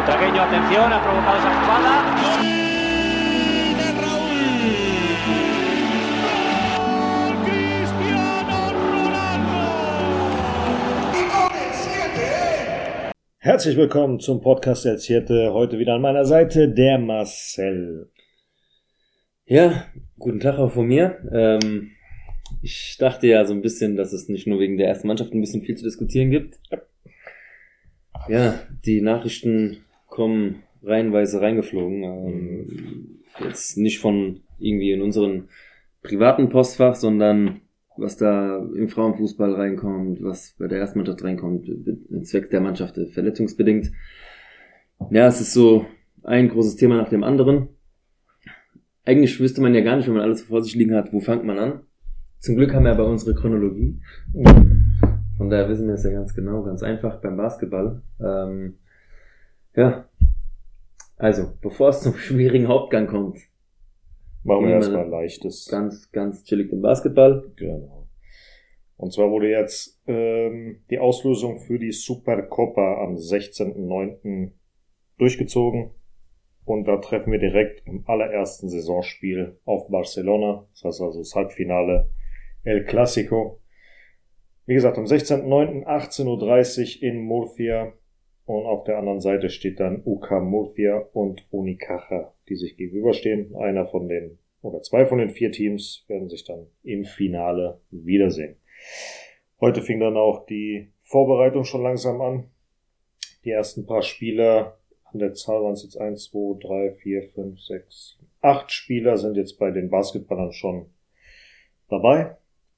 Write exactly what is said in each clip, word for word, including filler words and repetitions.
Tragueño, atención, ha provocado esa jugada. ¡Gol de Raúl! ¡Cristiano Ronaldo! Herzlich willkommen zum Podcast der Zierte. Heute wieder an meiner Seite der Marcel. Ja, guten Tag auch von mir. Ähm, ich dachte ja so ein bisschen, dass es nicht nur wegen der ersten Mannschaft ein bisschen viel zu diskutieren gibt. Ja, die Nachrichten kommen reihenweise reingeflogen. Ähm, jetzt nicht von irgendwie in unseren privaten Postfach, sondern was da im Frauenfußball reinkommt, was bei der ersten Mannschaft reinkommt, zwecks der Mannschaft verletzungsbedingt. Ja, es ist so ein großes Thema nach dem anderen. Eigentlich wüsste man ja gar nicht, wenn man alles vor sich liegen hat, wo fängt man an. Zum Glück haben wir aber unsere Chronologie. Von daher wissen wir es ja ganz genau, ganz einfach beim Basketball. Ähm, ja, also, bevor es zum schwierigen Hauptgang kommt, Machen wir Nehmen erstmal wir leichtes. ganz, ganz chillig den Basketball. Genau. Und zwar wurde jetzt ähm, die Auslosung für die Supercopa am sechzehnten neunten durchgezogen. Und da treffen wir direkt im allerersten Saisonspiel auf Barcelona. Das heißt also das Halbfinale El Clásico. Wie gesagt, am sechzehnten neunten achtzehn Uhr dreißig in Murcia. Und auf der anderen Seite steht dann U C A Murcia und Unicaja, die sich gegenüberstehen. Einer von den, oder zwei von den vier Teams werden sich dann im Finale wiedersehen. Heute fing dann auch die Vorbereitung schon langsam an. Die ersten paar Spieler, an der Zahl waren es jetzt eins, zwei, drei, vier, fünf, sechs, acht Spieler sind jetzt bei den Basketballern schon dabei.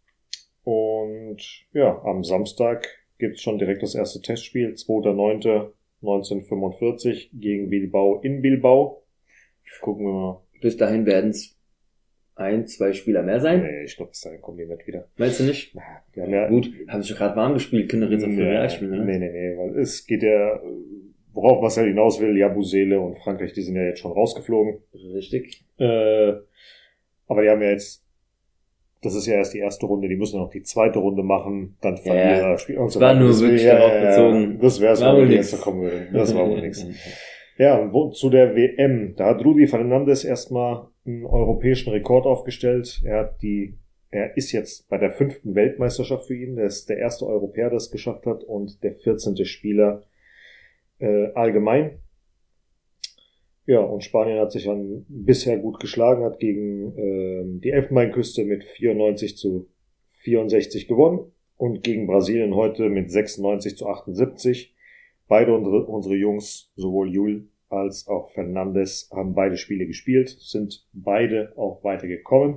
Und ja, am Samstag gibt's schon direkt das erste Testspiel, zweiter neunter neunzehnhundertfünfundvierzig gegen Bilbao in Bilbao. Gucken wir mal. Bis dahin werden es ein, zwei Spieler mehr sein. Nee, ich glaube, bis dahin kommen die nicht wieder. Meinst du nicht? Die haben ja, Gut, haben sich gerade warm gespielt, Kinderritzer für nee, Realspiel, ne? nee, nee, nee, weil es geht ja, worauf Marcel hinaus will, Jabusele und Frankreich, die sind ja jetzt schon rausgeflogen. Richtig. Äh, aber die haben ja jetzt, das ist ja erst die erste Runde, die müssen ja noch die zweite Runde machen, dann Verlierer, Ja, Spiel und so war weiter. nur Das- wirklich ja, darauf ja, bezogen. Das wäre es, War wenn wohl die nix. erste kommen würde. Das war wohl nix. Ja, und wo- zu der W M, da hat Rudi Fernandes erstmal einen europäischen Rekord aufgestellt. Er hat die, er ist jetzt bei der fünften Weltmeisterschaft für ihn. Der ist der erste Europäer, der es geschafft hat und der vierzehnte Spieler äh, allgemein. Ja, und Spanien hat sich dann bisher gut geschlagen, hat gegen ähm, die Elfenbeinküste mit vierundneunzig zu vierundsechzig gewonnen und gegen Brasilien heute mit sechsundneunzig zu achtundsiebzig. Beide unsere, unsere Jungs, sowohl Jul als auch Fernandes, haben beide Spiele gespielt, sind beide auch weitergekommen.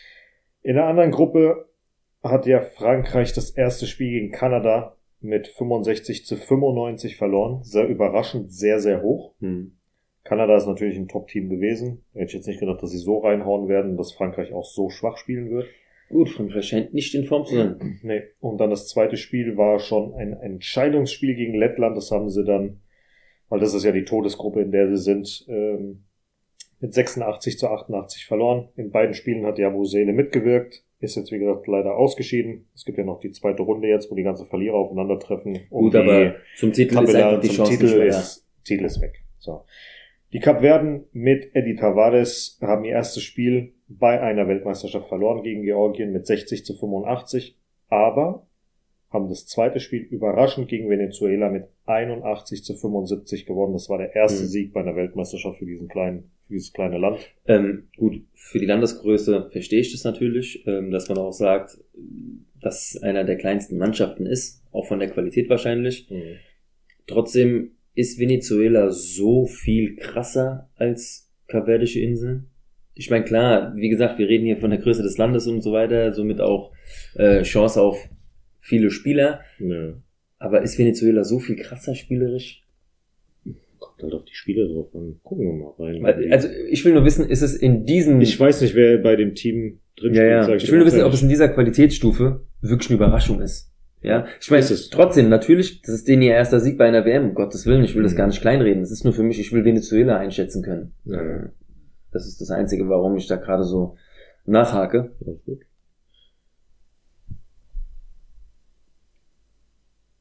In der anderen Gruppe hat ja Frankreich das erste Spiel gegen Kanada mit fünfundsechzig zu fünfundneunzig verloren. Sehr überraschend, sehr, sehr hoch. Hm. Kanada ist natürlich ein Top-Team gewesen. Hätte ich jetzt nicht gedacht, dass sie so reinhauen werden, dass Frankreich auch so schwach spielen wird. Gut, Frankreich scheint nicht in Form zu sein. Nee. Und dann das zweite Spiel war schon ein Entscheidungsspiel gegen Lettland. Das haben sie dann, weil das ist ja die Todesgruppe, in der sie sind, ähm, mit sechsundachtzig zu achtundachtzig verloren. In beiden Spielen hat Jabusele mitgewirkt. Ist jetzt, wie gesagt, leider ausgeschieden. Es gibt ja noch die zweite Runde jetzt, wo die ganzen Verlierer aufeinandertreffen. Um Gut, die aber zum Titel ist Tabella- einfach die zum Chance Titel nicht mehr da. ist, Titel ist weg. So. Die Kapverden mit Eddie Tavares haben ihr erstes Spiel bei einer Weltmeisterschaft verloren gegen Georgien mit sechzig zu fünfundachtzig, aber haben das zweite Spiel überraschend gegen Venezuela mit einundachtzig zu fünfundsiebzig gewonnen. Das war der erste Mhm. Sieg bei einer Weltmeisterschaft für diesen kleinen, für dieses kleine Land. Ähm, gut, für die Landesgröße verstehe ich das natürlich, ähm, dass man auch sagt, dass es einer der kleinsten Mannschaften ist, auch von der Qualität wahrscheinlich. Mhm. Trotzdem ist Venezuela so viel krasser als Kapverdische Inseln. Ich meine, klar, wie gesagt, wir reden hier von der Größe des Landes und so weiter, somit auch äh, Chance auf viele Spieler. Ja. Aber ist Venezuela so viel krasser spielerisch? Kommt halt auf die Spiele drauf an. Gucken wir mal rein. Also ich will nur wissen, ist es in diesem... ich weiß nicht, wer bei dem Team drin ja, ja. sag Ich dir will nur ganz wissen, ob ehrlich. es in dieser Qualitätsstufe wirklich eine Überraschung ist. Ja, ich meine, Ist es. trotzdem, natürlich, das ist denen ihr erster Sieg bei einer W M, um Gottes Willen, ich will das Mhm. gar nicht kleinreden. Das ist nur für mich, ich will Venezuela einschätzen können. Ja. Das ist das Einzige, warum ich da gerade so nachhake. Ja, gut.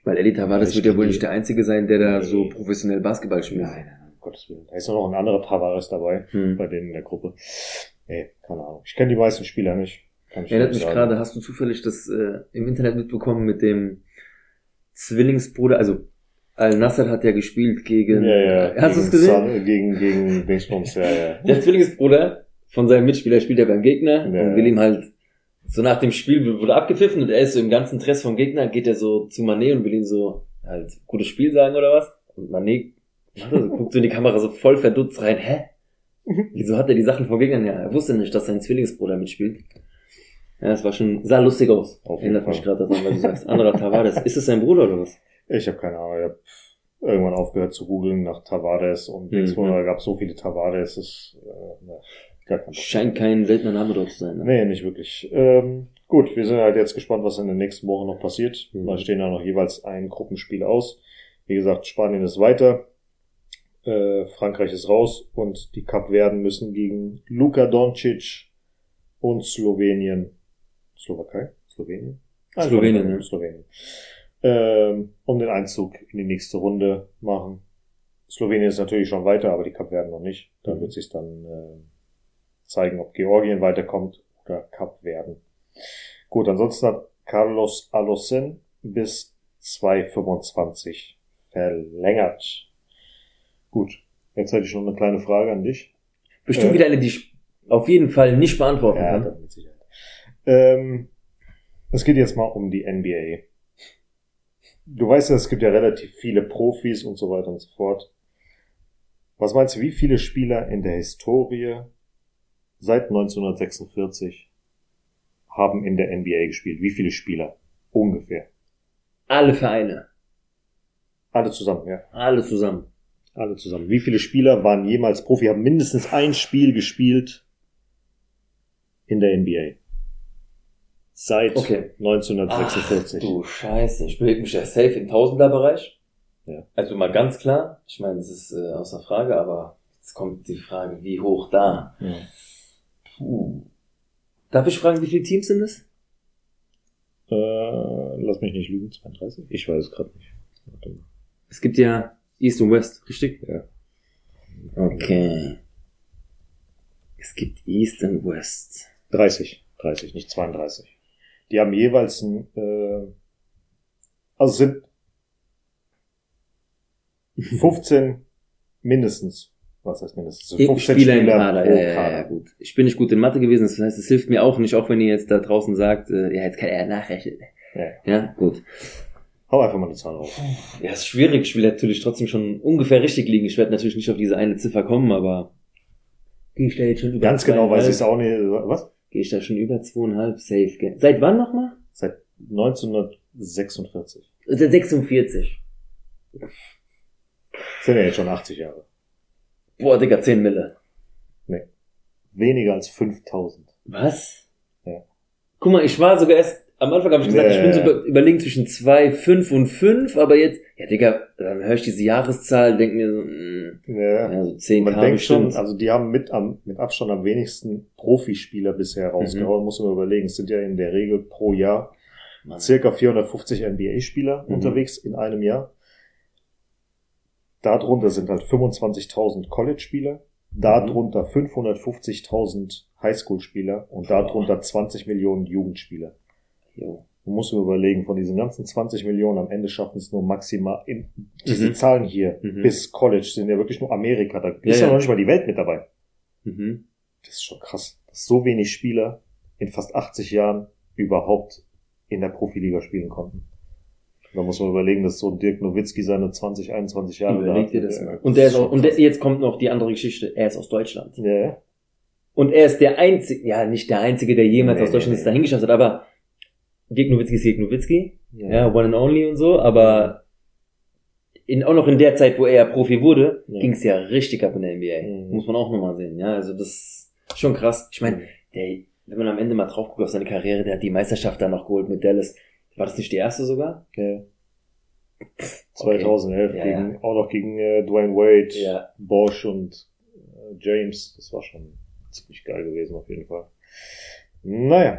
Weil Elie Tavares Ich wird ja wohl die- nicht der Einzige sein, der da Nee. so professionell Basketball spielt. Nein, nein, um Gottes Willen. Da ist auch noch ein anderer Tavares dabei, Hm. bei denen in der Gruppe. Nee, keine Ahnung. Ich kenne die meisten Spieler nicht. Kann ich Erinnert nicht mich sagen. gerade, hast du zufällig das äh, im Internet mitbekommen mit dem Zwillingsbruder, also Al-Nassr hat ja gespielt gegen, Ja, ja. hast du es gegen gesehen? Sun- Gegen, gegen Dingsbums, ja, ja. Der Zwillingsbruder von seinem Mitspieler spielt ja beim Gegner Ja. und will ihm halt, so nach dem Spiel wurde abgepfiffen und er ist so im ganzen Stress vom Gegner, geht er so zu Mané und will ihm so halt gutes Spiel sagen oder was. Und Mané macht er so, guckt so in die Kamera so voll verdutzt rein, hä? Wieso hat er die Sachen vom Gegner? Ja, er wusste nicht, dass sein Zwillingsbruder mitspielt. Ja, das war schon, sah lustig aus. Auf jeden Erinnert mich Fall. gerade daran, weil du sagst, anderer Tavares. Ist es sein Bruder oder was? Ich habe keine Ahnung. Ich habe irgendwann aufgehört zu googeln nach Tavares und Mhm. Dingsbums. Da gab es so viele Tavares. Das, äh, ne, gar kein Bock. Scheint kein seltener Name dort zu sein. Ne? Nee, nicht wirklich. Ähm, gut, wir sind halt jetzt gespannt, was in den nächsten Wochen noch passiert. Mhm. Da stehen ja noch jeweils ein Gruppenspiel aus. Wie gesagt, Spanien ist weiter. Äh, Frankreich ist raus und die Kapverden müssen gegen Luka Doncic und Slowenien. Slowakei? Slowenien? Nein, Slowenien, Slowenien. ne? Slowenien. Ähm, um den Einzug in die nächste Runde machen. Slowenien ist natürlich schon weiter, aber die Kapverden noch nicht. Da Mhm. wird sich dann äh, zeigen, ob Georgien weiterkommt oder Kapverden. Gut, ansonsten hat Carlos Alocen bis zwanzig fünfundzwanzig verlängert. Gut, jetzt hätte ich noch eine kleine Frage an dich. Bestimmt Äh, wieder eine, die ich auf jeden Fall nicht beantworten Ja, kann. dann mit Sicherheit. Ähm, es geht jetzt mal um die N B A. Du weißt ja, es gibt ja relativ viele Profis und so weiter und so fort. Was meinst du, wie viele Spieler in der Historie seit neunzehnhundertsechsundvierzig haben in der N B A gespielt? Wie viele Spieler? Ungefähr. Alle Vereine. Alle zusammen, ja. Alle zusammen. Alle zusammen. Wie viele Spieler waren jemals Profi, haben mindestens ein Spiel gespielt in der N B A? Seit Okay. neunzehnhundertsechsundvierzig. Ach, du Scheiße, ich bewege mich ja safe im Tausenderbereich. Ja. Also mal ganz klar. Ich meine, das ist äh, außer Frage, aber jetzt kommt die Frage, wie hoch da? Ja. Puh. Darf ich fragen, wie viele Teams sind es? Äh, lass mich nicht lügen, zweiunddreißig? Ich weiß es gerade nicht. Warte mal. Es gibt ja East und West, richtig? Ja. Okay. Es gibt East und West. dreißig. dreißig, nicht zweiunddreißig. Die haben jeweils ein, äh, also sind fünfzehn mindestens. Was heißt mindestens? Also fünfzehn Spieler im Kader, pro ja, ja, ja, Kader. gut. Ich bin nicht gut in Mathe gewesen, das heißt, es hilft mir auch nicht, auch wenn ihr jetzt da draußen sagt, äh, ja, jetzt kann er nachrechnen. Ja. Ja, gut. Hau einfach mal die Zahl drauf. Ja, ist schwierig, ich will natürlich trotzdem schon ungefähr richtig liegen. Ich werde natürlich nicht auf diese eine Ziffer kommen, aber gehe ich da jetzt schon über Ganz genau weiß ich es zweieinhalb? auch nicht. Was? Gehe ich da schon über zweieinhalb safe, gell? Seit wann nochmal? Seit neunzehnhundertsechsundvierzig. Seit sechsundvierzig. Sind ja jetzt schon achtzig Jahre. Boah, Digga, zehn Mille. Weniger als fünftausend. Was? Ja. Guck mal, ich war sogar erst, am Anfang habe ich gesagt, Ja, ich bin ja, so ja. über, überlegen zwischen zwei, fünf und fünf, aber jetzt, ja Digga, dann höre ich diese Jahreszahl, denk mir so, mh, Ja. ja, so zehn Man K denkt schon, bestimmt. also die haben mit am, mit Abstand am wenigsten Profispieler bisher rausgehauen, Mhm. muss man überlegen. Es sind ja in der Regel pro Jahr Mann. circa vierhundertfünfzig N B A-Spieler Mhm. unterwegs in einem Jahr. Darunter sind halt fünfundzwanzigtausend College-Spieler, darunter fünfhundertfünfzigtausend Highschool-Spieler und darunter zwanzig Millionen Jugendspieler. Jo. Man muss mir überlegen, von diesen ganzen zwanzig Millionen am Ende schaffen es nur maximal, in, diese Mhm. Zahlen hier Mhm. bis College sind ja wirklich nur Amerika, da Ja, ist ja ja. noch nicht mal die Welt mit dabei. Mhm. Das ist schon krass, dass so wenig Spieler in fast achtzig Jahren überhaupt in der Profiliga spielen konnten. Da muss man überlegen, dass so ein Dirk Nowitzki seine zwanzig, einundzwanzig Jahre Überleg dir hatte. das Ja, mal. Und der ist schon auch, und krass. der, jetzt kommt noch die andere Geschichte, er ist aus Deutschland. Ja, ja. Und er ist der einzige, ja, nicht der einzige, der jemals Nee, aus Deutschland nee, es dahin geschafft hat, aber Dirk Nowitzki ist Dirk Nowitzki. Ja. Ja, one and only und so, aber in, auch noch in der Zeit, wo er Profi wurde, Ja. ging es ja richtig ab in der N B A. Mhm. Muss man auch nochmal sehen, ja, also das ist schon krass. Ich meine, der, wenn man am Ende mal drauf guckt auf seine Karriere, der hat die Meisterschaft dann noch geholt mit Dallas. War das nicht die erste sogar? Ja. zweitausendelf, Ja, gegen, auch noch gegen äh, Dwayne Wade, Ja. Bosch und äh, James. Das war schon ziemlich geil gewesen auf jeden Fall. Naja,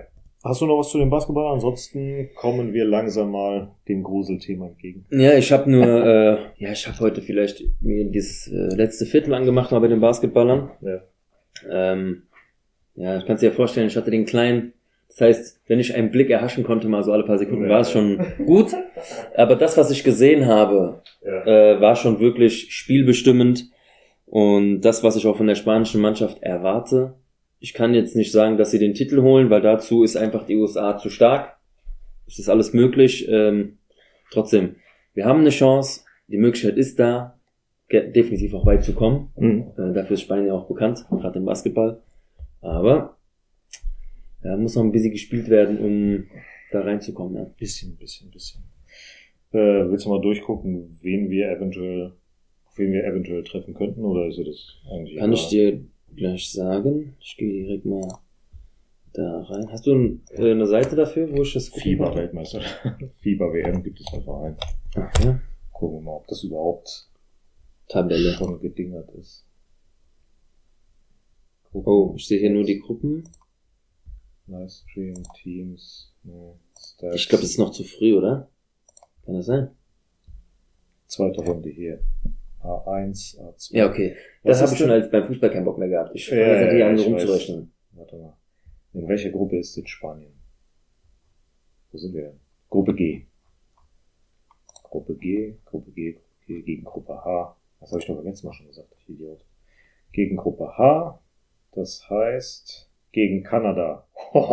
Hast du noch was zu dem Basketball? Ansonsten kommen wir langsam mal dem Gruselthema entgegen. Ja, ich habe nur, äh, ja, ich habe heute vielleicht mir dieses äh, letzte Viertel angemacht mal bei den Basketballern. Ja. Ähm, ja, ich kann dir ja vorstellen, ich hatte den kleinen, das heißt, wenn ich einen Blick erhaschen konnte, mal so alle paar Sekunden, Ja. war es schon gut. Aber das, was ich gesehen habe, Ja. äh, war schon wirklich spielbestimmend. Und das, was ich auch von der spanischen Mannschaft erwarte, ich kann jetzt nicht sagen, dass sie den Titel holen, weil dazu ist einfach die U S A zu stark. Es ist alles möglich. Ähm, trotzdem, wir haben eine Chance, die Möglichkeit ist da, ge- definitiv auch weit zu kommen. Mhm. Äh, dafür ist Spanien ja auch bekannt, gerade im Basketball. Aber ja, muss noch ein bisschen gespielt werden, um da reinzukommen. Ja. Bisschen, bisschen, bisschen. Äh, willst du mal durchgucken, wen wir eventuell, auf wen wir eventuell treffen könnten, oder ist dir das eigentlich Kann egal? ich dir gleich sagen. Ich gehe direkt mal da rein. Hast du ein, äh, eine Seite dafür, wo ich das gucken kann? FIBA-Weltmeister. FIBA-W M gibt es einfach ein. Ach, ja. Gucken wir mal, ob das überhaupt Tabelle. schon gedingert ist. Gucken. Oh, ich sehe hier nur die Gruppen. Livestream, Teams, ne, Stats. Ich glaube, das ist noch zu früh, oder? Kann das sein? Zweite Runde hier. A eins, A zwei. Ja, okay. Was Das habe ist ich schon denn- als beim Fußball keinen Bock mehr gehabt. Ich Ja, fange jetzt ja, hier an, ich rumzurechnen. Warte mal. In welcher Gruppe ist jetzt Spanien? Wo sind wir denn? Gruppe G. Gruppe G, Gruppe G, Gruppe G gegen Gruppe H. Das habe ich doch beim letzten Mal schon gesagt, ich Idiot. Gegen Gruppe H, das heißt gegen Kanada.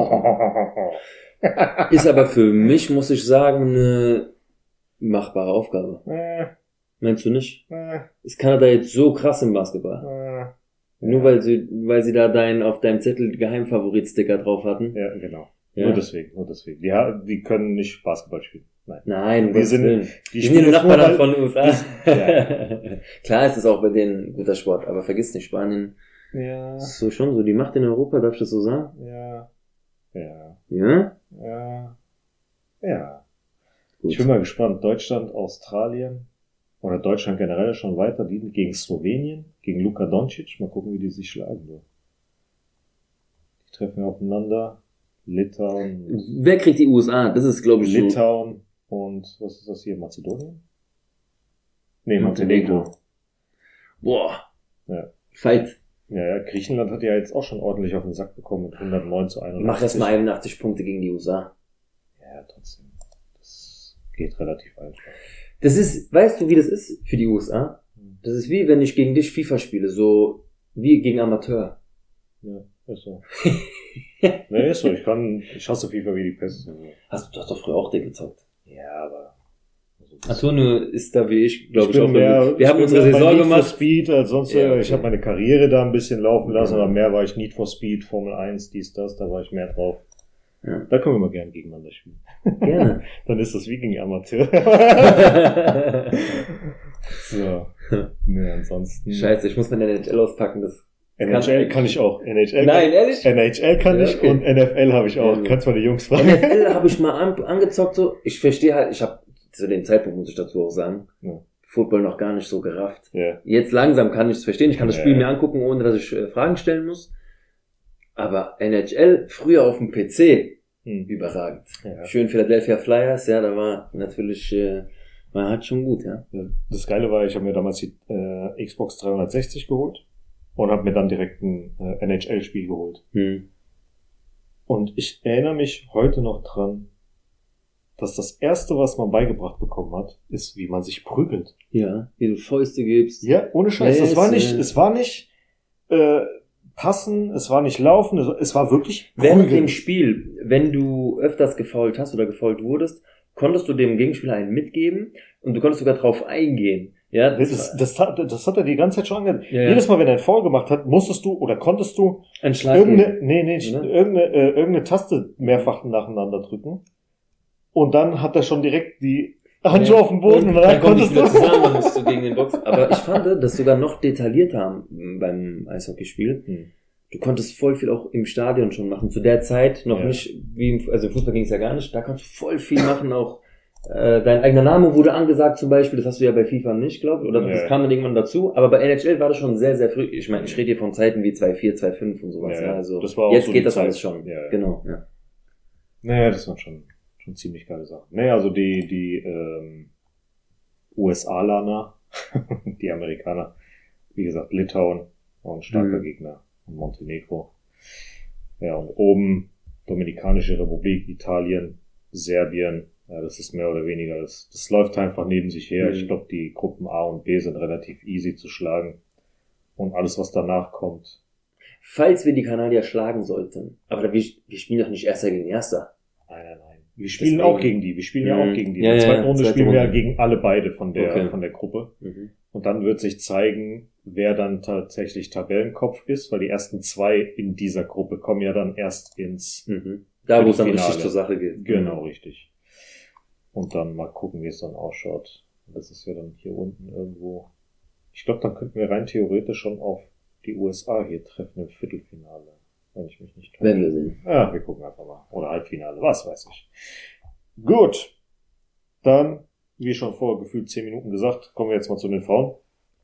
Ist aber für mich, muss ich sagen, eine machbare Aufgabe. äh, Meinst du nicht? äh, Ist Kanada jetzt so krass im Basketball? äh. Nur weil sie, weil sie da dein, auf deinem Zettel Geheimfavorit-Sticker drauf hatten? Ja, genau. Ja. Nur deswegen, nur deswegen. Die, ha- die können nicht Basketball spielen. Nein. Nein, um Die Gottes sind- Willen. Die, Die sind ja nur jetzt Nachbarn weil- von den U S A. Ja. Klar ist es auch bei denen ein guter Sport, aber vergiss nicht, Spanien Ja, ist so schon so die Macht in Europa, darf ich das so sagen? ja, ja, Ja? ja, ja. Gut. Ich bin mal gespannt. Deutschland, Australien oder Deutschland generell schon weiter, die gegen Slowenien, gegen Luka Doncic. Mal gucken, wie die sich schlagen. So. Die treffen aufeinander. Litauen, Wer kriegt die U S A? Das ist, glaube ich, so. Litauen und was ist das hier? Mazedonien? Nee, Montenegro. Boah. Ja. Fight. Ja, ja, Griechenland hat ja jetzt auch schon ordentlich auf den Sack bekommen mit hundertneun zu einundachtzig. Mach erst mal einundachtzig Punkte gegen die U S A. Ja, trotzdem. Das geht relativ einfach. Das ist, weißt du, wie das ist für die U S A? Das ist wie, wenn ich gegen dich FIFA spiele, so wie gegen Amateur. Ja, ist so. Nee, ist so. Ich kann, ich hasse FIFA wie die Pest. Hast du hast doch früher auch den gezockt. Ja, aber. Also das- Antonio ist da wie ich, glaube ich, bin auch. mehr- wir haben ich bin unsere mehr bei Saison Need for gemacht. Speed als sonst. Ja, okay. Ich habe meine Karriere da ein bisschen laufen lassen, Ja. aber mehr war ich Need for Speed, Formel eins, dies, das, da war ich mehr drauf. Ja. Da können wir mal gerne gegeneinander spielen. Gerne. Dann ist das wie gegen Amateur. So. Nee, ansonsten. Scheiße, ich muss mein N H L auspacken. Das N H L kann ich auch. N H L Nein, ehrlich? N H L kann Ja, ich okay. und N F L habe ich auch. Ja. Kannst mal die Jungs N fragen. F L habe ich mal an, angezockt so. Ich verstehe halt, ich habe zu dem Zeitpunkt, muss ich dazu auch sagen, Ja. Football noch gar nicht so gerafft. Ja. Jetzt langsam kann ich es verstehen. Ich kann das Ja. Spiel mir angucken, ohne dass ich äh, Fragen stellen muss. Aber N H L früher auf dem P C Hm. überragend. Ja. Schön Philadelphia Flyers, ja, da war natürlich, äh, war halt schon gut, ja. Das Geile war, ich habe mir damals die äh, Xbox dreihundertsechzig geholt und habe mir dann direkt ein äh, N H L-Spiel geholt. Hm. Und ich erinnere mich heute noch dran, dass das Erste, was man beigebracht bekommen hat, ist, wie man sich prügelt. Ja, wie du Fäuste gibst. Ja, ohne Scheiß. Ja, Es war es, nicht, äh, es war nicht äh, passen, es war nicht laufen, es, es war wirklich Während dem prügeln. Spiel, wenn du öfters gefoult hast oder gefoult wurdest, konntest du dem Gegenspieler einen mitgeben und du konntest sogar drauf eingehen. Ja, Das, das, das, hat, das hat er die ganze Zeit schon angehört. Ja, ja. Jedes Mal, wenn er einen Foul gemacht hat, musstest du oder konntest du ein Schlag irgendeine, geben. nee, nee, nicht, Ne? irgendeine, äh, irgendeine Taste mehrfach nacheinander drücken. Und dann hat er schon direkt die Handschuhe auf dem Boden und, dann, dann kommen die konntest du. Spieler zusammen, dann musst du gegen den Box. Aber ich fand das sogar noch detaillierter beim Eishockeyspiel. Hm. Du konntest voll viel auch im Stadion schon machen. Zu der Zeit noch Ja. nicht, wie im, also im Fußball ging es ja gar nicht. Da kannst du voll viel machen. Auch äh, dein eigener Name wurde angesagt zum Beispiel. Das hast du ja bei FIFA nicht, glaube ich. Oder das Ja. kam dann irgendwann dazu. Aber bei N H L war das schon sehr, sehr früh. Ich meine, ich rede hier von Zeiten wie zwei vier, zwei fünf und sowas. Ja, Ja, also das war auch jetzt so geht die das Zeit. alles schon. Ja, ja. Genau, ja. Naja, das waren schon, schon ziemlich geile Sachen. Naja, also die, die ähm, U S A-Laner, die Amerikaner, wie gesagt, Litauen, auch ein starker mhm. Gegner, und Montenegro. Ja, und oben Dominikanische Republik, Italien, Serbien, ja, das ist mehr oder weniger, das, das läuft einfach neben sich her. Mhm. Ich glaube, die Gruppen A und B sind relativ easy zu schlagen. Und alles, was danach kommt. Falls wir die Kanadier schlagen sollten, aber wir, wir spielen doch nicht Erster gegen Erster. Nein, nein, nein. Wir spielen Deswegen. auch gegen die. Wir spielen mhm. ja auch gegen die. Ja, In der zweiten ja, Runde zweite spielen Runde. wir ja gegen alle beide von der, okay. von der Gruppe. Mhm. Und dann wird sich zeigen, wer dann tatsächlich Tabellenkopf ist, weil die ersten zwei in dieser Gruppe kommen ja dann erst ins mhm. Da, wo es dann richtig zur Sache geht. Genau, richtig. Und dann mal gucken, wie es dann ausschaut. Das ist ja dann hier unten irgendwo. Ich glaube, dann könnten wir rein theoretisch schon auf die U S A hier treffen im Viertelfinale. Wenn ich mich nicht täusche. Werden wir sehen. Ja, wir gucken einfach mal. Oder Halbfinale, was weiß ich. Gut. Dann, wie schon vor gefühlt zehn Minuten gesagt, kommen wir jetzt mal zu den Frauen.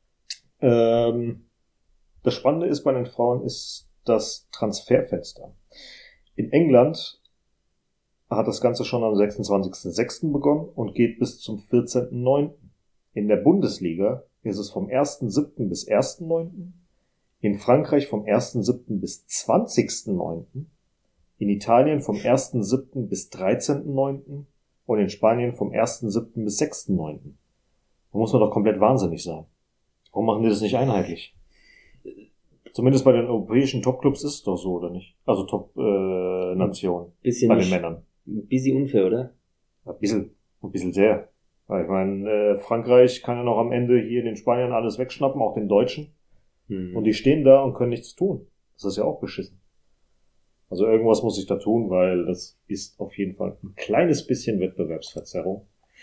Ähm, das Spannende ist bei den Frauen ist das Transferfenster. In England hat das Ganze schon am sechsundzwanzigsten sechsten begonnen und geht bis zum vierzehnten neunten In der Bundesliga ist es vom ersten siebten bis ersten neunten In Frankreich vom ersten siebten bis zwanzigsten neunten In Italien vom ersten siebten bis dreizehnten neunten Und in Spanien vom ersten siebten bis sechsten neunten Da muss man doch komplett wahnsinnig sein. Warum machen die das nicht einheitlich? Zumindest bei den europäischen Topclubs ist es doch so, oder nicht? Also Top-Nationen. Äh, bisschen bei den nicht, Männern. Ein bisschen unfair, oder? Ein bisschen, ein bisschen sehr. Weil ich meine, äh, Frankreich kann ja noch am Ende hier den Spaniern alles wegschnappen, auch den Deutschen. Mhm. Und die stehen da und können nichts tun. Das ist ja auch beschissen. Also irgendwas muss ich da tun, weil das ist auf jeden Fall ein kleines bisschen Wettbewerbsverzerrung.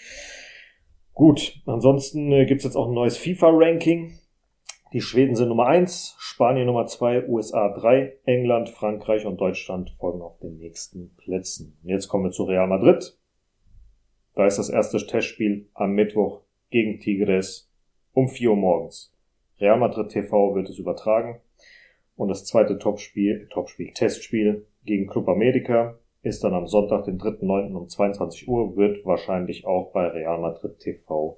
Gut, ansonsten äh, gibt's jetzt auch ein neues FIFA-Ranking. Die Schweden sind Nummer eins, Spanien Nummer zwei, U S A drei, England, Frankreich und Deutschland folgen auf den nächsten Plätzen. Und jetzt kommen wir zu Real Madrid. Da ist das erste Testspiel am Mittwoch gegen Tigres um vier Uhr morgens. Real Madrid T V wird es übertragen. Und das zweite Topspiel, Topspiel, Testspiel gegen Club America ist dann am Sonntag, den dritten neunten um zweiundzwanzig Uhr, wird wahrscheinlich auch bei Real Madrid T V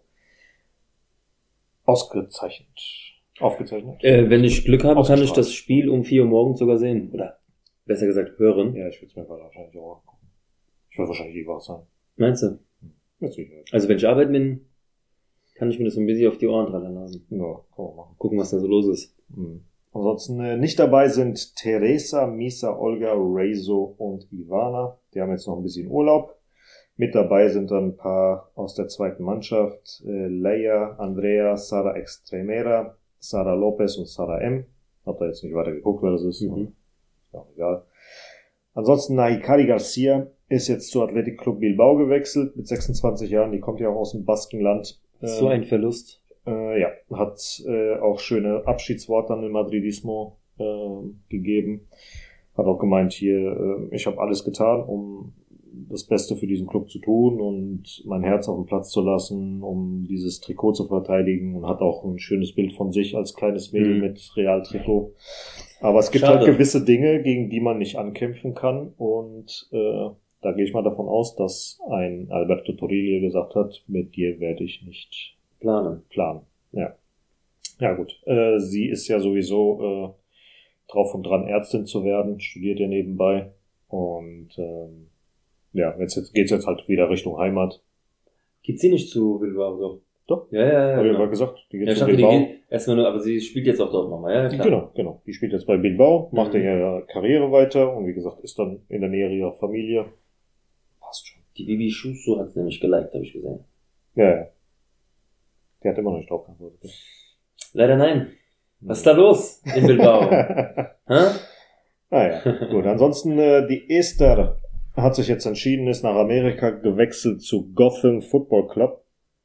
ausgezeichnet. Aufgezeichnet? Äh, wenn ich Glück habe, kann ich das Spiel um vier Uhr morgens sogar sehen. Oder besser gesagt hören. Ja, ich würde es mir wahrscheinlich auch angucken. Ich würde wahrscheinlich die wach sein. Meinst du? Mit Sicherheit. Also wenn ich arbeiten bin, kann ich mir das so ein bisschen auf die Ohren dran lassen. Ja, kann man machen. Gucken, was da so los ist. Mhm. Ansonsten äh, nicht dabei sind Teresa, Misa, Olga, Rezo und Ivana. Die haben jetzt noch ein bisschen Urlaub. Mit dabei sind dann ein paar aus der zweiten Mannschaft. Äh, Leia, Andrea, Sara Extremera, Sara Lopez und Sara M. Hab da jetzt nicht weiter geguckt, wer das ist. Mhm. Ist auch egal. Ansonsten Nahikari Garcia ist jetzt zu Athletic Club Bilbao gewechselt mit sechsundzwanzig Jahren. Die kommt ja auch aus dem Baskenland. So ein Verlust. Äh, ja, hat äh, auch schöne Abschiedsworte an den Madridismo äh, gegeben. Hat auch gemeint, hier, äh, ich habe alles getan, um das Beste für diesen Club zu tun und mein Herz auf den Platz zu lassen, um dieses Trikot zu verteidigen, und hat auch ein schönes Bild von sich als kleines Mädel mhm. mit Real-Trikot. Aber es gibt Schade. halt gewisse Dinge, gegen die man nicht ankämpfen kann, und äh, da gehe ich mal davon aus, dass ein Alberto Torrillo gesagt hat, mit dir werde ich nicht planen. planen. Ja, ja gut. Äh, sie ist ja sowieso äh, drauf und dran, Ärztin zu werden, studiert ja nebenbei, und ähm, ja, jetzt, jetzt geht's jetzt halt wieder Richtung Heimat. Geht sie nicht zu Bilbao, doch? Doch. Ja, ja, ja. Hab ich genau. mal gesagt, die geht ja, ich zu dachte, Bilbao. die geht erstmal nur, aber sie spielt jetzt auch dort nochmal, ja, klar. Genau, genau. Die spielt jetzt bei Bilbao, macht Mhm. ja ihre Karriere weiter und wie gesagt, ist dann in der Nähe ihrer Familie. Passt schon. Die Bibi Schusso hat's nämlich geliked, habe ich gesehen. Ja, ja. Die hat immer noch nicht drauf geantwortet. Leider nein. Was ist da los in Bilbao? Hä? Naja, gut. Ansonsten, äh, die Esther hat sich jetzt entschieden, ist nach Amerika gewechselt zu Gotham Football Club.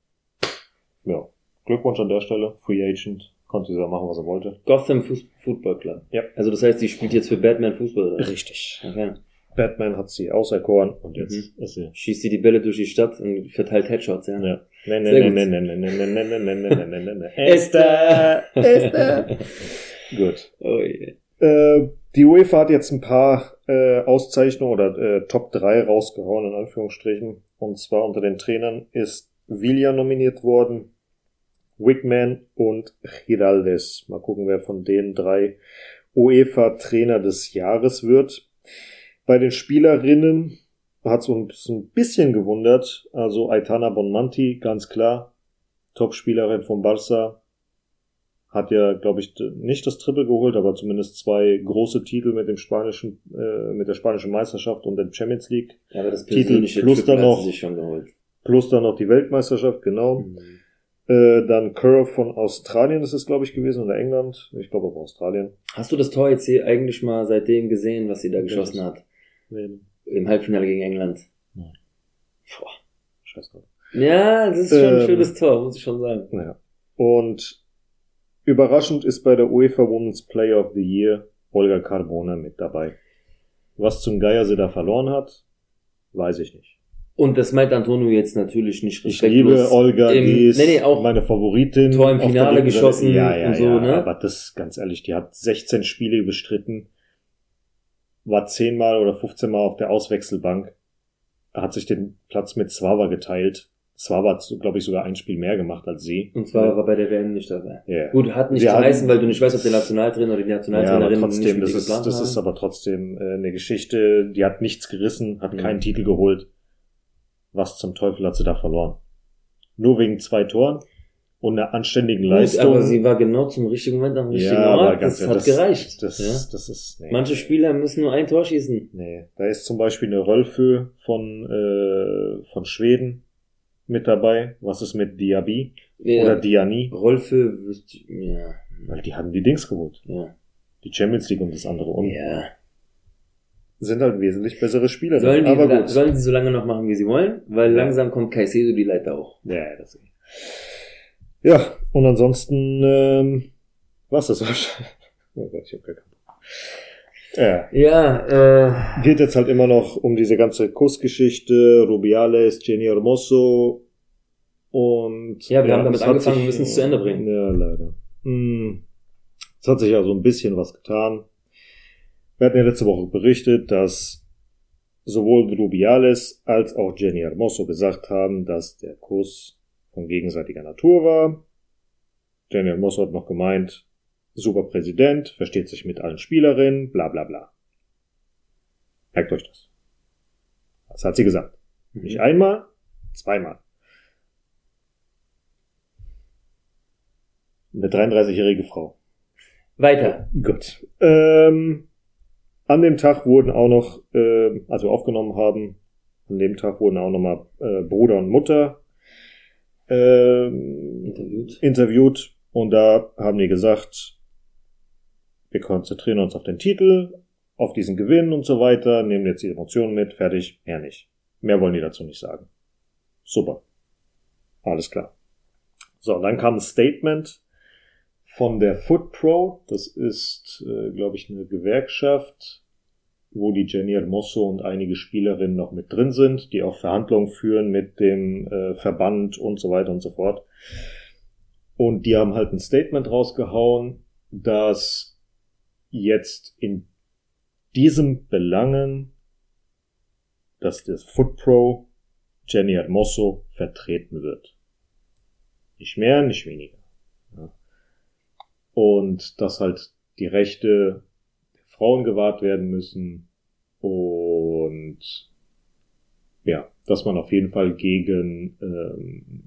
Ja, Glückwunsch an der Stelle. Free Agent. Konnte sie ja machen, was er wollte. Gotham Fuß- Football Club. Ja. Also das heißt, sie spielt jetzt für Batman Fußball, oder? Richtig. Okay. Batman hat sie auserkoren und jetzt Mhm. ist sie. Schießt sie die Bälle durch die Stadt und verteilt Headshots, ja. Ja. Nee, nee, Sehr nee, gut. nee, nee, nee, nee, nee, nee, nee, nee, nee, nee, nee. Esther! Esther! Gut. Oh je. Äh, Die UEFA hat jetzt ein paar äh, Auszeichnungen oder äh, Top drei rausgehauen, in Anführungsstrichen. Und zwar unter den Trainern ist Villa nominiert worden, Wickman und Giraldes. Mal gucken, wer von den drei UEFA-Trainer des Jahres wird. Bei den Spielerinnen hat es uns ein bisschen gewundert. Also Aitana Bonmanti, ganz klar, Top-Spielerin von Barça. Hat ja, glaube ich, nicht das Triple geholt, aber zumindest zwei große Titel mit dem spanischen, äh, mit der spanischen Meisterschaft und der Champions League. Ja, aber das Titel plus dann noch, sich schon geholt. plus dann noch die Weltmeisterschaft, genau. Mhm. Äh, dann Kerr von Australien ist es, glaube ich, gewesen, oder England. Ich glaube auch Australien. Hast du das Tor jetzt hier eigentlich mal seitdem gesehen, was sie da geschossen Ja, hat? Nee. Im Halbfinale gegen England. Nein. Boah. Scheiß drauf. Ja, das ist schon Ähm, ein schönes Tor, muss ich schon sagen. Ja. Und überraschend ist bei der UEFA Women's Player of the Year Olga Carbona mit dabei. Was zum Geier sie da verloren hat, weiß ich nicht. Und das meint Antonio jetzt natürlich nicht Ich respektlos. liebe Olga, Im, die ist nee, nee, auch meine Favoritin. Tor im auf der Finale linken Seite. geschossen ja, ja, und so, ja, ne? Aber das, ganz ehrlich, die hat sechzehn Spiele bestritten, war zehnmal oder fünfzehn Mal auf der Auswechselbank, hat sich den Platz mit Svava geteilt. Svava hat, glaube ich, sogar ein Spiel mehr gemacht als sie. Und zwar war bei der W M nicht dabei. Ja. Gut, hat nicht Sie zu hatten- heißen, weil du nicht weißt, ob der Nationaltrainer oder die Ja, aber Nationaltrainerin trotzdem, nicht mit das dir ist, geplant das haben. ist aber trotzdem äh, eine Geschichte, die hat nichts gerissen, hat Mhm. keinen Titel geholt. Was zum Teufel hat sie da verloren? Nur wegen zwei Toren und einer anständigen Gut, Leistung. aber sie war genau zum richtigen Moment am richtigen ja, aber Ort. ganz Das ehrlich, hat gereicht. Das, ja? das ist, nee, Manche Spieler müssen nur ein Tor schießen. Nee, da ist zum Beispiel eine Rolfö von, äh, von Schweden mit dabei. Was ist mit Diaby? Ja. Oder Diani? Rolfe wüsste ich, ja, Weil die haben die Dings geholt. ja, Die Champions League und das andere. Und ja. sind halt wesentlich bessere Spieler. Sollen die, aber la- gut. sollen sie so lange noch machen, wie sie wollen? Weil Ja. langsam kommt Caicedo die Leiter auch. Ja, das Ja, und ansonsten, ähm, was das wahrscheinlich. Oh Gott, ich hab gar keinen Bock. Ja. Ja, äh, Geht jetzt halt immer noch um diese ganze Kussgeschichte, Rubiales, Jenny Hermoso und... Ja, wir haben damit es hat angefangen, sich- wir müssen es zu Ende bringen. Ja, leider. Hm. Es hat sich ja so ein bisschen was getan. Wir hatten ja letzte Woche berichtet, dass sowohl Rubiales als auch Jenny Hermoso gesagt haben, dass der Kuss von gegenseitiger Natur war. Jenny Hermoso hat noch gemeint, super Präsident, versteht sich mit allen Spielerinnen, bla bla bla. Merkt euch das. Das hat sie gesagt. Nicht einmal, zweimal. Eine dreiunddreißigjährige Frau. weiter. Gut. Ähm, an dem Tag wurden auch noch, äh, als wir aufgenommen haben, an dem Tag wurden auch nochmal äh, Bruder und Mutter ähm, Interviewt. interviewt. Und da haben die gesagt, wir konzentrieren uns auf den Titel, auf diesen Gewinn und so weiter, nehmen jetzt die Emotionen mit, fertig, mehr nicht. Mehr wollen die dazu nicht sagen. Super. Alles klar. So, und dann kam ein Statement von der Foot Pro. Das ist, äh, glaube ich, eine Gewerkschaft, wo die Jenny Hermoso und einige Spielerinnen noch mit drin sind, die auch Verhandlungen führen mit dem äh, Verband und so weiter und so fort. Und die haben halt ein Statement rausgehauen, dass jetzt in diesem Belangen, dass das Foot Pro Jenny Hermoso vertreten wird. Nicht mehr, nicht weniger. Ja. Und dass halt die Rechte der Frauen gewahrt werden müssen und ja, dass man auf jeden Fall gegen ähm,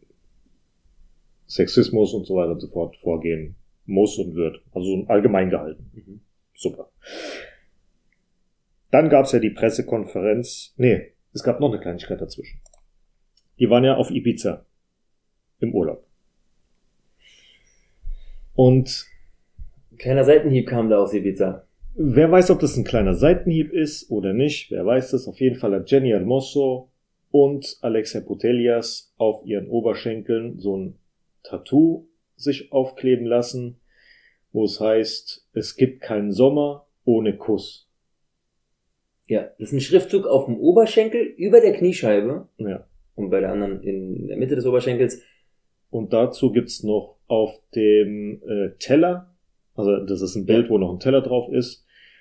Sexismus und so weiter und so fort vorgehen muss und wird. Also allgemein gehalten. Mhm. Super. Dann gab's ja die Pressekonferenz. Nee, es gab noch eine Kleinigkeit dazwischen. Die waren ja auf Ibiza im Urlaub. Und Kleiner Seitenhieb kam da aus Ibiza. wer weiß, ob das ein kleiner Seitenhieb ist oder nicht. Wer weiß das. Auf jeden Fall hat Jenny Hermoso und Alexia Putellas auf ihren Oberschenkeln so ein Tattoo sich aufkleben lassen, wo es heißt, es gibt keinen Sommer ohne Kuss. Ja, das ist ein Schriftzug auf dem Oberschenkel über der Kniescheibe Ja. und bei der anderen in der Mitte des Oberschenkels. Und dazu gibt's noch auf dem äh, Teller, also das ist ein Bild, Ja. wo noch ein Teller drauf ist,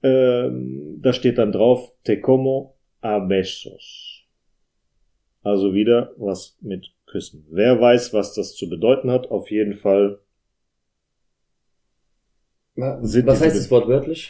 Ähm, da steht dann drauf, te como a besos. Also wieder was mit Küssen. Wer weiß, was das zu bedeuten hat, auf jeden Fall. Was heißt das wortwörtlich?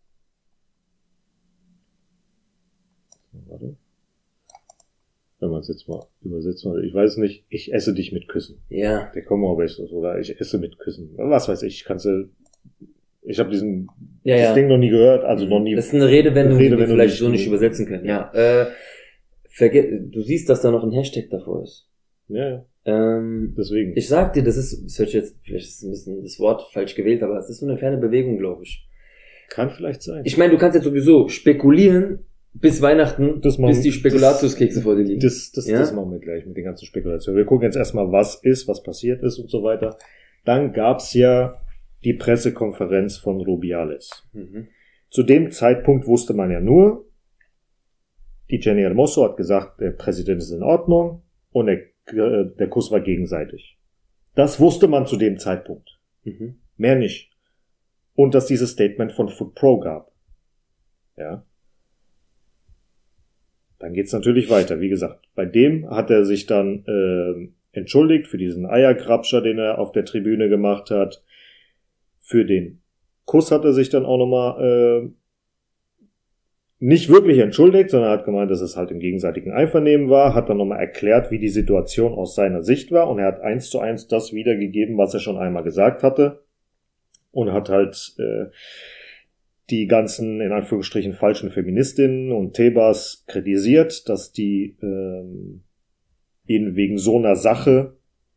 Warte. Wenn man es jetzt mal übersetzt, ich weiß nicht, ich esse dich mit Küssen. Ja. Der Como Besos oder ich esse mit Küssen. Was weiß ich, kannst du, ich habe diesen ja, das ja. Ding noch nie gehört, also noch nie. Das ist eine Redewendung, Rede, die wir vielleicht so nicht übersetzen können. Ja. Äh, verge- du siehst, dass da noch ein Hashtag davor ist. Ja, ja. Ähm, Deswegen. Ich sag dir, das ist, das hört sich jetzt, vielleicht ist ein bisschen das Wort falsch gewählt, aber es ist so eine ferne Bewegung, glaube ich. Kann vielleicht sein. Ich meine, du kannst jetzt sowieso spekulieren bis Weihnachten, das machen, bis die Spekulatiuskekse das, vor dir liegen. Das, das, ja? das machen wir gleich mit den ganzen Spekulationen. Wir gucken jetzt erstmal, was ist, was passiert ist und so weiter. Dann gab's ja die Pressekonferenz von Rubiales. Mhm. Zu dem Zeitpunkt wusste man ja nur, die Jenny Hermoso hat gesagt, der Präsident ist in Ordnung und der, äh, der Kuss war gegenseitig. Das wusste man zu dem Zeitpunkt. Mhm. Mehr nicht. Und dass dieses Statement von FootPro gab. Ja. Dann geht's natürlich weiter. Wie gesagt, bei dem hat er sich dann äh, entschuldigt für diesen Eierkrabscher, den er auf der Tribüne gemacht hat. Für den Kuss hat er sich dann auch nochmal äh, nicht wirklich entschuldigt, sondern hat gemeint, dass es halt im gegenseitigen Einvernehmen war, hat dann nochmal erklärt, wie die Situation aus seiner Sicht war und er hat eins zu eins das wiedergegeben, was er schon einmal gesagt hatte und hat halt äh, die ganzen, in Anführungsstrichen, falschen Feministinnen und Thebas kritisiert, dass die ähm, ihn wegen so einer Sache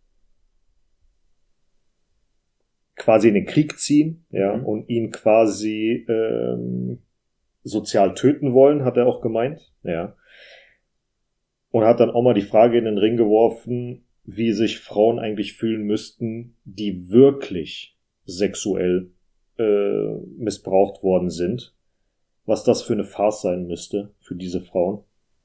quasi in den Krieg ziehen, ja, mhm. und ihn quasi ähm, sozial töten wollen, hat er auch gemeint, ja. Und hat dann auch mal die Frage in den Ring geworfen, wie sich Frauen eigentlich fühlen müssten, die wirklich sexuell äh, missbraucht worden sind. Was das für eine Farce sein müsste für diese Frauen.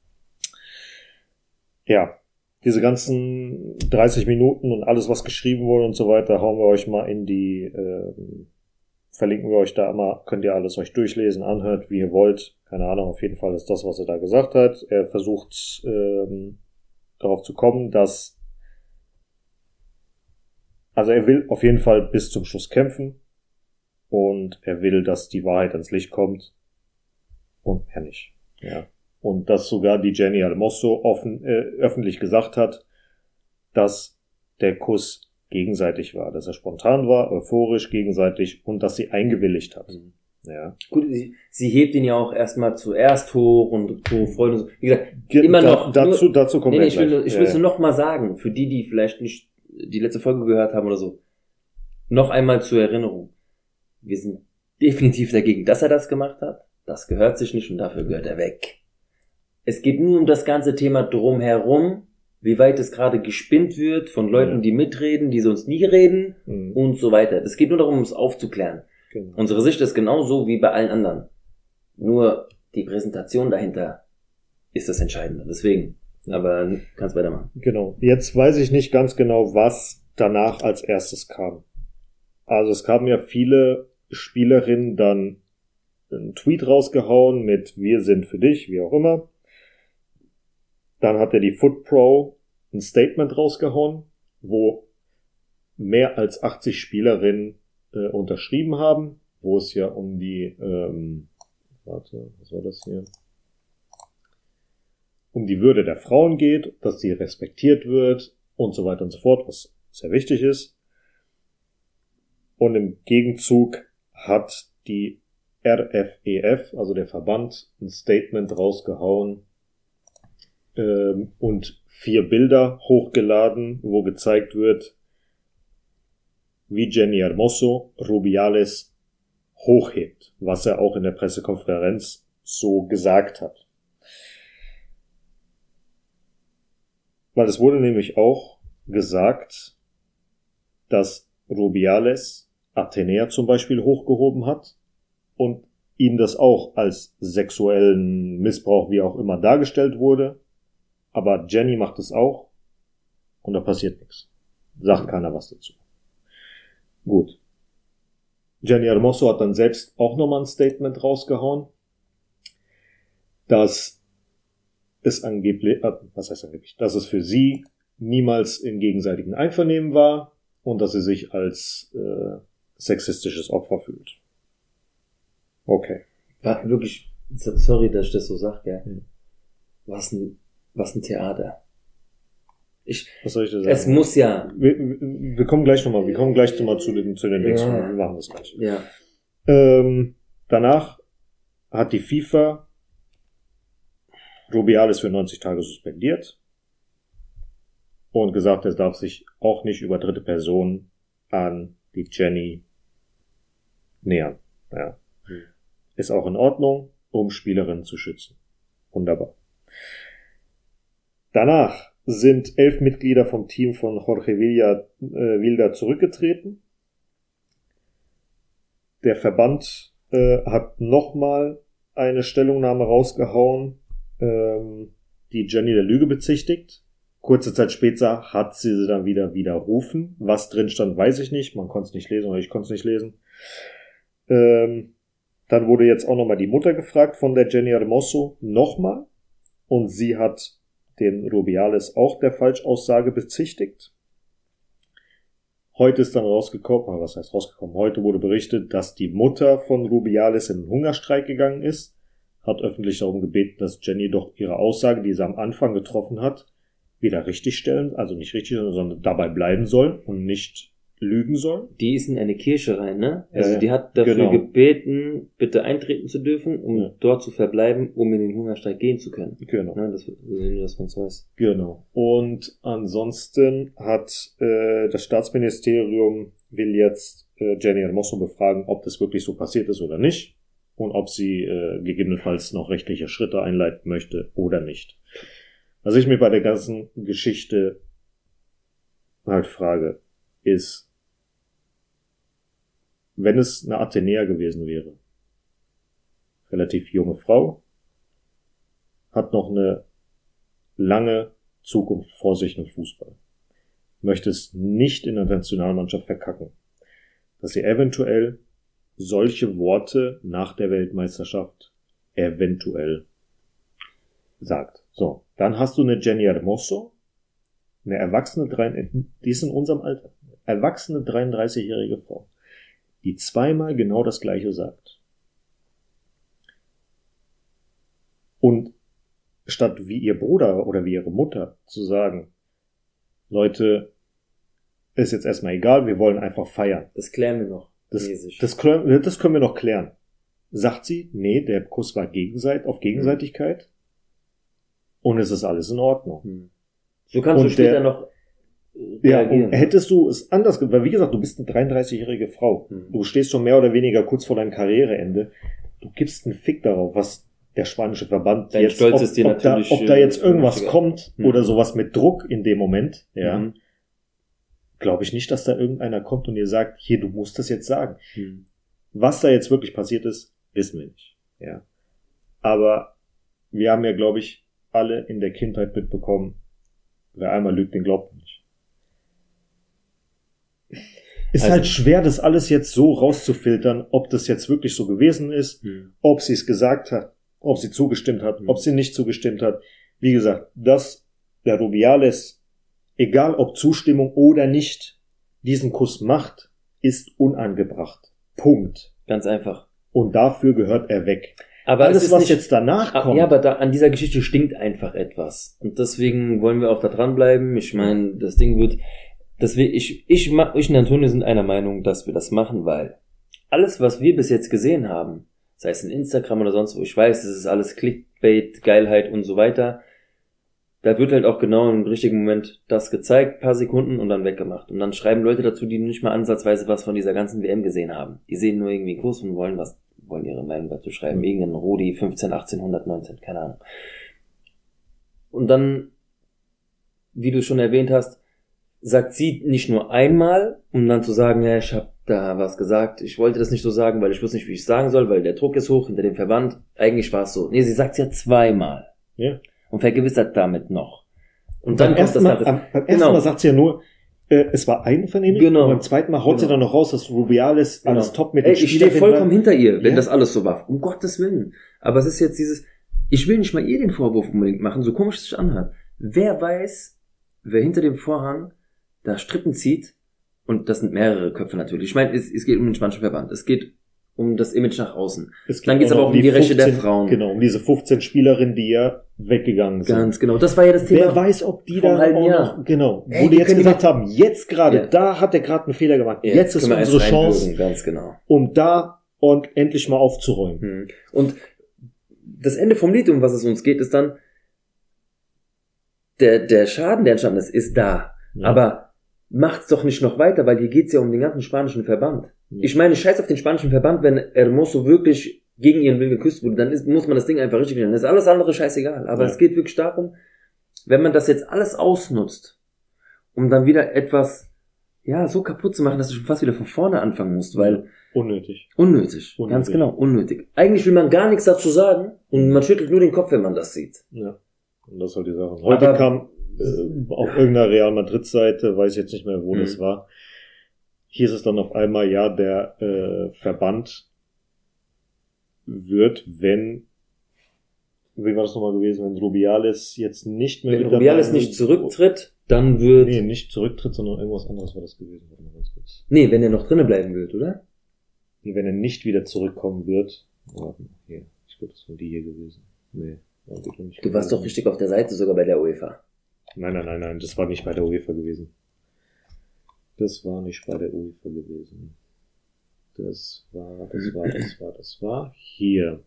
Ja, diese ganzen dreißig Minuten und alles, was geschrieben wurde und so weiter, hauen wir euch mal in die, äh, verlinken wir euch da mal, könnt ihr alles euch durchlesen, anhört, wie ihr wollt. Keine Ahnung, auf jeden Fall ist das, was er da gesagt hat. Er versucht ähm, darauf zu kommen, dass, also er will auf jeden Fall bis zum Schluss kämpfen und er will, dass die Wahrheit ans Licht kommt und er nicht. Ja. Und dass sogar die Jenny Hermoso offen, äh, öffentlich gesagt hat, dass der Kuss gegenseitig war, dass er spontan war, euphorisch gegenseitig und dass sie eingewilligt hat. Mhm. Ja. Gut, sie, sie hebt ihn ja auch erstmal zuerst hoch und hohe Freude und so. Wie gesagt, Ge- immer da, noch. Dazu, nur, dazu kommen nee, nee, wir ich will, gleich. ich Ja, will es ja. nur noch mal sagen, für die, die vielleicht nicht die letzte Folge gehört haben oder so. Noch einmal zur Erinnerung. Wir sind definitiv dagegen, dass er das gemacht hat. Das gehört sich nicht und dafür gehört er weg. Es geht nur um das ganze Thema drumherum, wie weit es gerade gespinnt wird von Leuten, Ja. die mitreden, die sonst nie reden Mhm. und so weiter. Es geht nur darum, es aufzuklären. Genau. Unsere Sicht ist genauso wie bei allen anderen. Nur die Präsentation dahinter ist das Entscheidende. Deswegen. Aber kannst weitermachen. Genau. Jetzt weiß ich nicht ganz genau, was danach als erstes kam. Also es kamen ja viele Spielerinnen dann einen Tweet rausgehauen mit "Wir sind für dich", wie auch immer. Dann hat er die FootPro ein Statement rausgehauen, wo mehr als achtzig Spielerinnen äh, unterschrieben haben, wo es ja um die, ähm, warte, was war das hier? Um die Würde der Frauen geht, dass sie respektiert wird und so weiter und so fort, was sehr wichtig ist. Und im Gegenzug hat die R F E F, also der Verband, ein Statement rausgehauen ähm, und vier Bilder hochgeladen, wo gezeigt wird, wie Jenny Hermoso Rubiales hochhebt, was er auch in der Pressekonferenz so gesagt hat. Weil es wurde nämlich auch gesagt, dass Rubiales Athenea zum Beispiel hochgehoben hat und ihm das auch als sexuellen Missbrauch wie auch immer dargestellt wurde. Aber Jenny macht es auch und da passiert nichts. Sagt keiner was dazu. Gut. Gianni Hermoso hat dann selbst auch nochmal ein Statement rausgehauen, dass es angeblich, äh, was heißt angeblich, dass es für sie niemals im gegenseitigen Einvernehmen war und dass sie sich als äh, sexistisches Opfer fühlt. Okay. War wirklich, sorry, dass ich das so sage, gell? Hm. Was ein, was ein Theater. Ich, Was soll ich da sagen? es muss ja. Wir, wir, wir kommen gleich nochmal, wir kommen gleich nochmal zu den, zu den Dings. Ja. Wir machen das gleich. Ja. Ähm, danach hat die FIFA Rubiales für neunzig Tage suspendiert und gesagt, er darf sich auch nicht über dritte Personen an die Jenny nähern. Ja. Hm. Ist auch in Ordnung, um Spielerinnen zu schützen. Wunderbar. Danach sind elf Mitglieder vom Team von Jorge Vilda, äh, Vilda zurückgetreten. Der Verband äh, hat nochmal eine Stellungnahme rausgehauen, ähm, die Jenny der Lüge bezichtigt. Kurze Zeit später hat sie sie dann wieder widerrufen. Was drin stand, weiß ich nicht. Man konnte es nicht lesen oder ich konnte es nicht lesen. Ähm, dann wurde jetzt auch nochmal die Mutter gefragt von der Jenny Hermoso. Nochmal. Und sie hat den Rubiales auch der Falschaussage bezichtigt. Heute ist dann rausgekommen, was heißt rausgekommen? Heute wurde berichtet, dass die Mutter von Rubiales in den Hungerstreik gegangen ist, hat öffentlich darum gebeten, dass Jenny doch ihre Aussage, die sie am Anfang getroffen hat, wieder richtig stellen, also nicht richtig, sondern dabei bleiben soll und nicht lügen soll. Die ist in eine Kirche rein, ne? Also Ja, die hat dafür genau. gebeten, bitte eintreten zu dürfen, um Ja. dort zu verbleiben, um in den Hungerstreik gehen zu können. Genau. Ne? Das, wenn du das von uns weißt. Genau. Und ansonsten hat äh, das Staatsministerium will jetzt äh, Jenny Hermoso befragen, ob das wirklich so passiert ist oder nicht und ob sie äh, gegebenenfalls noch rechtliche Schritte einleiten möchte oder nicht. Was ich mir bei der ganzen Geschichte halt frage, ist, wenn es eine Athenäa gewesen wäre, relativ junge Frau, hat noch eine lange Zukunft vor sich im Fußball, möchte es nicht in der Nationalmannschaft verkacken, dass sie eventuell solche Worte nach der Weltmeisterschaft eventuell sagt. So, dann hast du eine Jenny Hermoso, eine erwachsene, die ist in unserem Alter, erwachsene dreiunddreißigjährige Frau, die zweimal genau das Gleiche sagt. Und statt wie ihr Bruder oder wie ihre Mutter zu sagen, Leute, ist jetzt erstmal egal, wir wollen einfach feiern. Das klären wir noch. Das, mäßig. das, können, das können wir noch klären. Sagt sie, nee, der Kuss war gegenseit, auf Gegenseitigkeit und es ist alles in Ordnung. Hm. So kannst Und du später der- noch Ja, reagieren. und hättest du es anders gemacht, weil wie gesagt, du bist eine dreiunddreißigjährige Frau. Mhm. Du stehst schon mehr oder weniger kurz vor deinem Karriereende. Du gibst einen Fick darauf, was der spanische Verband Dein jetzt, Stolz ob, ist dir ob, da, natürlich, ob da jetzt äh, irgendwas wichtiger. kommt Mhm. oder sowas mit Druck in dem Moment, ja, Mhm. glaube ich nicht, dass da irgendeiner kommt und dir sagt, hier, du musst das jetzt sagen. Hm. Was da jetzt wirklich passiert ist, wissen wir nicht, ja. Aber wir haben ja, glaube ich, alle in der Kindheit mitbekommen, wer einmal lügt, den glaubt man nicht. Ist Also- halt schwer, das alles jetzt so rauszufiltern, ob das jetzt wirklich so gewesen ist, Hm. ob sie es gesagt hat, ob sie zugestimmt hat, Mhm. ob sie nicht zugestimmt hat. Wie gesagt, dass der Rubiales, egal ob Zustimmung oder nicht, diesen Kuss macht, ist unangebracht. Punkt. Ganz einfach. Und dafür gehört er weg. Aber es Alles, ist was nicht, jetzt danach Ah, kommt, ja, aber da, an dieser Geschichte stinkt einfach etwas. Und deswegen wollen wir auch da dranbleiben. Ich meine, das Ding wird, dass wir, ich, ich, ma- ich und Antonio sind einer Meinung, dass wir das machen, weil alles, was wir bis jetzt gesehen haben, sei es in Instagram oder sonst wo, ich weiß, das ist alles Clickbait, Geilheit und so weiter, da wird halt auch genau im richtigen Moment das gezeigt, paar Sekunden und dann weggemacht. Und dann schreiben Leute dazu, die nicht mal ansatzweise was von dieser ganzen W M gesehen haben. Die sehen nur irgendwie einen Kurs und wollen was, wollen ihre Meinung dazu schreiben. Mhm. Irgendeinen Rudi fünfzehn, achtzehn, hundertneunzehn, keine Ahnung. Und dann, wie du schon erwähnt hast, sagt sie nicht nur einmal, um dann zu sagen, ja, ich habe da was gesagt, ich wollte das nicht so sagen, weil ich wusste nicht, wie ich es sagen soll, weil der Druck ist hoch hinter dem Verband. Eigentlich war es so. Nee, sie sagt es ja zweimal. ja. Und vergewissert damit noch. Und Beim dann kommt ersten das Mal, Ganze. am, beim ersten Genau. Mal sagt sie ja nur, Äh, es war einvernehmlich. Genau. Und beim zweiten Mal haut Genau. sie dann noch raus, dass Rubiales Genau. alles top mit Ey, den ich stehe Spielern vollkommen hinter ihr, wenn Ja. das alles so war. Um Gottes Willen. Aber es ist jetzt dieses, ich will nicht mal ihr den Vorwurf unbedingt machen, so komisch es sich anhört. Wer weiß, wer hinter dem Vorhang da Strippen zieht, und das sind mehrere Köpfe natürlich. Ich meine, es, es geht um den spanischen Verband. Es geht um das Image nach außen. Es Dann geht geht's aber auch um die Rechte der Frauen. Genau, um diese fünfzehn Spielerinnen, die ja weggegangen sind. Ganz genau. Das war ja das Thema. Wer weiß, ob die vom da halben auch Jahr. noch, genau, Ey, wo die die jetzt können die gesagt mit- haben, jetzt gerade, Ja. da hat er gerade einen Fehler gemacht. Ja, jetzt ist können wir unsere erst Chance, reinbürgen, ganz genau. um da und endlich mal aufzuräumen. Hm. Und das Ende vom Lied, um was es uns geht, ist dann, der, der Schaden, der entstanden ist, ist da. Ja. Aber macht's doch nicht noch weiter, weil hier geht's ja um den ganzen spanischen Verband. Ja. Ich meine, scheiß auf den spanischen Verband, wenn Hermoso wirklich gegen ihren Willen geküsst wurde, dann ist, muss man das Ding einfach richtig nennen. Das ist alles andere scheißegal. Aber Ja. es geht wirklich darum, wenn man das jetzt alles ausnutzt, um dann wieder etwas, ja, so kaputt zu machen, dass du schon fast wieder von vorne anfangen musst, weil Unnötig. unnötig, Unnötig. ganz genau, unnötig. Eigentlich will man gar nichts dazu sagen und man schüttelt nur den Kopf, wenn man das sieht. Ja. Und das ist halt die Sache. Heute Aber- kam äh, auf irgendeiner Real Madrid-Seite, weiß ich jetzt nicht mehr, wo Mhm. das war, hieß es dann auf einmal, ja, der äh, Verband wird, wenn, wie war das nochmal gewesen, wenn Rubiales jetzt nicht mehr Wenn mit Rubiales dabei- nicht zurücktritt, dann wird, Nee, nicht zurücktritt, sondern irgendwas anderes war das gewesen. Warte mal ganz kurz. nee, wenn er noch drinnen bleiben wird, oder? Nee, wenn er nicht wieder zurückkommen wird. Warte mal, hier. Ich glaube, das waren die hier gewesen. Nee. war die nicht Du warst gewesen. doch richtig auf der Seite, sogar bei der UEFA. Nein, nein, nein, nein, das war nicht bei der UEFA gewesen. Das war nicht bei der UEFA gewesen. Das war, das war, das war, das war hier.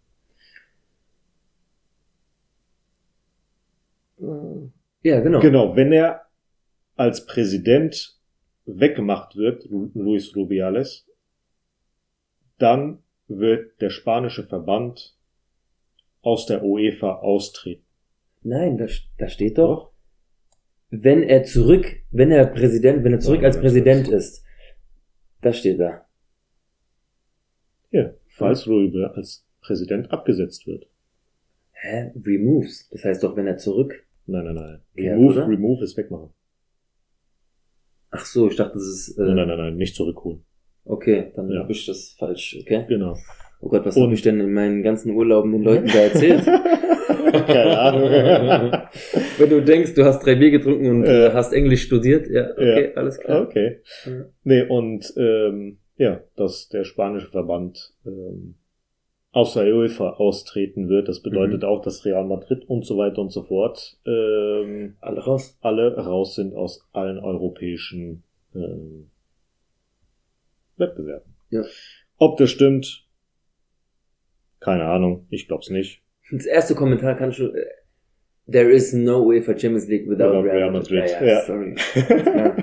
Äh, Ja, genau. Genau, wenn er als Präsident weggemacht wird, Lu- Luis Rubiales, dann wird der spanische Verband aus der UEFA austreten. Nein, da, da steht doch, wenn er zurück, wenn er Präsident, wenn er zurück Ja, als ganz Präsident kurz. ist. Das steht da. Ja, falls Rubiales als Präsident abgesetzt wird. Hä? Removes. Das heißt doch, wenn er zurück. Nein, nein, nein. Ja, Remove, oder? remove ist wegmachen. Ach so, ich dachte, das ist, äh, Nein, nein, nein, nein, nicht zurückholen. okay, dann Ja. habe ich das falsch, okay? Genau. Oh Gott, was Und- habe ich denn in meinen ganzen Urlauben den Leuten da erzählt? Keine Ahnung. Wenn du denkst, du hast drei Bier getrunken und äh, Äh. hast Englisch studiert, ja, okay, Ja. alles klar. Okay. Ja. Nee, und ähm, ja, dass der spanische Verband ähm, aus der UEFA austreten wird, das bedeutet Mhm. auch, dass Real Madrid und so weiter und so fort ähm, Alle raus. alle raus sind aus allen europäischen ähm, Wettbewerben. Ja. Ob das stimmt, keine Ahnung, ich glaub's nicht. Das erste Kommentar kannst du, äh, there is no UEFA Champions League without, Without Real Real Madrid. Madrid, Ja, ja, ja. sorry. Ja.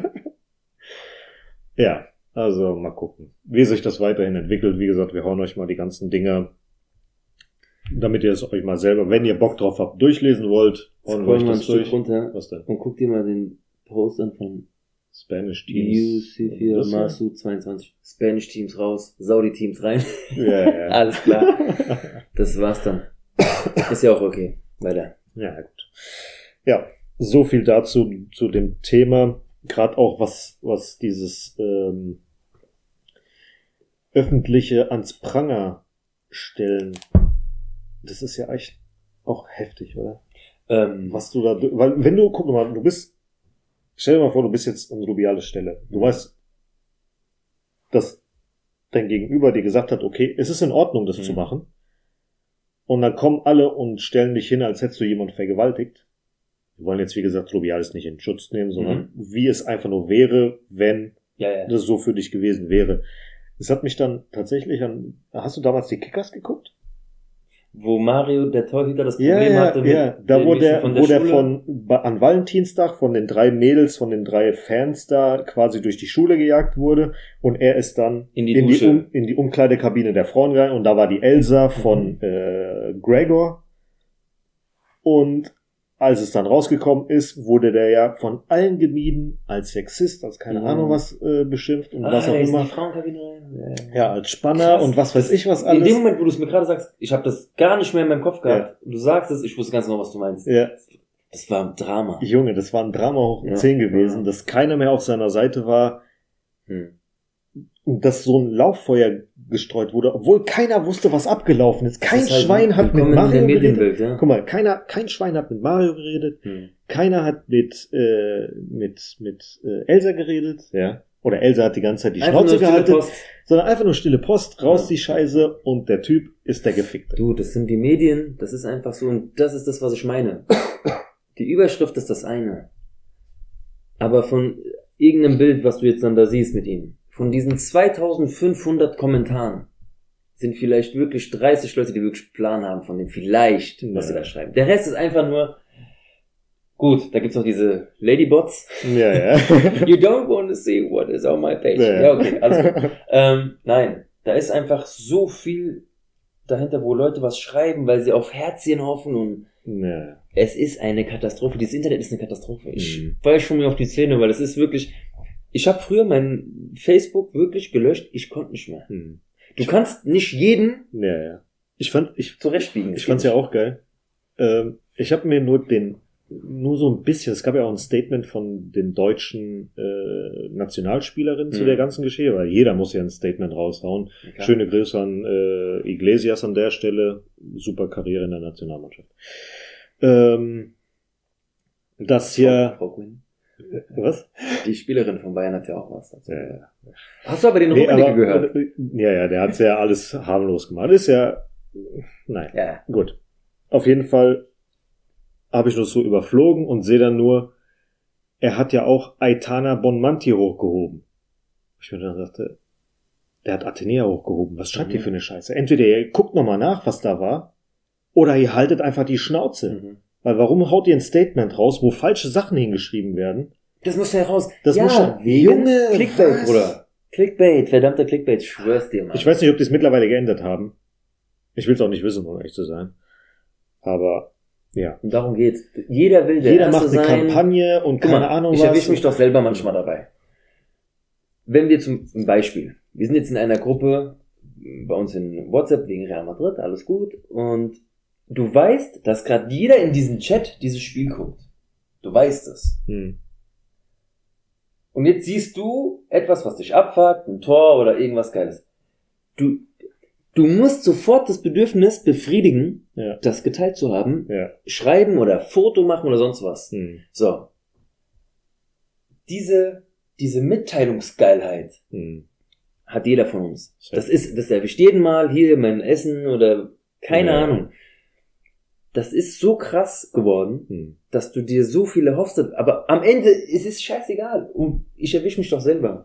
Ja, also mal gucken, wie sich das weiterhin entwickelt. Wie gesagt, wir hauen euch mal die ganzen Dinger, damit ihr es euch mal selber, wenn ihr Bock drauf habt, durchlesen wollt, hauen wir Scroll euch mal ein das Stück durch. runter Was denn? und guck dir mal den Post an von Spanish Teams. U C vier Das hier? Masu zweiundzwanzig. Spanish Teams raus, Saudi Teams rein. Ja, ja. Alles klar. Das war's dann. Ist ja auch okay. Weiter. Ja, gut. Ja, so viel dazu, zu dem Thema. Gerade auch was, was dieses ähm, öffentliche ans Pranger stellen. Das ist ja echt auch heftig, oder? Ähm, Was du da, weil wenn du, guck mal, du bist, stell dir mal vor, du bist jetzt an Rubiales Stelle. Du weißt, dass dein Gegenüber dir gesagt hat, okay, es ist in Ordnung, das Mhm. zu machen. Und dann kommen alle und stellen dich hin, als hättest du jemanden vergewaltigt. Wir wollen jetzt, wie gesagt, Rubiales nicht in Schutz nehmen, sondern wie es einfach nur wäre, wenn Ja, ja. das so für dich gewesen wäre. Es hat mich dann tatsächlich an, hast du damals die Kickers geguckt? Wo Mario, der Torhüter, das Ja, Problem ja, hatte mit ja, da den wo Mädchen der, von wo der Schule. von, bei- an Valentinstag von den drei Mädels, von den drei Fans da quasi durch die Schule gejagt wurde und er ist dann In die in die, Dusche. um, in die Umkleidekabine der Frauen rein und da war die Elsa von Mhm. äh, Gregor und als es dann rausgekommen ist, wurde der ja von allen gemieden als Sexist, als keine Mhm. Ahnung was äh, beschimpft und Ah, was auch der ist in immer. die Frauenkabine rein. Ja, ja. Ja, als Spanner Krass. und was weiß ich was In alles. dem Moment, wo du es mir gerade sagst, ich habe das gar nicht mehr in meinem Kopf gehabt. Du sagst es, ich wusste ganz genau, was du meinst. Ja. Das war ein Drama. Junge, das war ein Drama hoch Ja. zehn gewesen, Ja. dass keiner mehr auf seiner Seite war Hm. und dass so ein Lauffeuer gestreut wurde, obwohl keiner wusste, was abgelaufen ist. Kein Das ist halt Schwein hat mit willkommen in der Mario geredet. Medienwelt, ja. Guck mal, keiner, kein Schwein hat mit Mario geredet. Hm. Keiner hat mit, äh, mit, mit äh, Elsa geredet, ja. Oder Elsa hat die ganze Zeit die Einfach nur Schnauze stille gehalten, Post. sondern einfach nur stille Post, raus Ja. die Scheiße und der Typ ist der Gefickte. Du, das sind die Medien, das ist einfach so, und das ist das, was ich meine. Die Überschrift ist das eine. Aber von irgendeinem Bild, was du jetzt dann da siehst mit ihm, von diesen zweitausendfünfhundert Kommentaren, sind vielleicht wirklich dreißig Leute, die wirklich Plan haben von dem vielleicht, was Ja. sie da schreiben. Der Rest ist einfach nur, gut, da gibt's noch diese Ladybots. Ja, ja. You don't want to see what is on my page. Ja. Ja, okay, alles gut. ähm, nein, da ist einfach so viel dahinter, wo Leute was schreiben, weil sie auf Herzchen hoffen und ja. es ist eine Katastrophe. Dieses Internet ist eine Katastrophe. Ich Mhm. war schon mir auf die Zähne, weil es ist wirklich, ich habe früher mein Facebook wirklich gelöscht, ich konnte nicht mehr. Hm. Du kannst nicht jeden Ja, ja. Ich fand, ich, zurechtbiegen. ich fand's ja auch geil. Ähm, ich habe mir nur den, nur so ein bisschen, es gab ja auch ein Statement von den deutschen äh, Nationalspielerinnen zu Mhm. der ganzen Geschichte, weil jeder muss ja ein Statement raushauen. Okay. Schöne Grüße an äh, Iglesias an der Stelle. Super Karriere in der Nationalmannschaft. Ähm, das hier, Frau Quinn. was? Die Spielerin von Bayern hat ja auch was dazu. Ja, ja. Hast du aber den Nee, Rummenigge aber- gehört? Ja, ja, der hat's ja alles harmlos gemacht. Ist ja, nein. Ja. Gut. Auf jeden Fall habe ich nur so überflogen und sehe dann nur, er hat ja auch Aitana Bonmanti hochgehoben. Ich mir dann dachte, der hat Athenea hochgehoben. Was schreibt Mhm. ihr für eine Scheiße? Entweder ihr guckt nochmal nach, was da war, oder ihr haltet einfach die Schnauze. Mhm. Weil warum haut ihr ein Statement raus, wo falsche Sachen hingeschrieben werden? Das muss schnell raus. Das ja, muss schnell- wegen Junge, Clickbait, was? Bruder. Clickbait, verdammter Clickbait, ich schwör's dir, Mann. Ich weiß nicht, ob die es mittlerweile geändert haben. Ich will es auch nicht wissen, um ehrlich zu sein. Aber, ja. Und darum geht's. Jeder will der Jeder Erste macht eine sein. Kampagne und Guck keine mal, Ahnung ich was. erwische mich doch selber manchmal dabei. Wenn wir zum zum Beispiel, wir sind jetzt in einer Gruppe, bei uns in WhatsApp wegen Real Madrid, alles gut, und du weißt, dass gerade jeder in diesem Chat dieses Spiel guckt. Du weißt es. Hm. Und jetzt siehst du etwas, was dich abfuckt, ein Tor oder irgendwas Geiles. Du, du musst sofort das Bedürfnis befriedigen, Ja. das geteilt zu haben, Ja. schreiben oder Foto machen oder sonst was. Hm. So. Diese, diese Mitteilungsgeilheit Hm. hat jeder von uns. Sehr Das gut. ist, das erwischt jeden Mal hier mein Essen oder keine Ja. Ahnung. Das ist so krass geworden, Hm. dass du dir so viele hoffst, aber am Ende ist es scheißegal. Und ich erwische mich doch selber.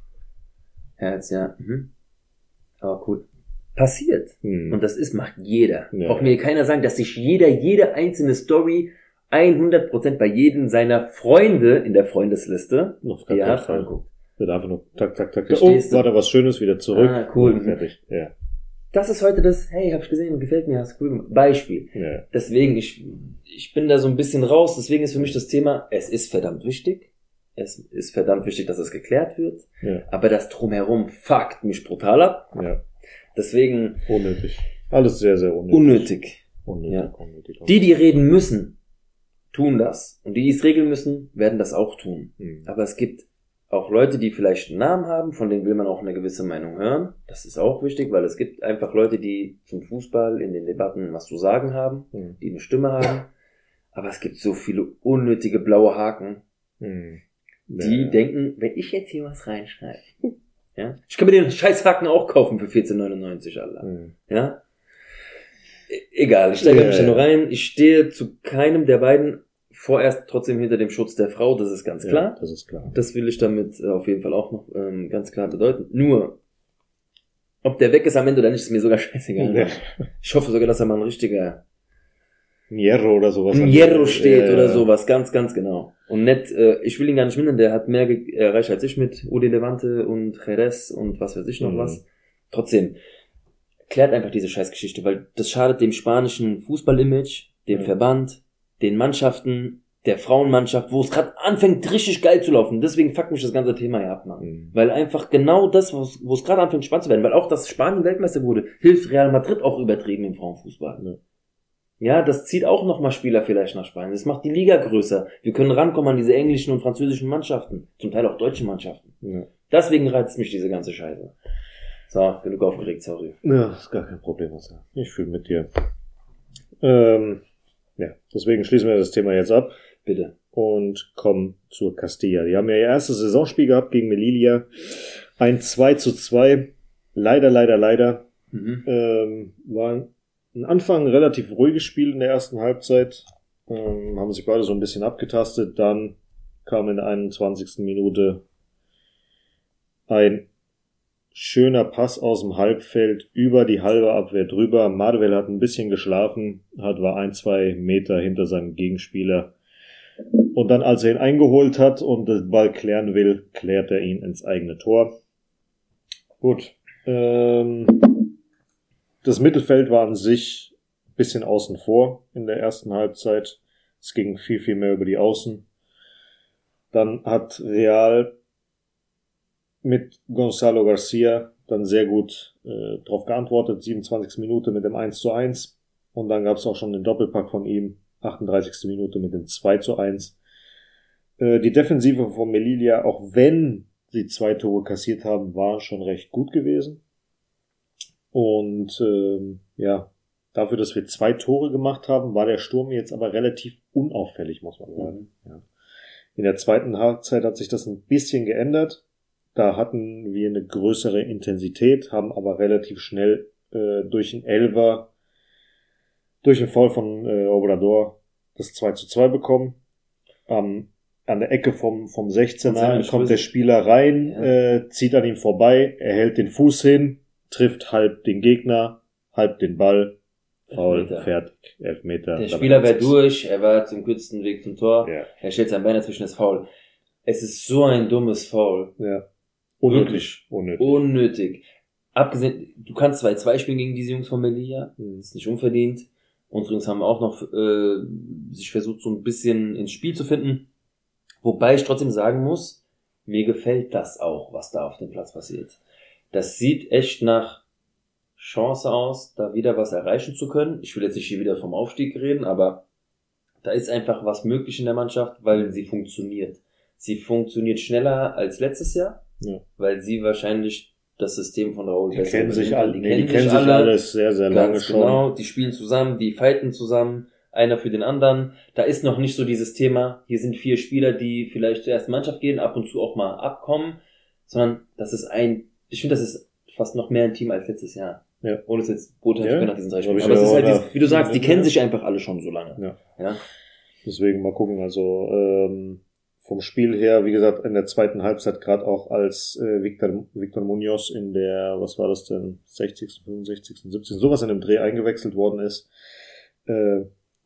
Herz, ja. Mhm. Aber cool. Passiert. Hm. Und das ist, macht jeder. Ja. Braucht mir keiner sagen, dass sich jeder, jede einzelne Story hundert Prozent bei jedem seiner Freunde in der Freundesliste, Auf die gar er keinen hat, Fall. anguckt. Wird einfach nur tak, tak, tak. Oh, Verstehst du? war da was Schönes, wieder zurück. Ah, cool. Und fertig. Ja. Das ist heute das, hey, hab ich gesehen, gefällt mir, hast cool gemacht. Beispiel. Ja. Deswegen, ich, ich bin da so ein bisschen raus, deswegen ist für mich das Thema, es ist verdammt wichtig. Es ist verdammt wichtig, dass es geklärt wird. Ja. Aber das Drumherum fuckt mich brutal ab. Ja. Deswegen Unnötig. Alles sehr, sehr unnötig. unnötig. Unnötig. Ja. Unnötig. Die, die reden müssen, tun das. Und die, die es regeln müssen, werden das auch tun. Hm. Aber es gibt auch Leute, die vielleicht einen Namen haben, von denen will man auch eine gewisse Meinung hören. Das ist auch wichtig, weil es gibt einfach Leute, die zum Fußball in den Debatten was zu sagen haben, Hm. die eine Stimme haben. Aber es gibt so viele unnötige blaue Haken, Hm. die Ja. denken, wenn ich jetzt hier was reinschreibe, ja, ich kann mir den Scheißhaken auch kaufen für vierzehn neunundneunzig, Alter. Hm. Ja? E- Egal, ich steige Ja, mich da ja. nur rein. Ich stehe zu keinem der beiden vorerst trotzdem hinter dem Schutz der Frau, das ist ganz klar. Ja, das ist klar. Das will ich damit äh, auf jeden Fall auch noch ähm, ganz klar bedeuten. Nur, ob der weg ist am Ende oder nicht, ist mir sogar scheißegal. Ja. Ich hoffe sogar, dass er mal ein richtiger Ein Hierro oder sowas. ein Hierro steht Ja, oder ja. sowas, ganz, ganz genau. Und nicht, äh, ich will ihn gar nicht mindern, der hat mehr ge- erreicht als ich mit Udi Levante und Jerez und was weiß ich noch Mhm. was. Trotzdem, klärt einfach diese Scheißgeschichte, weil das schadet dem spanischen Fußball-Image, dem Ja. Verband, den Mannschaften, der Frauenmannschaft, wo es gerade anfängt, richtig geil zu laufen. Deswegen fuckt mich das ganze Thema hier ab, Mann. Mhm. Weil einfach genau das, wo es wo es gerade anfängt, spannend zu werden, weil auch, dass Spanien Weltmeister wurde, hilft Real Madrid auch übertrieben im Frauenfußball. Ja. Ja, das zieht auch nochmal Spieler vielleicht nach Spanien. Das macht die Liga größer. Wir können rankommen an diese englischen und französischen Mannschaften. Zum Teil auch deutschen Mannschaften. Ja. Deswegen reizt mich diese ganze Scheiße. So, genug aufgeregt, sorry. Ja, ist gar kein Problem. Ich fühle mit dir. Ähm, ja, deswegen schließen wir das Thema jetzt ab. Bitte. Und kommen zur Castilla. Die haben ja ihr erstes Saisonspiel gehabt gegen Melilla. Ein zwei zu zwei. Leider, leider, leider. Mhm. Ähm, war ein Anfang ein relativ ruhiges Spiel in der ersten Halbzeit. Ähm, haben sich beide so ein bisschen abgetastet. Dann kam in der einundzwanzigsten Minute ein schöner Pass aus dem Halbfeld über die halbe Abwehr drüber. Marvel hat ein bisschen geschlafen, hat war ein, zwei Meter hinter seinem Gegenspieler. Und dann, als er ihn eingeholt hat und den Ball klären will, klärt er ihn ins eigene Tor. Gut. Ähm, das Mittelfeld war an sich ein bisschen außen vor in der ersten Halbzeit. Es ging viel, viel mehr über die Außen. Dann hat Real mit Gonzalo Garcia dann sehr gut äh, darauf geantwortet. siebenundzwanzigste Minute mit dem eins zu eins. Und dann gab es auch schon den Doppelpack von ihm. achtunddreißigste Minute mit dem zwei zu eins. Äh, die Defensive von Melilla, auch wenn sie zwei Tore kassiert haben, war schon recht gut gewesen. Und ähm, ja, dafür, dass wir zwei Tore gemacht haben, war der Sturm jetzt aber relativ unauffällig, muss man sagen. Ja. In der zweiten Halbzeit hat sich das ein bisschen geändert. Da hatten wir eine größere Intensität, haben aber relativ schnell äh, durch einen Elfer, durch den Foul von äh, Obrador das zwei zu zwei bekommen. Ähm, an der Ecke vom, vom sechzehner kommt der Spieler rein, ja. äh, zieht an ihm vorbei, er hält den Fuß hin, trifft halb den Gegner, halb den Ball, Foul, Elfmeter. Fertig, Elfmeter. Der Spieler wäre durch, er war zum kürzesten Weg zum Tor, ja. Er stellt sein Bein dazwischen, das Foul. Es ist so ein dummes Foul. Ja. Unnötig. Unnötig. Unnötig. Abgesehen, du kannst zwei zwei spielen gegen diese Jungs von Melilla, Mhm. ist nicht unverdient. Unsere Jungs haben auch noch äh, sich versucht, so ein bisschen ins Spiel zu finden. Wobei ich trotzdem sagen muss, mir gefällt das auch, was da auf dem Platz passiert. Das sieht echt nach Chance aus, da wieder was erreichen zu können. Ich will jetzt nicht hier wieder vom Aufstieg reden, aber da ist einfach was möglich in der Mannschaft, weil sie funktioniert. Sie funktioniert schneller als letztes Jahr, Ja. weil sie wahrscheinlich das System von Raúl Die besser kennen sich übernehmen. alle, nee, die kennen sich alles sehr, sehr lange Ganz schon. genau, die spielen zusammen, die fighten zusammen, einer für den anderen. Da ist noch nicht so dieses Thema, hier sind vier Spieler, die vielleicht zur ersten Mannschaft gehen, ab und zu auch mal abkommen, sondern das ist ein, ich finde, das ist fast noch mehr ein Team als letztes Jahr. Ja. Ohne es jetzt beurteilen Ja. zu können nach diesen drei Spielen. Hab ich Aber es ja ist halt, auch dieses, wie du sagst, die nach- kennen sich einfach alle schon so lange. Ja. Ja. Deswegen mal gucken, also ähm, vom Spiel her, wie gesagt, in der zweiten Halbzeit gerade auch als äh, Victor, Victor Munoz in der, was war das denn, sechzigsten, fünfundsechzigsten, siebzigsten, sowas in dem Dreh eingewechselt worden ist, äh,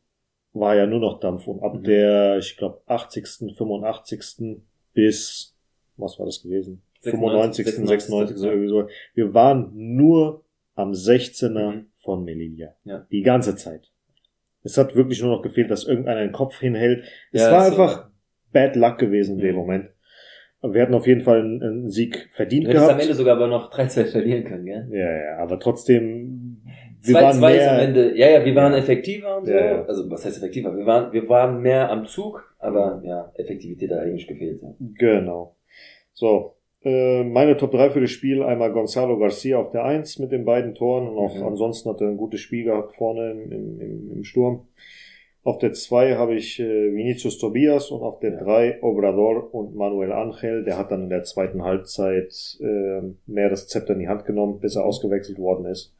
war ja nur noch Dampf. Und ab Mhm. der, ich glaube, achtzigsten, fünfundachtzigsten bis, was war das gewesen? sechsundneunzig, fünfundneunzigsten, sechsundneunzigsten irgendwie so. Wir waren nur am sechzehner Mhm. von Melilla. Ja. Die ganze Zeit. Es hat wirklich nur noch gefehlt, dass irgendeiner den Kopf hinhält. Es Ja, war so. einfach bad luck gewesen in dem Mhm. Moment. Aber wir hatten auf jeden Fall einen, einen Sieg verdient Du hättest gehabt. am Ende sogar aber noch drei zwei verlieren können, gell? Ja, ja, aber trotzdem, wir zwei waren zwei ist am mehr, Ende, ja, ja, wir waren Ja. effektiver und so. Ja, ja. Also, was heißt effektiver? Wir waren, wir waren mehr am Zug, aber ja, Effektivität hat eigentlich gefehlt. Ja. genau. So, äh, meine Top drei für das Spiel, einmal Gonzalo Garcia auf der eins mit den beiden Toren und auch Mhm. ansonsten hat er ein gutes Spiel gehabt vorne im, im, im, im Sturm. Auf der zwei habe ich äh, Vinicius Tobias und auf der Ja. drei Obrador und Manuel Angel. Der hat dann in der zweiten Halbzeit äh, mehr das Zepter in die Hand genommen, bis er ausgewechselt worden ist.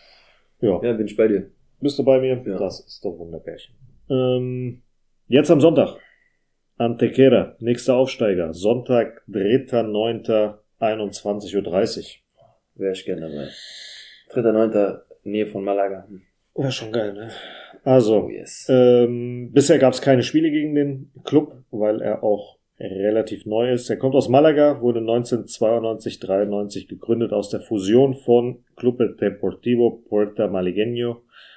Ja, Ja, bin ich bei dir. bist du bei mir? Ja. Das ist doch wunderbärchen. Ähm, jetzt am Sonntag. Antequera, nächster Aufsteiger. Sonntag, dritter neunter einundzwanzig Uhr dreißig. Wäre ich gerne dabei. dritter neunter Nähe von Malaga. Hm. Ja, schon geil, ne? Also, Oh yes. ähm, bisher gab es keine Spiele gegen den Club, weil er auch relativ neu ist. Er kommt aus Malaga, wurde neunzehnhundertzweiundneunzig dreiundneunzig gegründet aus der Fusion von Club Deportivo Puerto Malagueño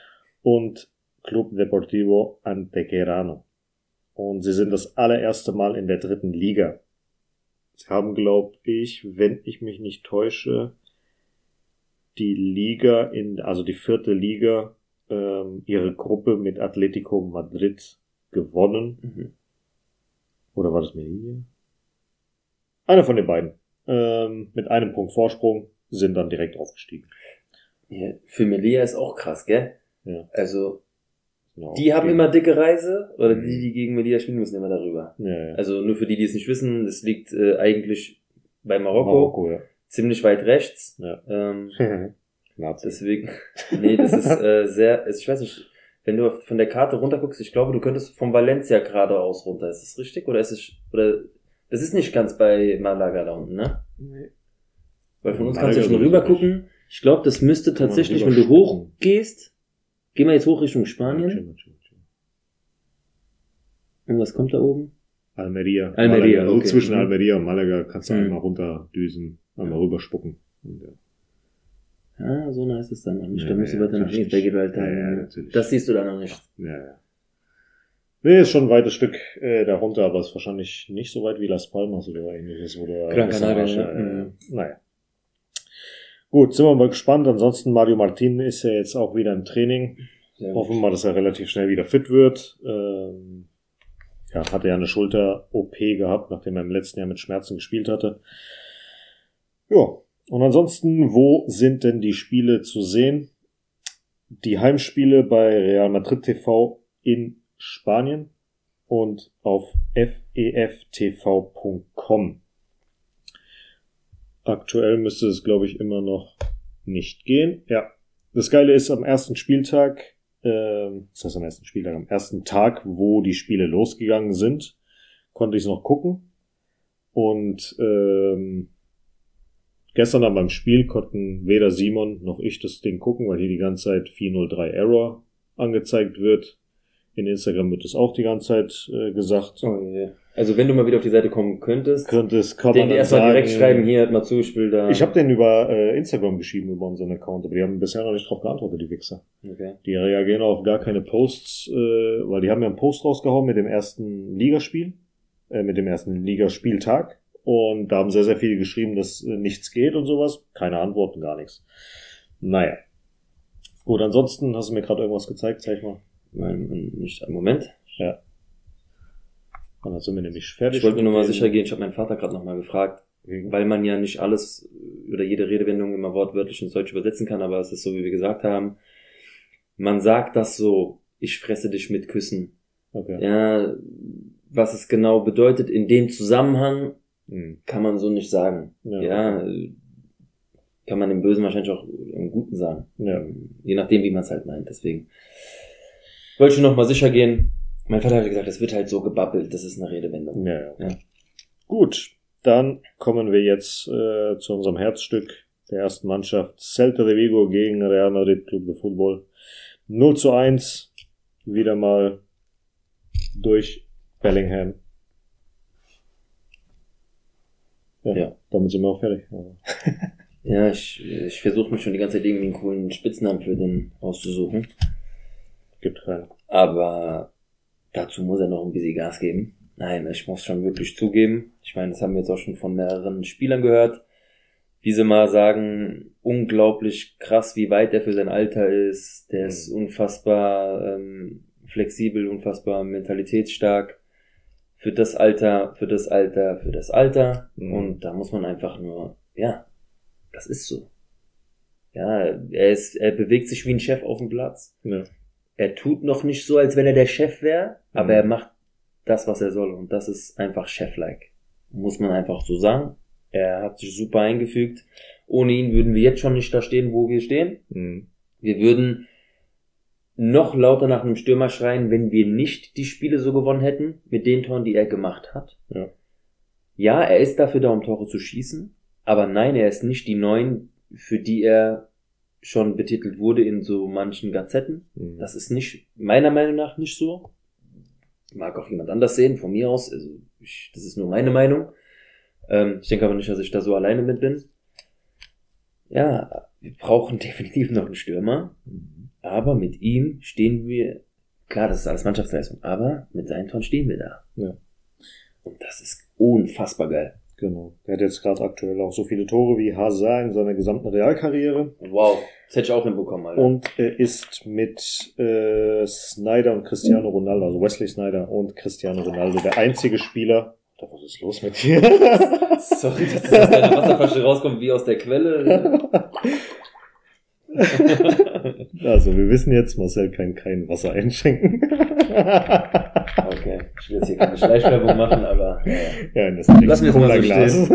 und Club Deportivo Antequerano. Und sie sind das allererste Mal in der dritten Liga. Sie haben, glaube ich, wenn ich mich nicht täusche, die Liga in, also die vierte Liga ähm, ihre Gruppe mit Atletico Madrid gewonnen. Mhm. Oder war das Melilla? Einer von den beiden. Ähm, mit einem Punkt Vorsprung sind dann direkt aufgestiegen. Ja, für Melilla ist auch krass, gell? Ja. Also, Ja, die haben immer dicke Reise, oder Mhm. die, die gegen Melilla spielen, müssen immer darüber. Ja, ja. Also nur für die, die es nicht wissen, es liegt äh, eigentlich bei Marokko, Marokko, ja. ziemlich weit rechts. Ja. Ähm, Nazi. deswegen, nee, das ist äh, sehr, ich weiß nicht, wenn du von der Karte runterguckst, ich glaube, du könntest von Valencia geradeaus runter. Ist das richtig? Oder ist es, oder, das ist nicht ganz bei Malaga da unten, ne? Nee. Weil von uns Malaga kannst du ja schon sowieso rüber gucken. Ich glaube, das müsste Kann man tatsächlich, wenn rüber du hochgehst, geh mal jetzt hoch Richtung Spanien. Chill mal, chill mal, chill. Und was kommt da oben? Almeria. Almeria, Malaga. So okay. zwischen Mhm. Almeria und Malaga kannst du Mhm. einmal runterdüsen, einmal rüberspucken. Und, ja. Ah, so nice ist dann noch nicht. Ja, Da musst du ja, weiter nach natürlich links, bei Gibraltar. nicht. Ja, ja, natürlich. Das siehst du da noch nicht. Ja, ja. Nee, ist schon ein weites Stück äh, darunter, aber ist wahrscheinlich nicht so weit wie Las Palmas oder ähnliches. Oder Gran ein bisschen Canaria, Asche, ne? äh, Mhm. Naja. Gut, sind wir mal gespannt. Ansonsten Mario Martin ist ja jetzt auch wieder im Training. Sehr gut. Hoffen wir mal, dass er relativ schnell wieder fit wird. Ähm, ja, hatte ja eine Schulter-O P gehabt, nachdem er im letzten Jahr mit Schmerzen gespielt hatte. Ja, und ansonsten, wo sind denn die Spiele zu sehen? Die Heimspiele bei Real Madrid T V in Spanien und auf f e f t v punkt com. Aktuell müsste es, glaube ich, immer noch nicht gehen. Ja, das Geile ist, am ersten Spieltag, ähm, das heißt am ersten Spieltag, am ersten Tag, wo die Spiele losgegangen sind, konnte ich es noch gucken. Und ähm, gestern dann beim Spiel konnten weder Simon noch ich das Ding gucken, weil hier die ganze Zeit vier null drei Error angezeigt wird. In Instagram wird es auch die ganze Zeit äh, gesagt. Oh, yeah. Also wenn du mal wieder auf die Seite kommen könntest, Könnte es, kann den man dir dann erstmal sagen, direkt schreiben, hier, hört mal zu, ich will da... Ich habe den über äh, Instagram geschrieben, über unseren Account, aber die haben bisher noch nicht drauf geantwortet, die Wichser. Okay. Die reagieren auf gar keine Posts, äh, weil die haben ja einen Post rausgehauen mit dem ersten Ligaspiel, äh, mit dem ersten Ligaspieltag. Und da haben sehr, sehr viele geschrieben, dass äh, nichts geht und sowas. Keine Antworten, gar nichts. Naja. Gut, ansonsten hast du mir gerade irgendwas gezeigt, zeig mal. Nein, nicht einen Moment. Ja. Und dann sind wir nämlich fertig. Ich wollte nur noch mal mit dem- sicher gehen, ich habe meinen Vater gerade noch mal gefragt, Wegen- weil man ja nicht alles oder jede Redewendung immer wortwörtlich ins Deutsch übersetzen kann, aber es ist so, wie wir gesagt haben. Man sagt das so, ich fresse dich mit Küssen. Okay. Ja, was es genau bedeutet in dem Zusammenhang, Hm. kann man so nicht sagen. Ja. Ja, kann man im Bösen wahrscheinlich auch im Guten sagen. Ja. Je nachdem, wie man es halt meint. Deswegen wollte ich noch mal sicher gehen. Mein Vater hat gesagt, das wird halt so gebabbelt, das ist eine Redewendung. Ja, ja. Ja. Gut, dann kommen wir jetzt äh, zu unserem Herzstück der ersten Mannschaft. Celta de Vigo gegen Real Madrid Club de Fútbol. null zu eins. Wieder mal durch Bellingham. Ja, Ja. damit sind wir auch fertig. Also, Ja, ich, ich versuche mich schon die ganze Zeit irgendwie einen coolen Spitznamen für den auszusuchen. gibt keinen. Aber dazu muss er noch ein bisschen Gas geben. Nein, ich muss schon wirklich zugeben. Ich meine, das haben wir jetzt auch schon von mehreren Spielern gehört. Wie sie mal sagen, unglaublich krass, wie weit er für sein Alter ist. Der ist unfassbar ähm, flexibel, unfassbar mentalitätsstark. Für das Alter, für das Alter, für das Alter. Mhm. Und da muss man einfach nur, ja, das ist so. Ja, er ist, er bewegt sich wie ein Chef auf dem Platz. Ja. Er tut noch nicht so, als wenn er der Chef wäre, aber Mhm. er macht das, was er soll. Und das ist einfach Chef-like. Muss man einfach so sagen. Er hat sich super eingefügt. Ohne ihn würden wir jetzt schon nicht da stehen, wo wir stehen. Mhm. Wir würden noch lauter nach einem Stürmer schreien, wenn wir nicht die Spiele so gewonnen hätten, mit den Toren, die er gemacht hat. Ja. Ja, er ist dafür da, um Tore zu schießen. Aber nein, er ist nicht die Neun, für die er schon betitelt wurde in so manchen Gazetten. Mhm. Das ist nicht, meiner Meinung nach nicht so. Mag auch jemand anders sehen, von mir aus. Also ich, das ist nur meine Meinung. Ähm, ich denke aber nicht, dass ich da so alleine mit bin. Ja, wir brauchen definitiv noch einen Stürmer. Mhm. Aber mit ihm stehen wir, klar, das ist alles Mannschaftsleistung, aber mit seinen Toren stehen wir da. Ja. Und das ist unfassbar geil. Genau. Der hat jetzt gerade aktuell auch so viele Tore wie Hazard in seiner gesamten Realkarriere. Wow, das hätte ich auch hinbekommen, Alter. Und er ist mit äh, Snyder und Cristiano Ronaldo, also Wesley Snyder und Cristiano Ronaldo, der einzige Spieler. Was ist los mit dir? Sorry, dass das aus deiner Wasserflasche rauskommt wie aus der Quelle. Also, wir wissen jetzt, Marcel kann kein Wasser einschenken. Okay, ich will jetzt hier keine Schleichwerbung machen, aber ja, Ja, das lass mir das mal so Cola-Glas.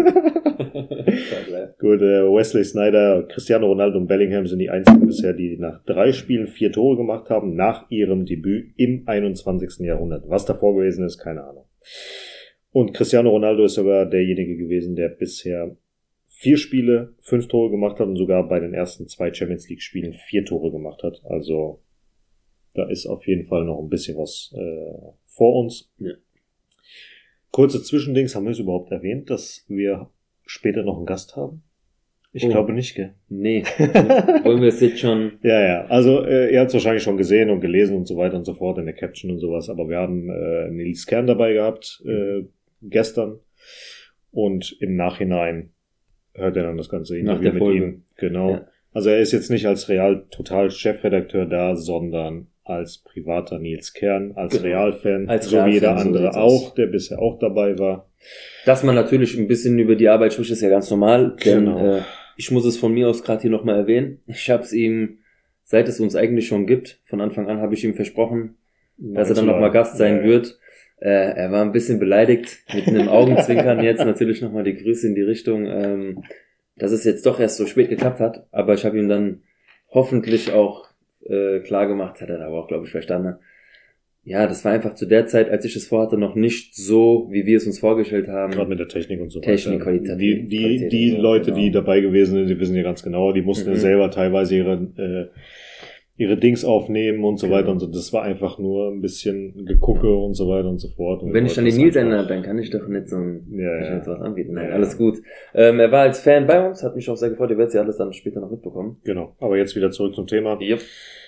Gut, äh, Wesley Snyder, Cristiano Ronaldo und Bellingham sind die einzigen bisher, die nach drei Spielen vier Tore gemacht haben, nach ihrem Debüt im einundzwanzigsten Jahrhundert. Was davor gewesen ist, keine Ahnung. Und Cristiano Ronaldo ist sogar derjenige gewesen, der bisher vier Spiele, fünf Tore gemacht hat und sogar bei den ersten zwei Champions League Spielen vier Tore gemacht hat. Also da ist auf jeden Fall noch ein bisschen was äh, vor uns. Ja. Kurze Zwischendings, haben wir es überhaupt erwähnt, dass wir später noch einen Gast haben? Ich Oh. glaube nicht, gell? Nee, wollen wir es jetzt schon... Ja, ja. Also äh, ihr habt es wahrscheinlich schon gesehen und gelesen und so weiter und so fort in der Caption und sowas. Aber wir haben äh, Nils Kern dabei gehabt äh, gestern und im Nachhinein hört er dann das ganze Interview Nach der mit Folge. ihm. Genau. Ja. Also er ist jetzt nicht als Real total Chefredakteur da, sondern als privater Nils Kern, als Genau. Realfan, Als so wie jeder Realfan, so andere sieht's aus. auch, der bisher auch dabei war. Dass man natürlich ein bisschen über die Arbeit spricht, ist ja ganz normal, denn Genau. äh, ich muss es von mir aus gerade hier nochmal erwähnen. Ich habe es ihm, seit es uns eigentlich schon gibt, von Anfang an habe ich ihm versprochen, dass er dann nochmal Gast sein Ja, ja. wird. Äh, er war ein bisschen beleidigt, mit einem Augenzwinkern jetzt natürlich nochmal die Grüße in die Richtung, ähm, dass es jetzt doch erst so spät geklappt hat, aber ich habe ihm dann hoffentlich auch äh, klar gemacht, hat er aber auch, glaube ich, verstanden. Ja, das war einfach zu der Zeit, als ich es vorhatte, noch nicht so, wie wir es uns vorgestellt haben. Gerade mit der Technik und so Technik, weiter. Qualität, Die, die, Qualität die und so, Leute, genau. die dabei gewesen sind, die wissen ja ganz genau, die mussten Mhm. ja selber teilweise ihre, äh, ihre Dings aufnehmen und so Genau. weiter und so. Das war einfach nur ein bisschen Gegucke und so weiter und so fort. Und Und wenn ich dann den das Nils einfach- ändere, dann kann ich doch nicht so ein, Ja, kann ich ja. nicht sowas anbieten. Nein, Ja. alles gut. Ähm, er war als Fan bei uns, hat mich auch sehr gefreut. Ihr werdet ja alles dann später noch mitbekommen. Genau. Aber jetzt wieder zurück zum Thema. Yep.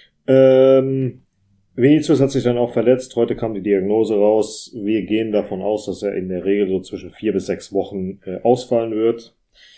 Ähm, Vinicius hat sich dann auch verletzt. Heute kam die Diagnose raus. Wir gehen davon aus, dass er in der Regel so zwischen vier bis sechs Wochen äh, ausfallen wird.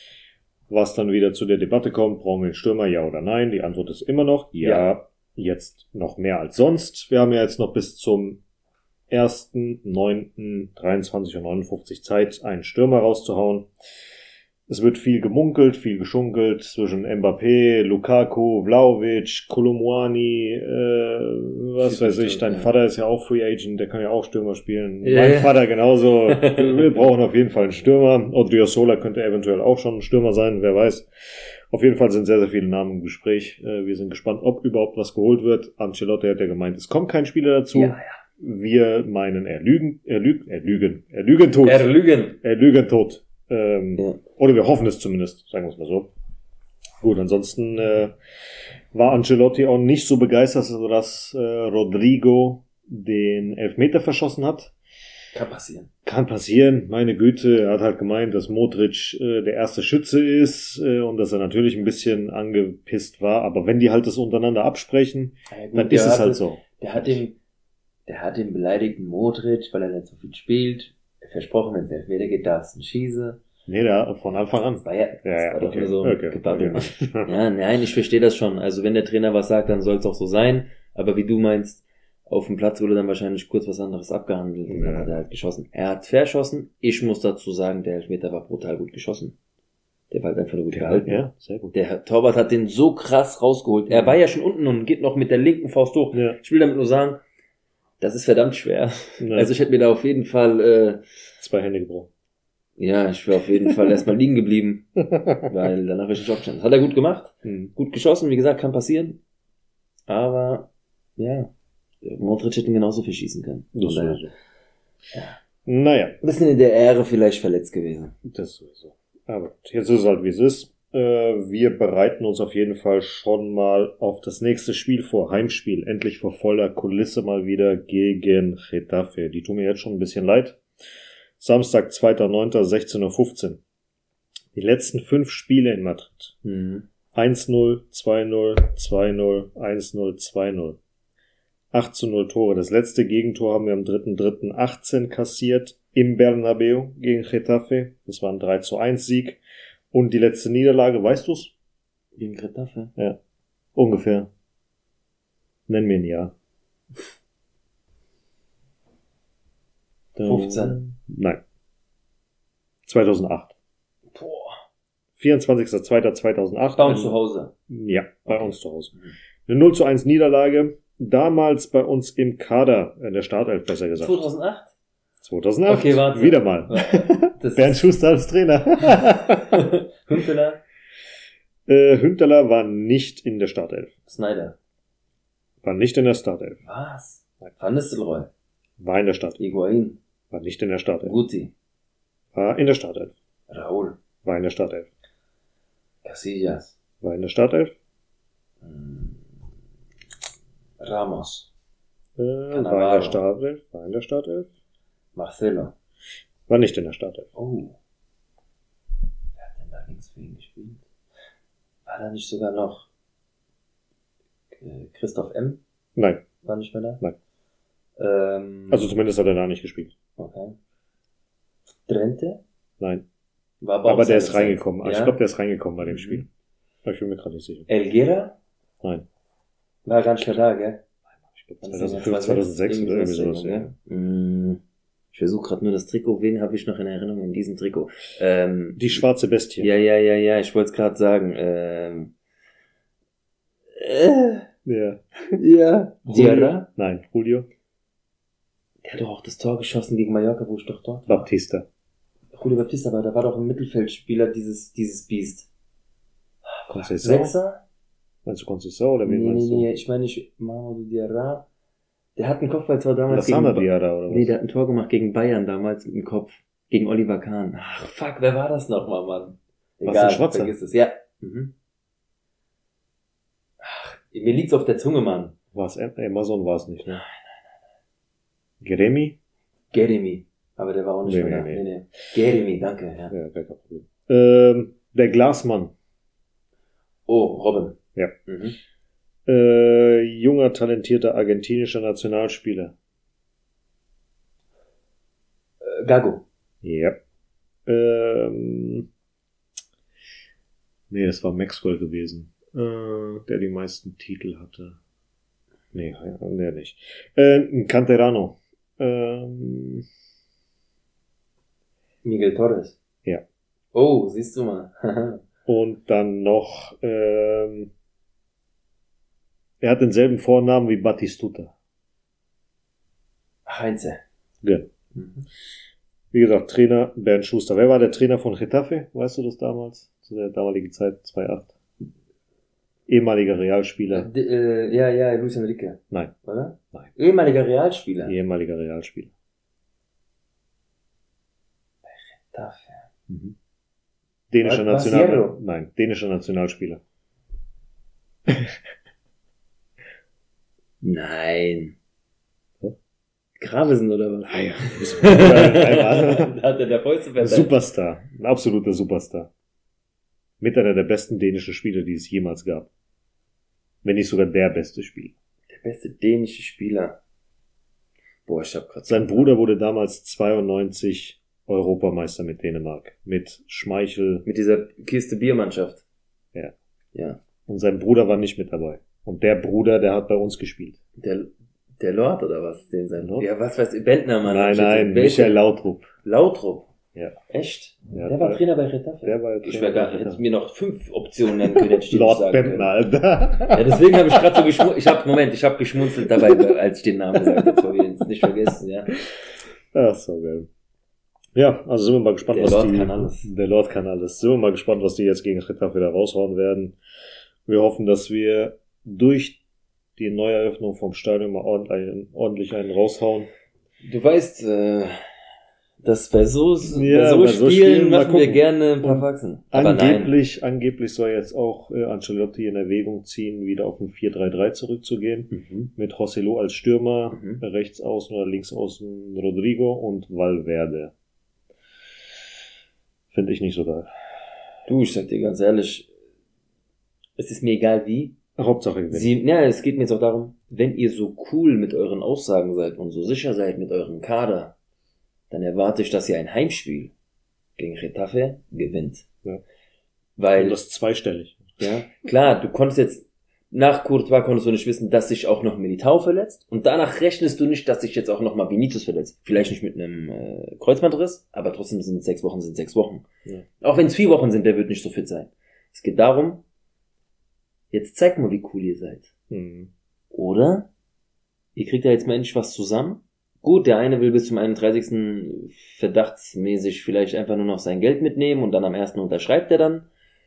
Was dann wieder zu der Debatte kommt, brauchen wir einen Stürmer, ja oder nein? Die Antwort ist immer noch ja. Ja. Jetzt noch mehr als sonst. Wir haben ja jetzt noch bis zum ersten neunten dreiundzwanzig Uhr neunundfünfzig Zeit, einen Stürmer rauszuhauen. Es wird viel gemunkelt, viel geschunkelt zwischen Mbappé, Lukaku, Vlahovic, Kolomouani, äh, was weiß ich. Dein Ja. Vater ist ja auch Free Agent, der kann ja auch Stürmer spielen. Ja, mein ja. Vater genauso. Wir brauchen auf jeden Fall einen Stürmer. Odriozola könnte eventuell auch schon ein Stürmer sein, wer weiß. Auf jeden Fall sind sehr, sehr viele Namen im Gespräch. Äh, Wir sind gespannt, ob überhaupt was geholt wird. Ancelotti hat ja gemeint, es kommt kein Spieler dazu. Ja, ja. Wir meinen, er lügen, er lügen, er lügen, er lügen tot. Er lügen. Er lügen tot. Ähm, Ja. Oder wir hoffen es zumindest, sagen wir es mal so. Gut, ansonsten äh, war Ancelotti auch nicht so begeistert, dass äh, Rodrigo den Elfmeter verschossen hat. Kann passieren. Kann passieren, meine Güte. Er hat halt gemeint, dass Modric äh, der erste Schütze ist äh, und dass er natürlich ein bisschen angepisst war. Aber wenn die halt das untereinander absprechen, Ja, gut, dann der ist es hatte- halt so. Der hat den, der hat den beleidigten Modric, weil er nicht so viel spielt, versprochen, wenn es Elfmeter geht, darfst du ihn schießen. Nee, der von Anfang an. Das war ja, das Ja, ja, war doch okay. nur so Okay. gebabbelt. Okay. Ja, nein, ich verstehe das schon. Also wenn der Trainer was sagt, dann soll es auch so sein. Aber wie du meinst, auf dem Platz wurde dann wahrscheinlich kurz was anderes abgehandelt und dann Ja. hat er halt geschossen. Er hat verschossen. Ich muss dazu sagen, der Elfmeter war brutal gut geschossen. Der war halt einfach nur gut gehalten. Ja, sehr gut. Der Torwart hat den so krass rausgeholt. Er war ja schon unten und geht noch mit der linken Faust hoch. Ja. Ich will damit nur sagen, das ist verdammt schwer. Ja. Also ich hätte mir da auf jeden Fall, äh, Zwei Hände gebrochen. ja, ich wäre auf jeden Fall erstmal liegen geblieben, weil danach richtig aufgestanden. Hat er gut gemacht, Hm. gut geschossen, wie gesagt, kann passieren. Aber, ja, Modric hätte ihn genauso verschießen können. Das Von daher, sowieso. Ja. Naja, ein bisschen in der Ehre vielleicht verletzt gewesen. das sowieso. Aber jetzt ist es halt, wie es ist. Äh, Wir bereiten uns auf jeden Fall schon mal auf das nächste Spiel vor. Heimspiel. Endlich vor voller Kulisse mal wieder gegen Getafe. Die tun mir jetzt schon ein bisschen leid. Samstag, zweiter neunter sechzehn Uhr fünfzehn. Die letzten fünf Spiele in Madrid. Mhm. eins null, zwei null, zwei null, eins null, zwei null. acht zu null Tore. Das letzte Gegentor haben wir am dritten dritten achtzehn kassiert im Bernabeu gegen Getafe. Das war ein drei zu eins Sieg. Und die letzte Niederlage, weißt du's? Gegen Getafe? Ja, ungefähr. Nenn mir ein Jahr. fünfzehn. Nein. zweitausendacht. Boah. vierundzwanzigster zweiter zweitausendacht. Bei uns zu Hause. Ja, bei Okay. uns zu Hause. Mhm. Eine null zu eins Niederlage. Damals bei uns im Kader, in der Startelf besser gesagt. zweitausendacht? zweitausendacht. Okay, warte. Wieder mal. Das Bernd ist- Schuster als Trainer. Hünteler? äh, Hünteler war nicht in der Startelf. Snyder. War nicht in der Startelf. Was? Van Nistelrooy? War in der Startelf. Higuain? War nicht in der Startelf. Guti? War in der Startelf. Raúl? War in der Startelf. Casillas? War in der Startelf. Hm. Ramos? Äh, war in Cannavaro. der Startelf. War in der Startelf. Marcelo? War nicht in der Startelf. Oh. Wer hat denn da links für ihn gespielt? War da nicht sogar noch äh, Christoph M? Nein. War nicht mehr da? Nein. Ähm, Also zumindest hat er da nicht gespielt. okay. Drenthe? Nein. War aber, auch Aber der seine ist Zeit. reingekommen. Also Ja? Ich glaube, der ist reingekommen bei dem Mhm. Spiel. Aber ich bin mir gerade nicht sicher. Elguera? Nein. War gar nicht mehr da, gell? Ich glaube Wann ist der zweitausendfünf, jetzt? zweitausendsechs oder irgendwie sowas. Ja. gell? Mm, Ich versuche gerade nur das Trikot. Wen habe ich noch in Erinnerung in diesem Trikot? Ähm, Die schwarze Bestie. ja, ja, ja, ja. Ich wollte es gerade sagen. Ähm, äh, Ja. ja. Diarra? Nein. Julio. Der hat doch auch das Tor geschossen gegen Mallorca, wo ich doch dort war. Baptista. Julio Baptista, aber da war doch ein Mittelfeldspieler dieses, dieses Biest. Conceição? Sechser? Meinst du Conceição oder Nee, wen nee, meinst nee, ich meine nicht Mamadou Diarra. Der hat ein Kopfballtor du? damals Lassana gegen... Diarra oder was? Nee, der hat ein Tor gemacht gegen Bayern damals mit dem Kopf. Gegen Oliver Kahn. Ach, fuck, wer war das nochmal, Mann? Was, ein Schwarzer? vergiss es. Ja. Mhm. Ach, mir liegt's auf der Zunge, Mann. War es Amazon? War es nicht, ne? Geremi? Geremi. Aber der war auch nicht Nee, mehr da. nee, Nee, nee. nee. Geremi, danke, ja. Ja, gar kein Problem. Ähm, der Glasmann. Oh, Robin. Ja. Mhm. Äh, junger, talentierter argentinischer Nationalspieler. Äh, Gago. Ja. Ähm, nee, das war Maxwell gewesen. Äh, der die meisten Titel hatte. Nee, der nicht. Äh, ein Canterano. Ähm, Miguel Torres. Ja. Oh, siehst du mal. und dann noch, ähm, er hat denselben Vornamen wie Batistuta. Heinze. Ja. Mhm. Wie gesagt, Trainer Bernd Schuster. Wer war der Trainer von Getafe? Weißt du das damals? Zu der damaligen Zeit, zweitausendacht. Ehemaliger Realspieler. D äh, ja, ja, Luis Enrique. Nein. Oder? Nein. Ehemaliger Realspieler. Ehemaliger Realspieler. Dafür. Mhm. Dänischer Was- National... Basiero? Nein, dänischer Nationalspieler. Nein. So? Gravesen oder was? Ah ja. Einmal. Da hat er der Fäuste verteilt. Superstar. Ein absoluter Superstar. Mit einer der besten dänischen Spieler, die es jemals gab. Wenn nicht sogar der beste Spieler. Der beste dänische Spieler. Boah, ich hab grad... Sein Bruder wurde damals zweiundneunzig Europameister mit Dänemark. Mit Schmeichel. Mit dieser Kiste Biermannschaft. Ja. Ja. Und sein Bruder war nicht mit dabei. Und der Bruder, der hat bei uns gespielt. Der, der Lord oder was? Den sein Lord? Ja, was weiß ich? Bentner, Mann. nein, nein, Wer ist Michael der? Lautrup. Lautrup. Ja. Echt? Ja, der war bei- Trainer bei Getafe. Der war Ich wäre gar, Trainer. hätte mir noch fünf Optionen nennen können, hätte ich dir nicht Lord sagen Bentner, können. Alter. Ja, deswegen habe ich gerade so geschmunzelt. Ich habe, Moment, ich habe geschmunzelt dabei, als ich den Namen gesagt habe. Das wir jetzt nicht vergessen, ja. Ach, so geil. Ja, also sind wir mal gespannt, Der was Lord die... kann alles. Der Lord kann alles. Sind wir mal gespannt, was die jetzt gegen Getafe wieder raushauen werden. Wir hoffen, dass wir durch die Neueröffnung vom Stadion mal ordentlich, ordentlich einen raushauen. Du weißt, äh, dass bei so, Ja, bei so bei so Spielen Spielen mal machen wir gucken. gerne ein paar Und Faxen. Aber nein. Angeblich, angeblich soll jetzt auch äh, Ancelotti in Erwägung ziehen, wieder auf ein vier drei drei zurückzugehen. Mhm. Mit Joselu als Stürmer, Mhm. rechts außen oder links außen Rodrigo und Valverde. Finde ich nicht so geil. Du, ich sag dir ganz ehrlich, es ist mir egal wie. Hauptsache gewinnen. Sie, ja, es geht mir jetzt auch darum, wenn ihr so cool mit euren Aussagen seid und so sicher seid mit eurem Kader, dann erwarte ich, dass ihr ein Heimspiel gegen Getafe gewinnt. Ja. Weil, Und das zweistellig. ja, klar, du konntest jetzt, nach Courtois konntest du nicht wissen, dass sich auch noch Militao verletzt. Und danach rechnest du nicht, dass sich jetzt auch noch mal Vinicius verletzt. Vielleicht nicht mit einem äh, Kreuzbandriss, aber trotzdem sind sechs Wochen, sind sechs Wochen. Ja. Auch wenn es vier Wochen sind, der wird nicht so fit sein. Es geht darum, jetzt zeigt mal, wie cool ihr seid. Mhm. Oder? Ihr kriegt da jetzt mal endlich was zusammen. Gut, der eine will bis zum einunddreißigsten verdachtsmäßig vielleicht einfach nur noch sein Geld mitnehmen und dann am ersten unterschreibt er dann.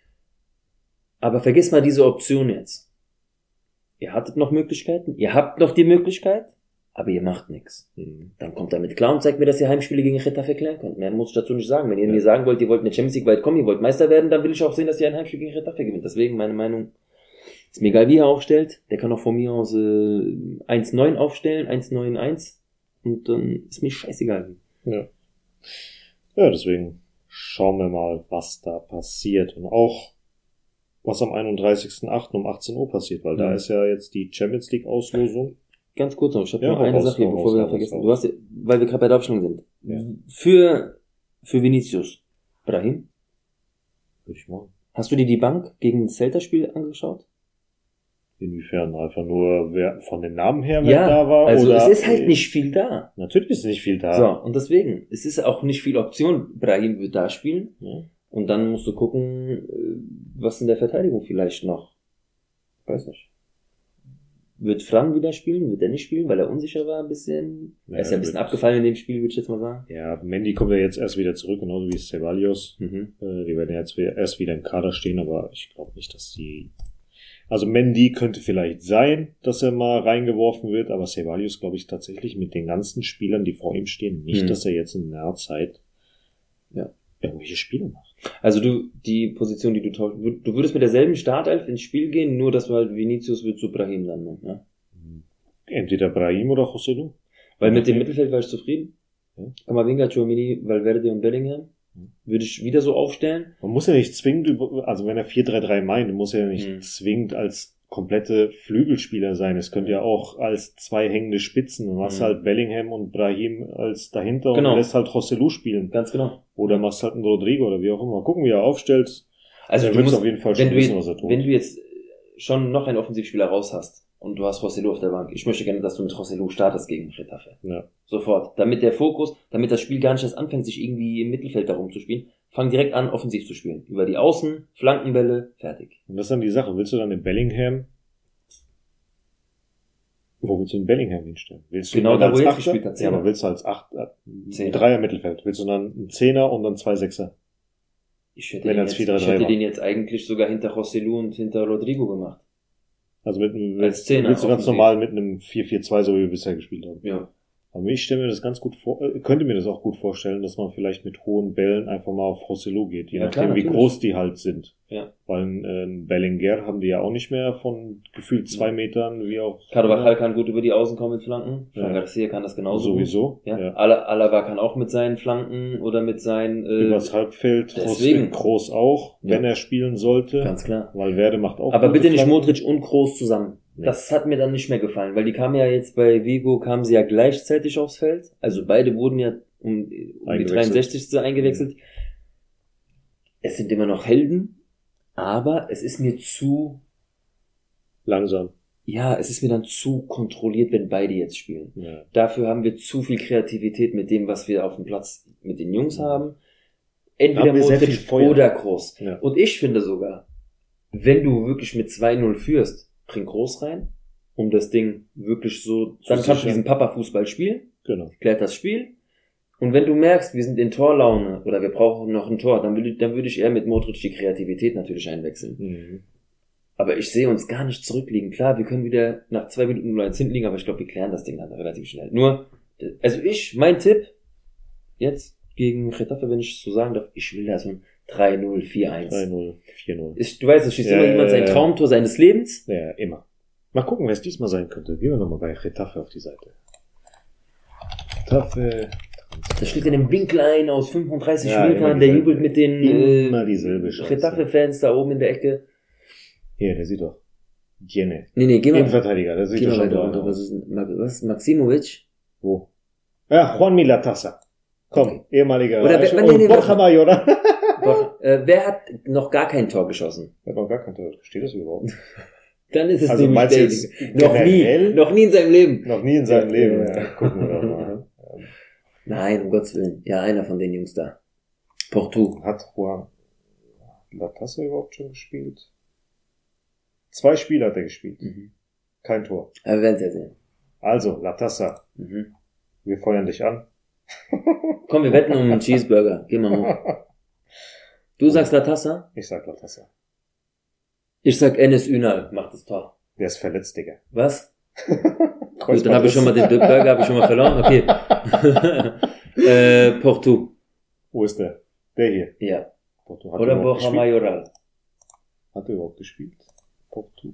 Aber vergiss mal diese Option jetzt. Ihr hattet noch Möglichkeiten, ihr habt noch die Möglichkeit, aber ihr macht nichts. Mhm. Dann kommt damit klar und zeigt mir, dass ihr Heimspiele gegen Getafe klären könnt. Mehr muss ich dazu nicht sagen. Wenn ihr Ja. mir sagen wollt, ihr wollt eine Champions League weit kommen, ihr wollt Meister werden, dann will ich auch sehen, dass ihr ein Heimspiel gegen Getafe gewinnt. Deswegen meine Meinung, ist mir egal, wie er aufstellt. Der kann auch von mir aus äh, eins neun aufstellen, eins neun eins. Und dann ist mir scheißegal. Ja. Ja, deswegen schauen wir mal, was da passiert. Und auch, was am einunddreißigsten achten um achtzehn Uhr passiert, weil da Mhm. ist ja jetzt die Champions League Auslosung. Ganz kurz noch, ich habe Ja, noch hau eine raus, Sache hier, hau bevor raus, wir hau vergessen. raus. Du hast, ja- weil wir gerade bei der Aufstellung sind. Ja. Für, für Vinicius, Brahim, Würde ich machen. hast du dir die Bank gegen das Celta-Spiel angeschaut? Inwiefern? Einfach nur, wer von den Namen her, wer Ja, da war? also oder es ist halt nicht viel da. Natürlich ist nicht viel da. So, und deswegen, es ist auch nicht viel Option. Brahim wird da spielen. Ja. Und dann musst du gucken, äh, was in der Verteidigung vielleicht noch. Weiß nicht. Wird Fran wieder spielen? Wird er nicht spielen, weil er unsicher war ein bisschen? Ja, er ist ja ein bisschen wird- abgefallen in dem Spiel, würde ich jetzt mal sagen. Ja, Mendy kommt ja jetzt erst wieder zurück, genauso wie Ceballos. Mhm. Äh, die werden jetzt wieder, erst wieder im Kader stehen, aber ich glaube nicht, dass sie... Also Mendy könnte vielleicht sein, dass er mal reingeworfen wird, aber Ceballos glaube ich tatsächlich mit den ganzen Spielern, die vor ihm stehen, nicht, Mhm. dass er jetzt in naher Zeit Ja. irgendwelche Spiele macht. Also du, die Position, die du tauschst, du du würdest mit derselben Startelf ins Spiel gehen, nur dass du halt Vinicius wird zu Brahim landen, ja? Entweder Brahim oder Joselu. Weil mit Okay. dem Mittelfeld war ich zufrieden. Ja. Kamavinga, Tchouaméni, Valverde und Bellingham. Mhm. Würde ich wieder so aufstellen. Man muss ja nicht zwingend, über, also wenn er vier drei drei meint, muss er ja nicht Mhm. zwingend als komplette Flügelspieler sein. Es könnte ja auch als zwei hängende Spitzen. Du machst Mhm. halt Bellingham und Brahim als dahinter Genau. und lässt halt Joselu spielen. Ganz genau. Oder machst halt einen Rodrigo oder wie auch immer. Gucken, wie er aufstellt. Also Er du wird's musst, auf jeden Fall wenn schon du, wissen, jetzt, was er tut. wenn du jetzt schon noch einen Offensivspieler raus hast und du hast Joselu auf der Bank, ich möchte gerne, dass du mit Joselu startest gegen Getafe. Ja. Sofort. Damit der Fokus, damit das Spiel gar nicht erst anfängt, sich irgendwie im Mittelfeld darum zu spielen, fang direkt an, offensiv zu spielen. Über die Außen, Flankenbälle, fertig. Und das ist dann die Sache. Willst du dann den Bellingham, wo willst du den Bellingham hinstellen? Willst du Genau ihn da, als wo er jetzt Achter? gespielt hat, Ja, Zehner. aber willst du als Acht, äh, Zehner. Dreier Mittelfeld? Willst du dann einen Zehner und dann zwei Sechser? Ich hätte, Wenn den er als jetzt, vier drei ich drei hätte macht. den jetzt eigentlich sogar hinter Joselu und hinter Rodrigo gemacht. Also mit, mit, Als Zehner willst du ganz offensiv. normal mit einem vier vier zwei, so wie wir bisher gespielt haben. Ja. Aber ich stelle mir das ganz gut vor, äh, könnte mir das auch gut vorstellen, dass man vielleicht mit hohen Bällen einfach mal auf Joselu geht, je Ja, nachdem, klar, wie natürlich. groß die halt sind. Ja. Weil äh, ein Bellinger haben die ja auch nicht mehr von gefühlt zwei Metern, wie auch Carvajal kann gut über die Außen kommen mit Flanken. Ja. Fran Garcia kann das genauso gut. sowieso. Ja. Ja. Ala- Alaba kann auch mit seinen Flanken oder mit seinen, äh, Übers Halbfeld, deswegen. Groß auch, wenn Ja. er spielen sollte. ganz klar. Weil Werde macht auch Aber gute bitte nicht Flanken. Modric und Kroos zusammen. Nee. Das hat mir dann nicht mehr gefallen, weil die kamen ja jetzt bei Vigo, kamen sie ja gleichzeitig aufs Feld. Also beide wurden ja um, um die Eingewechselt. dreiundsechzigste eingewechselt. Es sind immer noch Helden, aber es ist mir zu, Langsam. ja, es ist mir dann zu kontrolliert, wenn beide jetzt spielen. Ja. Dafür haben wir zu viel Kreativität mit dem, was wir auf dem Platz mit den Jungs haben. Entweder Haben wir sehr viel Modric Feuer. oder Kroos. Ja. Und ich finde sogar, wenn du wirklich mit zwei null führst, bring Kroos rein, um das Ding wirklich so, dann kannst du sichern. diesen Papa-Fußball spielen, Genau. klärt das Spiel. Und wenn du merkst, wir sind in Torlaune oder wir brauchen noch ein Tor, dann würde ich, dann würde ich eher mit Modric die Kreativität natürlich einwechseln. Mhm. Aber ich sehe uns gar nicht zurückliegen. Klar, wir können wieder nach zwei Minuten null eins hinten liegen, aber ich glaube, wir klären das Ding dann relativ schnell. Nur, also ich, mein Tipp, jetzt gegen Getafe, wenn ich es so sagen darf, ich will da so ein drei null, vier eins. drei null, vier null. Ist, du weißt, es schießt Ja, immer ja, jemand sein ja. Traumtor seines Lebens. Ja, immer. Mal gucken, wer es diesmal sein könnte. Gehen wir nochmal bei Getafe auf die Seite. Getafe. Das schlägt in dem Winkel ein aus fünfunddreißig Ja, immer Metern, der dieselbe- jubelt mit den Immer äh, dieselbe Scheiße. Getafe-Fans da oben in der Ecke. Hier, der sieht doch. Jene. Nee, nee, geh mal, Innenverteidiger, das sieht geh ja mal schon weiter so runter. Was aus. ist, Ma- was? Maximovic? Wo? Ja, Juan Milatasa. Komm, Okay. ehemaliger. Oder wer- und nee, nee, Borja warte. Mayoral. Doch, äh, wer hat noch gar kein Tor geschossen? Hat noch gar kein Tor. Steht das überhaupt? Dann ist es Also nämlich meinst du derjenige. jetzt Noch generell? nie, noch nie in seinem Leben. Noch nie in seinem Ja, Leben. ja. Ja, gucken wir doch mal. Nein, um Gottes Willen. Ja, einer von den Jungs da. Porto. Hat Juan Milatasa überhaupt schon gespielt? Zwei Spiele hat er gespielt. Mhm. Kein Tor. Aber wir werden es ja sehen. Also, Latassa, Mhm. wir feuern dich an. Komm, wir wetten um einen Cheeseburger. Geh mal hoch. Du sagst Latassa? Ich sag Latassa. Ich sag Enes Ünal macht das Tor. Der ist verletzt, Digga. Was? Gut, dann habe ich schon mal den Burger habe ich schon mal verloren. Okay. äh, Porto. Wo ist der? Der hier. Ja. Porto. Hat Oder er überhaupt Borja gespielt? Mayoral. Hat er überhaupt gespielt? Porto.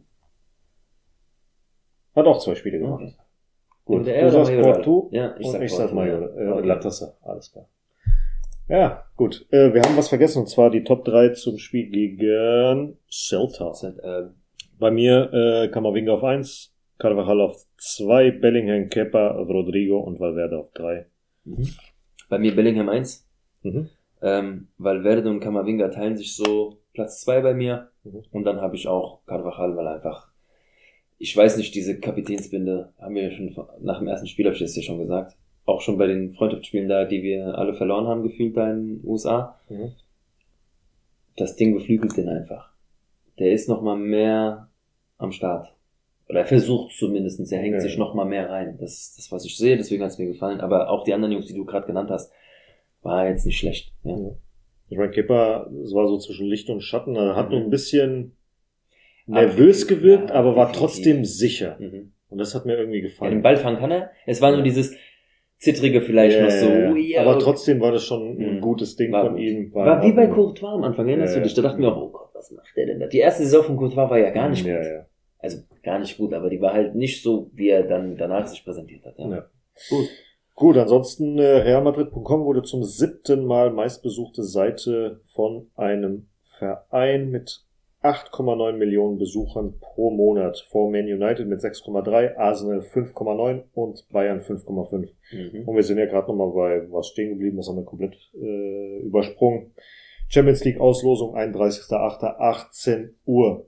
Hat auch zwei Spiele gemacht. Okay. Gut, Entweder du er oder sagst Mayoral. Porto Ja, ich und sag ich Porto, sag Mayoral. ja. Äh, Okay. Latassa, alles klar. Ja, gut. Äh, wir haben was vergessen, und zwar die Top drei zum Spiel gegen Celta. Das hat, äh, Bei mir äh, Camavinga auf eins, Carvajal auf zwei, Bellingham, Kepa, Rodrigo und Valverde auf drei. mhm. Bei mir Bellingham eins. Mhm. Ähm, Valverde und Camavinga teilen sich so Platz zwei bei mir. Mhm. Und dann habe ich auch Carvajal, weil einfach, ich weiß nicht, diese Kapitänsbinde haben wir ja schon nach dem ersten Spiel, habe ich das ja schon gesagt, auch schon bei den Freundschaftsspielen da, die wir alle verloren haben, gefühlt da in den U S A. Mhm. Das Ding beflügelt den einfach. Der ist noch mal mehr am Start. Oder er versucht zumindest, er hängt Ja. sich noch mal mehr rein. Das ist das, was ich sehe, deswegen hat es mir gefallen. Aber auch die anderen Jungs, die du gerade genannt hast, war jetzt nicht schlecht. Ja. Ja. Ich meine, Kepa, es war so zwischen Licht und Schatten, er hat Mhm. nur ein bisschen nervös Aber- gewirkt, ja, aber war definitiv. trotzdem sicher. Mhm. Und das hat mir irgendwie Ja, gefallen. den Ball fangen kann er. Es war nur dieses Zittrige vielleicht Ja, noch so. ja, ja. ui, Aber okay. trotzdem war das schon ein Mhm. gutes Ding War von gut. ihm. War wie bei gut. Courtois am Anfang, erinnerst Ja, du dich? Da ja. dachten wir auch, oh Gott, was macht der denn da? Die erste Saison von Courtois war ja gar nicht Ja, gut. ja. Also gar nicht gut, aber die war halt nicht so, wie er dann danach sich präsentiert hat. Ja. Ja. Gut. Gut, ansonsten äh, Real Madrid Punkt com wurde zum siebten Mal meistbesuchte Seite von einem Verein mit acht Komma neun Millionen Besuchern pro Monat. Vor Man United mit sechs Komma drei, Arsenal fünf Komma neun und Bayern fünf Komma fünf. Mhm. Und wir sind ja gerade nochmal bei was stehen geblieben, das haben wir komplett äh, übersprungen. Champions League Auslosung einunddreißigster achter achtzehn Uhr.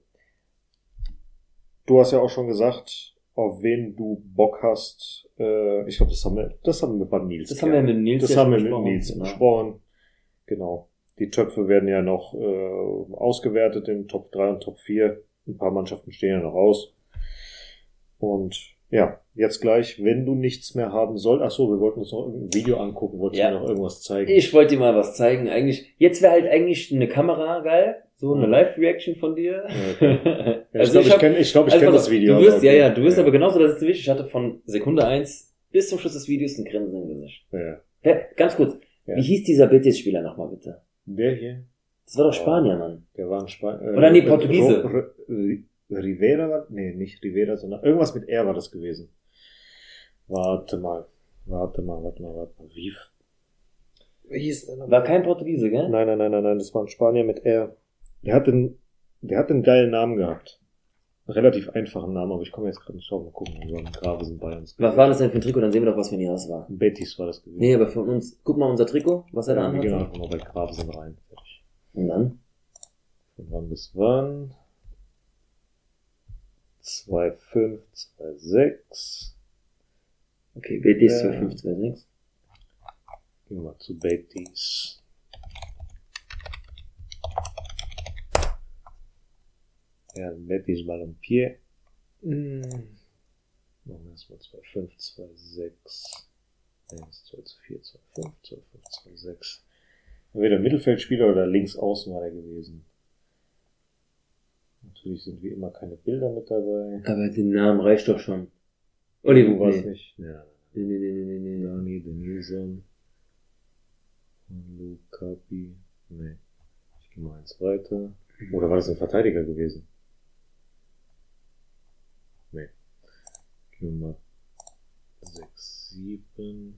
Du hast ja auch schon gesagt, auf wen du Bock hast. Äh, ich glaube, das haben wir, das haben wir beim Nils. Das haben wir mit Nils Das ja haben wir schon mit besprochen. Nils Genau. besprochen. Genau. Die Töpfe werden ja noch äh, ausgewertet in Top drei und Top vier. Ein paar Mannschaften stehen ja noch aus. Und ja, jetzt gleich, wenn du nichts mehr haben sollst. Ach so, wir wollten uns noch irgendein Video angucken. Wolltest Ja. du noch irgendwas zeigen? Ich wollte dir mal was zeigen. Eigentlich, jetzt wäre halt eigentlich eine Kamera geil. So eine Live-Reaction von dir. Okay. Ja, Also ich glaube, ich ich hab- kenne ich glaub, ich Also kenn pass das auf, Video. Du wirst, aber ja, okay. ja, du wirst aber genauso, das ist wichtig. Ich hatte von Sekunde eins bis zum Schluss des Videos ein Grinsen im Gesicht. Ja. Ja, ganz kurz. Ja. Wie hieß dieser Betis-Spieler nochmal bitte? Der hier, Das war doch Spanier, Mann. der war ein Spanier. Oder nee, Portugiese. Rivera war, nee, nicht Rivera, sondern irgendwas mit R war das gewesen. Warte mal, warte mal, warte mal, warte mal. Wie, wie hieß der noch? War kein Portugiese, gell? Nein, nein, nein, nein, nein, das war ein Spanier mit R. Der hat den, der hat einen geilen Namen gehabt. Einen relativ einfachen Namen, aber ich komme jetzt gerade nicht drauf. Mal gucken, wo ein Grave sind bei uns. Was war das denn für ein Trikot? Dann sehen wir doch, was für ein Jahr es war. Betis war das gewesen. Nee, aber von uns, guck mal unser Trikot, was er da ja, wir gehen anhat. einfach mal bei Gravensen rein. Fertig. Und dann? Von wann bis wann? zwei Komma fünf, zwei Komma sechs. Okay, Betis Ja. zwei fünf zwei sechs. Gehen wir mal zu Betis. Ja, Betis Balompié. Hm. Machen wir erstmal zwei Komma fünf, zwei Komma sechs. eins, zwei zu vier, zwei Komma fünf, zwei Komma fünf, zwei Komma sechs. Entweder Mittelfeldspieler oder links außen war er gewesen. Natürlich sind wie immer keine Bilder mit dabei. Aber den Namen reicht doch schon. Oliver, Du warst nee. nicht. Ja. Nee, nee, nee, nee, nee, nee. Dani, Denilson. Lukapi. Nee. Ich gehe mal eins weiter. Oder war das ein Verteidiger gewesen? Nee. Gehen wir mal sechs, sieben.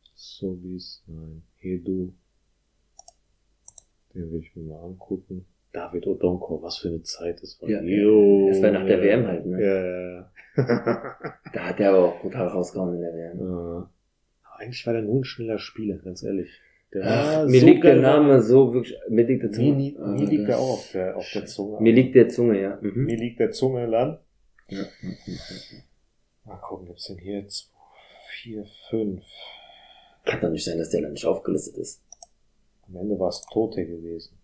Sobis, nein. Hedu. Den will ich mir mal angucken. David Odonko, was für eine Zeit das war. Ja, Jo, das war nach der ja. W M halt, ne? Ja, ja, ja. Da hat der aber auch brutal rausgehauen in der W M. Ja. Aber eigentlich war der nur ein schneller Spieler, ganz ehrlich. Der Ach, war mir so liegt der geil. Name so wirklich, mir liegt der Mir, Zunge. mir, Ah, mir liegt das- der auch auf der, auf der Zunge. Mir liegt der Zunge, ja. Mhm. Mir liegt der Zunge lang. Ja. Mal gucken, gibt's denn hier zwei, vier, fünf. Kann doch nicht sein, dass der da nicht aufgelistet ist. Am Ende war es Tote gewesen.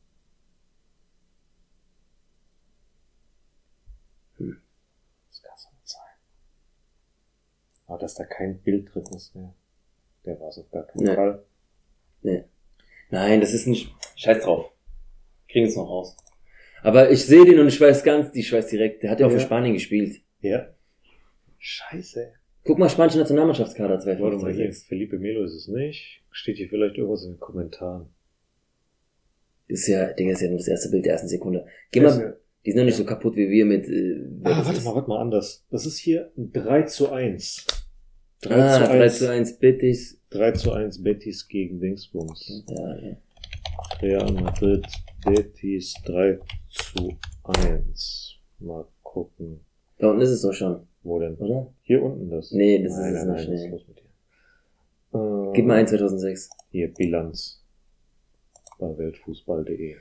Hm. Das kann so nicht sein. Aber dass da kein Bild drin ist, ne? Der war es auf gar keinen Nee. Fall. Nee. Nein, das ist nicht. Scheiß drauf. Kriegen es noch raus. Aber ich sehe den und ich weiß ganz, ich weiß direkt, der hat ja auch Ja. für Spanien gespielt. Ja. Scheiße. Guck mal, spanische Nationalmannschaftskader Warte mal hier, zweitausendsechs. Felipe Melo ist es nicht. Steht hier vielleicht irgendwas in den Kommentaren. Ist ja, Digga, ist ja nur das erste Bild der ersten Sekunde. Geh Ist mal, ja- die sind noch nicht so kaputt wie wir mit, äh, wer Ah, das warte ist. mal, warte mal anders. Das ist hier ein drei zu eins. drei Ah, zu drei eins. zu eins Betis. drei zu eins Betis gegen Dingsbums. Ja, ja. Real Madrid, Betis drei zu eins. Mal gucken. Da unten ist es doch schon, Wo denn? oder? Hier unten das? Nee, das nein, ist es nein, nicht, nein, was nee. ist los mit dir? Äh, Gib mal ein zweitausendsechs. Hier, Bilanz. Bei weltfußball punkt de.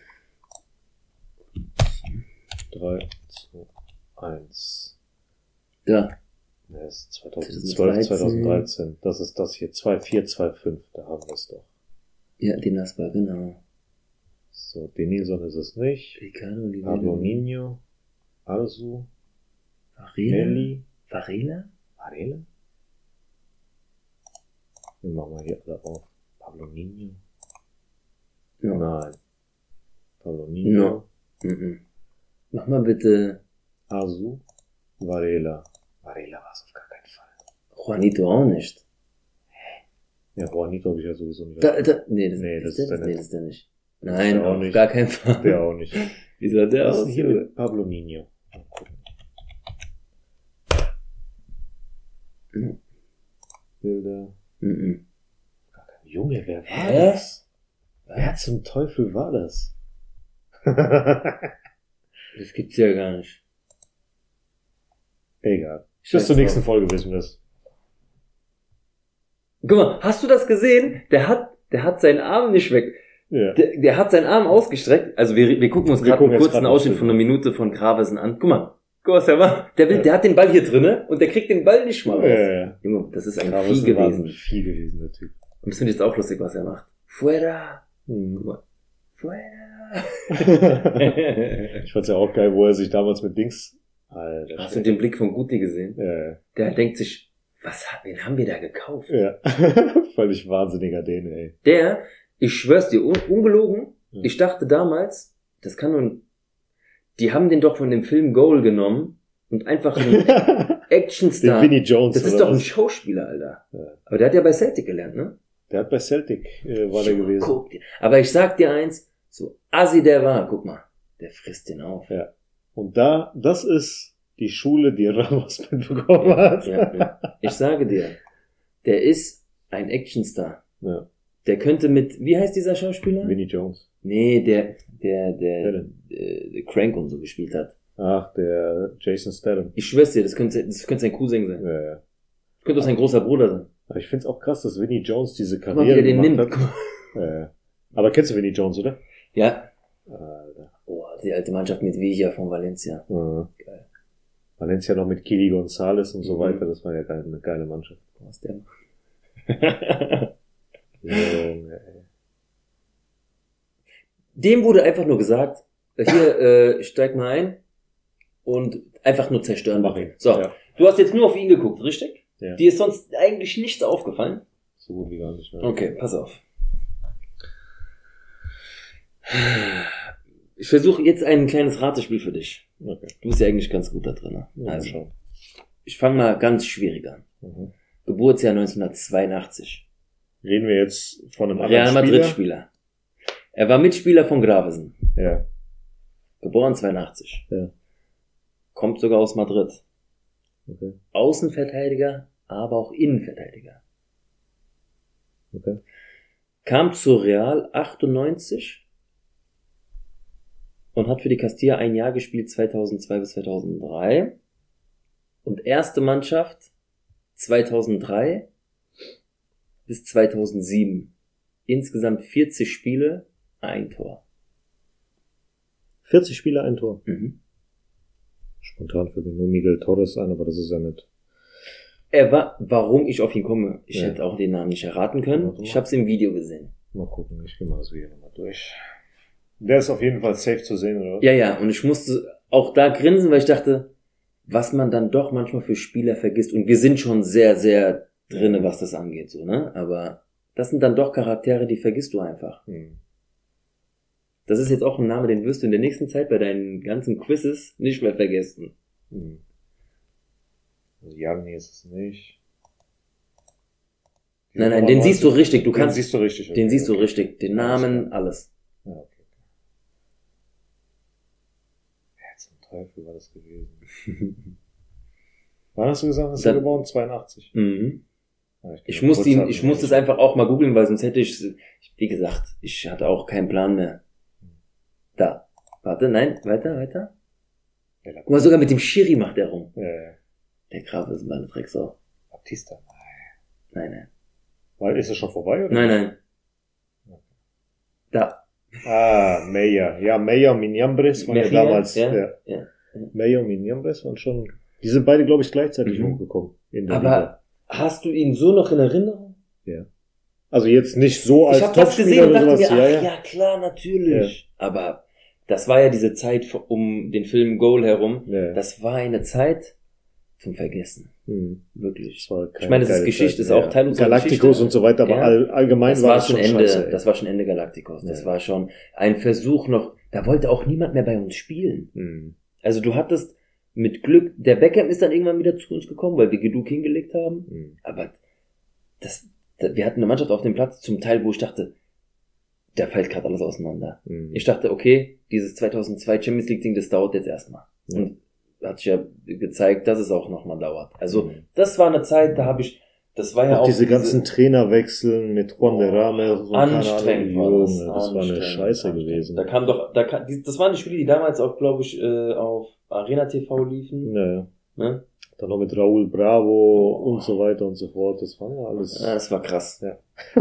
drei zu eins. Ja. Das ist zweitausendzwölf, zweitausenddreizehn. Das ist das hier. zwei vier zwei fünf. Da haben wir es doch. Ja, die Naspa, genau. So, Denilson ist es nicht. Ricardo Oliveira. Pablo Nino. Arzu. Varela? Nelly. Varela? Varela? Wir machen mal hier alle auf. Pablo Nino. Ja. Nein. Pablo Nino. No. Mhm. Mach mal bitte Arzu. Varela. Varela war es auf gar keinen Fall. Juanito auch nicht. Ja, Juanito habe ich ja sowieso nicht. Da, da, nee, das, Nee, ist das der, ist der nee, nicht. das ist der nicht. Nein, der auch auf nicht. gar keinen Fall. Der auch nicht. Wie sah der Was ist aus? denn hier Junge? mit Pablo Nino? Mal gucken. Mhm. Bilder. Mhm. Junge, wer war Hä? das? Wer zum Teufel war das? Das gibt's ja gar nicht. Egal. Ich Bis weiß zur auch. nächsten Folge wissen wir es. Guck mal, hast du das gesehen? Der hat, der hat seinen Arm nicht weg. Ja. Der, der hat seinen Arm ausgestreckt. Also wir, wir gucken uns Wir gerade gucken einen jetzt kurzen grad Ausschnitt noch von einer Minute von Gravesen an. Guck mal. Guck mal, was der war. Der, will, Ja. der hat den Ball hier drinne und der kriegt den Ball nicht mal raus. Ja, ja. Junge, das ist ein Aber Vieh es war ein gewesen. Vieh gewesen, der Typ. Und das finde ich jetzt auch lustig, was er macht. Fuera. Guck Hm. mal. Fuera. Ich fand's ja auch geil, wo er sich damals mit Dings... Alter. Hast du den Blick von Guti gesehen? Ja, Der denkt sich, was, hat- wen haben wir da gekauft? ja. Völlig wahnsinniger Däne, ey. Der, ich schwör's dir, un ungelogen, Ja. ich dachte damals, das kann nun, die haben den doch von dem Film Goal genommen und einfach einen Den Actionstar. Vinnie Jones. Das ist oder doch ein was? Schauspieler, Alter. Ja. Aber der hat ja bei Celtic gelernt, ne? Der hat bei Celtic, äh, war der Junge, gewesen. guck dir. Aber ich sag dir eins, so assi der war, guck mal, der frisst den auf. Ja. Und da, das ist die Schule, die Ramos mitbekommen hat. Ja, ja. Ich sage dir, der ist ein Actionstar. Ja. Der könnte mit, wie heißt dieser Schauspieler? Vinnie Jones. Nee, der, der, Wer der, denn? der, der Crank und so gespielt hat. Ach, der Jason Statham. Ich schwör's dir, das könnte, das könnte sein Cousin sein. Ja, ja. Das könnte auch sein großer Bruder sein. Aber ich find's auch krass, dass Vinnie Jones diese Guck mal, wie Karriere der den nimmt. gemacht Guck hat. mal. Ja, ja. Aber kennst du Vinnie Jones, oder? Ja. Alter. Oh, die alte Mannschaft mit Villa von Valencia. Ja. Geil. Valencia noch mit Kili Gonzalez und so Mhm. weiter. Das war ja geil, eine geile Mannschaft. Was der? Junge, ey. Dem wurde einfach nur gesagt, hier, äh, steig mal ein und einfach nur zerstören. Mach ihn. So, Ja. du hast jetzt nur auf ihn geguckt, richtig? Ja. Dir ist sonst eigentlich nichts aufgefallen? So gut wie gar nicht mehr. Okay, pass auf. Ich versuche jetzt ein kleines Ratespiel für dich. Okay. Du bist ja eigentlich ganz gut da drin. Ja, Also, schon. ich fange mal ganz schwierig an. Mhm. Geburtsjahr neunzehnhundertzweiundachtzig. Reden wir jetzt von einem Real anderen Madrid Spieler? Spieler. Er war Mitspieler von Gravesen. Ja. Geboren zweiundachtzig. Ja. Kommt sogar aus Madrid. Okay. Außenverteidiger, aber auch Innenverteidiger. Okay. Kam zu Real achtundneunzig und hat für die Castilla ein Jahr gespielt, zweitausendzwei bis zweitausenddrei. Und erste Mannschaft zweitausenddrei bis zweitausendsieben. Insgesamt vierzig Spiele, ein Tor. vierzig Spiele, ein Tor. Mhm. Spontan fällt mir nur Miguel Torres ein, aber das ist ja nicht. Er war, warum ich auf ihn komme, ich Ja. hätte auch den Namen nicht erraten können. Ich habe es im Video gesehen. Mal gucken, ich gehe mal das Video nochmal durch. Der ist auf jeden Fall safe zu sehen, oder? Ja, ja, und ich musste auch da grinsen, weil ich dachte, was man dann doch manchmal für Spieler vergisst. Und wir sind schon sehr, sehr drinne, was das angeht, so, ne? Aber das sind dann doch Charaktere, die vergisst du einfach. Hm. Das ist jetzt auch ein Name, den wirst du in der nächsten Zeit bei deinen ganzen Quizzes nicht mehr vergessen. Hm. Janni ist es nicht. Die Nein, nein, Nummer den siehst du neunzig, richtig. Du den kannst, siehst du richtig. den okay, siehst du okay. richtig. Den Namen, alles. Ja, okay. Wer zum Teufel war das gewesen? Wann hast du gesagt, ist er Dann- geboren? zweiundachtzig. Mhm. Ja, ich Ich bin musste kurz ihn, halten. ich musste es einfach auch mal googeln, weil sonst hätte ich, wie gesagt, ich hatte auch keinen Plan mehr. Da. Warte, nein, weiter, weiter. Ja, da- Guck mal, sogar mit dem Schiri macht er rum. Ja, ja. Der Graf ist meine Drecksau. Baptista. Nein, nein. Weil, ist es schon vorbei, oder? Nein, nein. Da. Ah, Meyer. Ja, Meyer und Minjambres waren ja Mejia, damals, ja, ja. ja. Meyer und Minjambres waren schon, die sind beide, glaube ich, gleichzeitig Mhm. hochgekommen in der Liga. Aber hast du ihn so noch in Erinnerung? Ja. Also jetzt nicht so als Ich habe das gesehen Topspieler und oder dachte sowas, mir, ach ja, ja, ja. klar, natürlich. Aber das war ja diese Zeit um den Film Goal herum. Ja. Das war eine Zeit zum Vergessen. Hm. Wirklich. Das war keine Ich meine, das ist geile Geschichte, Zeit, ist auch ja. Teil unserer Galacticos Geschichte. und so weiter, aber Ja. all, allgemein Das war war das schon schon Ende, scheiße. ey. das war schon Ende Galacticos. Das Ja. war schon ein Versuch noch, da wollte auch niemand mehr bei uns spielen. Hm. Also du hattest mit Glück, der Beckham ist dann irgendwann wieder zu uns gekommen, weil wir genug hingelegt haben. Hm. Aber das, da, wir hatten eine Mannschaft auf dem Platz, zum Teil, wo ich dachte, da fällt gerade alles auseinander. Hm. Ich dachte, okay, dieses zweitausendzwei Champions League Ding, das dauert jetzt erstmal. Ja. Und hat sich ja gezeigt, dass es auch nochmal dauert. Also Mhm. das war eine Zeit, da habe ich, das war ja Auch auch diese ganzen Trainerwechseln mit Juan de Rame, so keine anstrengend Ahnung, war das. Junge, das war eine Anstrengend, Scheiße anstrengend. gewesen. Da kam doch, da kam, die, das waren die Spiele, die damals auch, glaube ich, äh, auf Arena T V liefen. Ja, ja. Ne? Dann noch mit Raúl Bravo und so weiter und so fort. Das war ja alles. Ja, das war krass. Ja.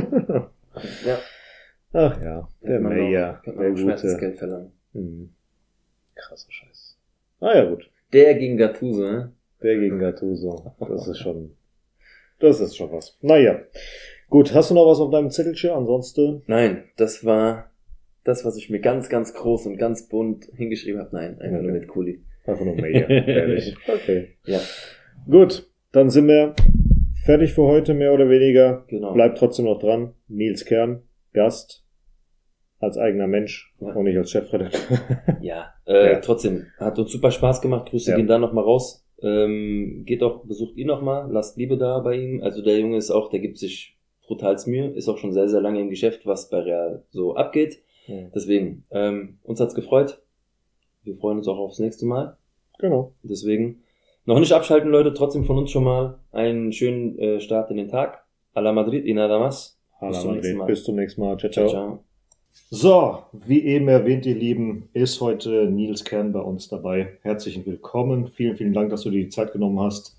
Ja. Ach ja, der Könnte man Meyer, noch- könnte der man noch gute. Schmerzensgeld verlangen. Hm. Krasser Scheiß. Ah ja, gut. Der gegen Gattuso, ne? Der gegen Gattuso. Das ist schon, das ist schon was. Naja. Gut, hast du noch was auf deinem Zettelchen? Ansonsten, Nein, das war das, was ich mir ganz, ganz groß und ganz bunt hingeschrieben habe. Nein, einfach Ja, nur ja. mit Kuli. einfach nur Meyer. Ehrlich. Okay. Ja, Gut, dann sind wir fertig für heute, mehr oder weniger. genau. Bleibt trotzdem noch dran. Nils Kern, Gast, als eigener Mensch Ja. und nicht als Chefredakteur. Ja, äh, Ja. trotzdem, hat uns super Spaß gemacht. Grüße Ja. gehen da nochmal raus. Ähm, geht auch, besucht ihn nochmal, lasst Liebe da bei ihm. Also der Junge ist auch, der gibt sich brutals Mühe, ist auch schon sehr, sehr lange im Geschäft, was bei Real so abgeht. Ja. Deswegen, ähm, uns hat's gefreut. Wir freuen uns auch aufs nächste Mal. Genau. Deswegen, noch nicht abschalten, Leute. Trotzdem von uns schon mal einen schönen äh, Start in den Tag. A la Madrid y nada más. Bis zum nächsten Mal. Bis zum nächsten Mal. Ciao, Ciao, ciao. ciao. So, wie eben erwähnt, ihr Lieben, ist heute Nils Kern bei uns dabei. Herzlich willkommen. Vielen, vielen Dank, dass du dir die Zeit genommen hast.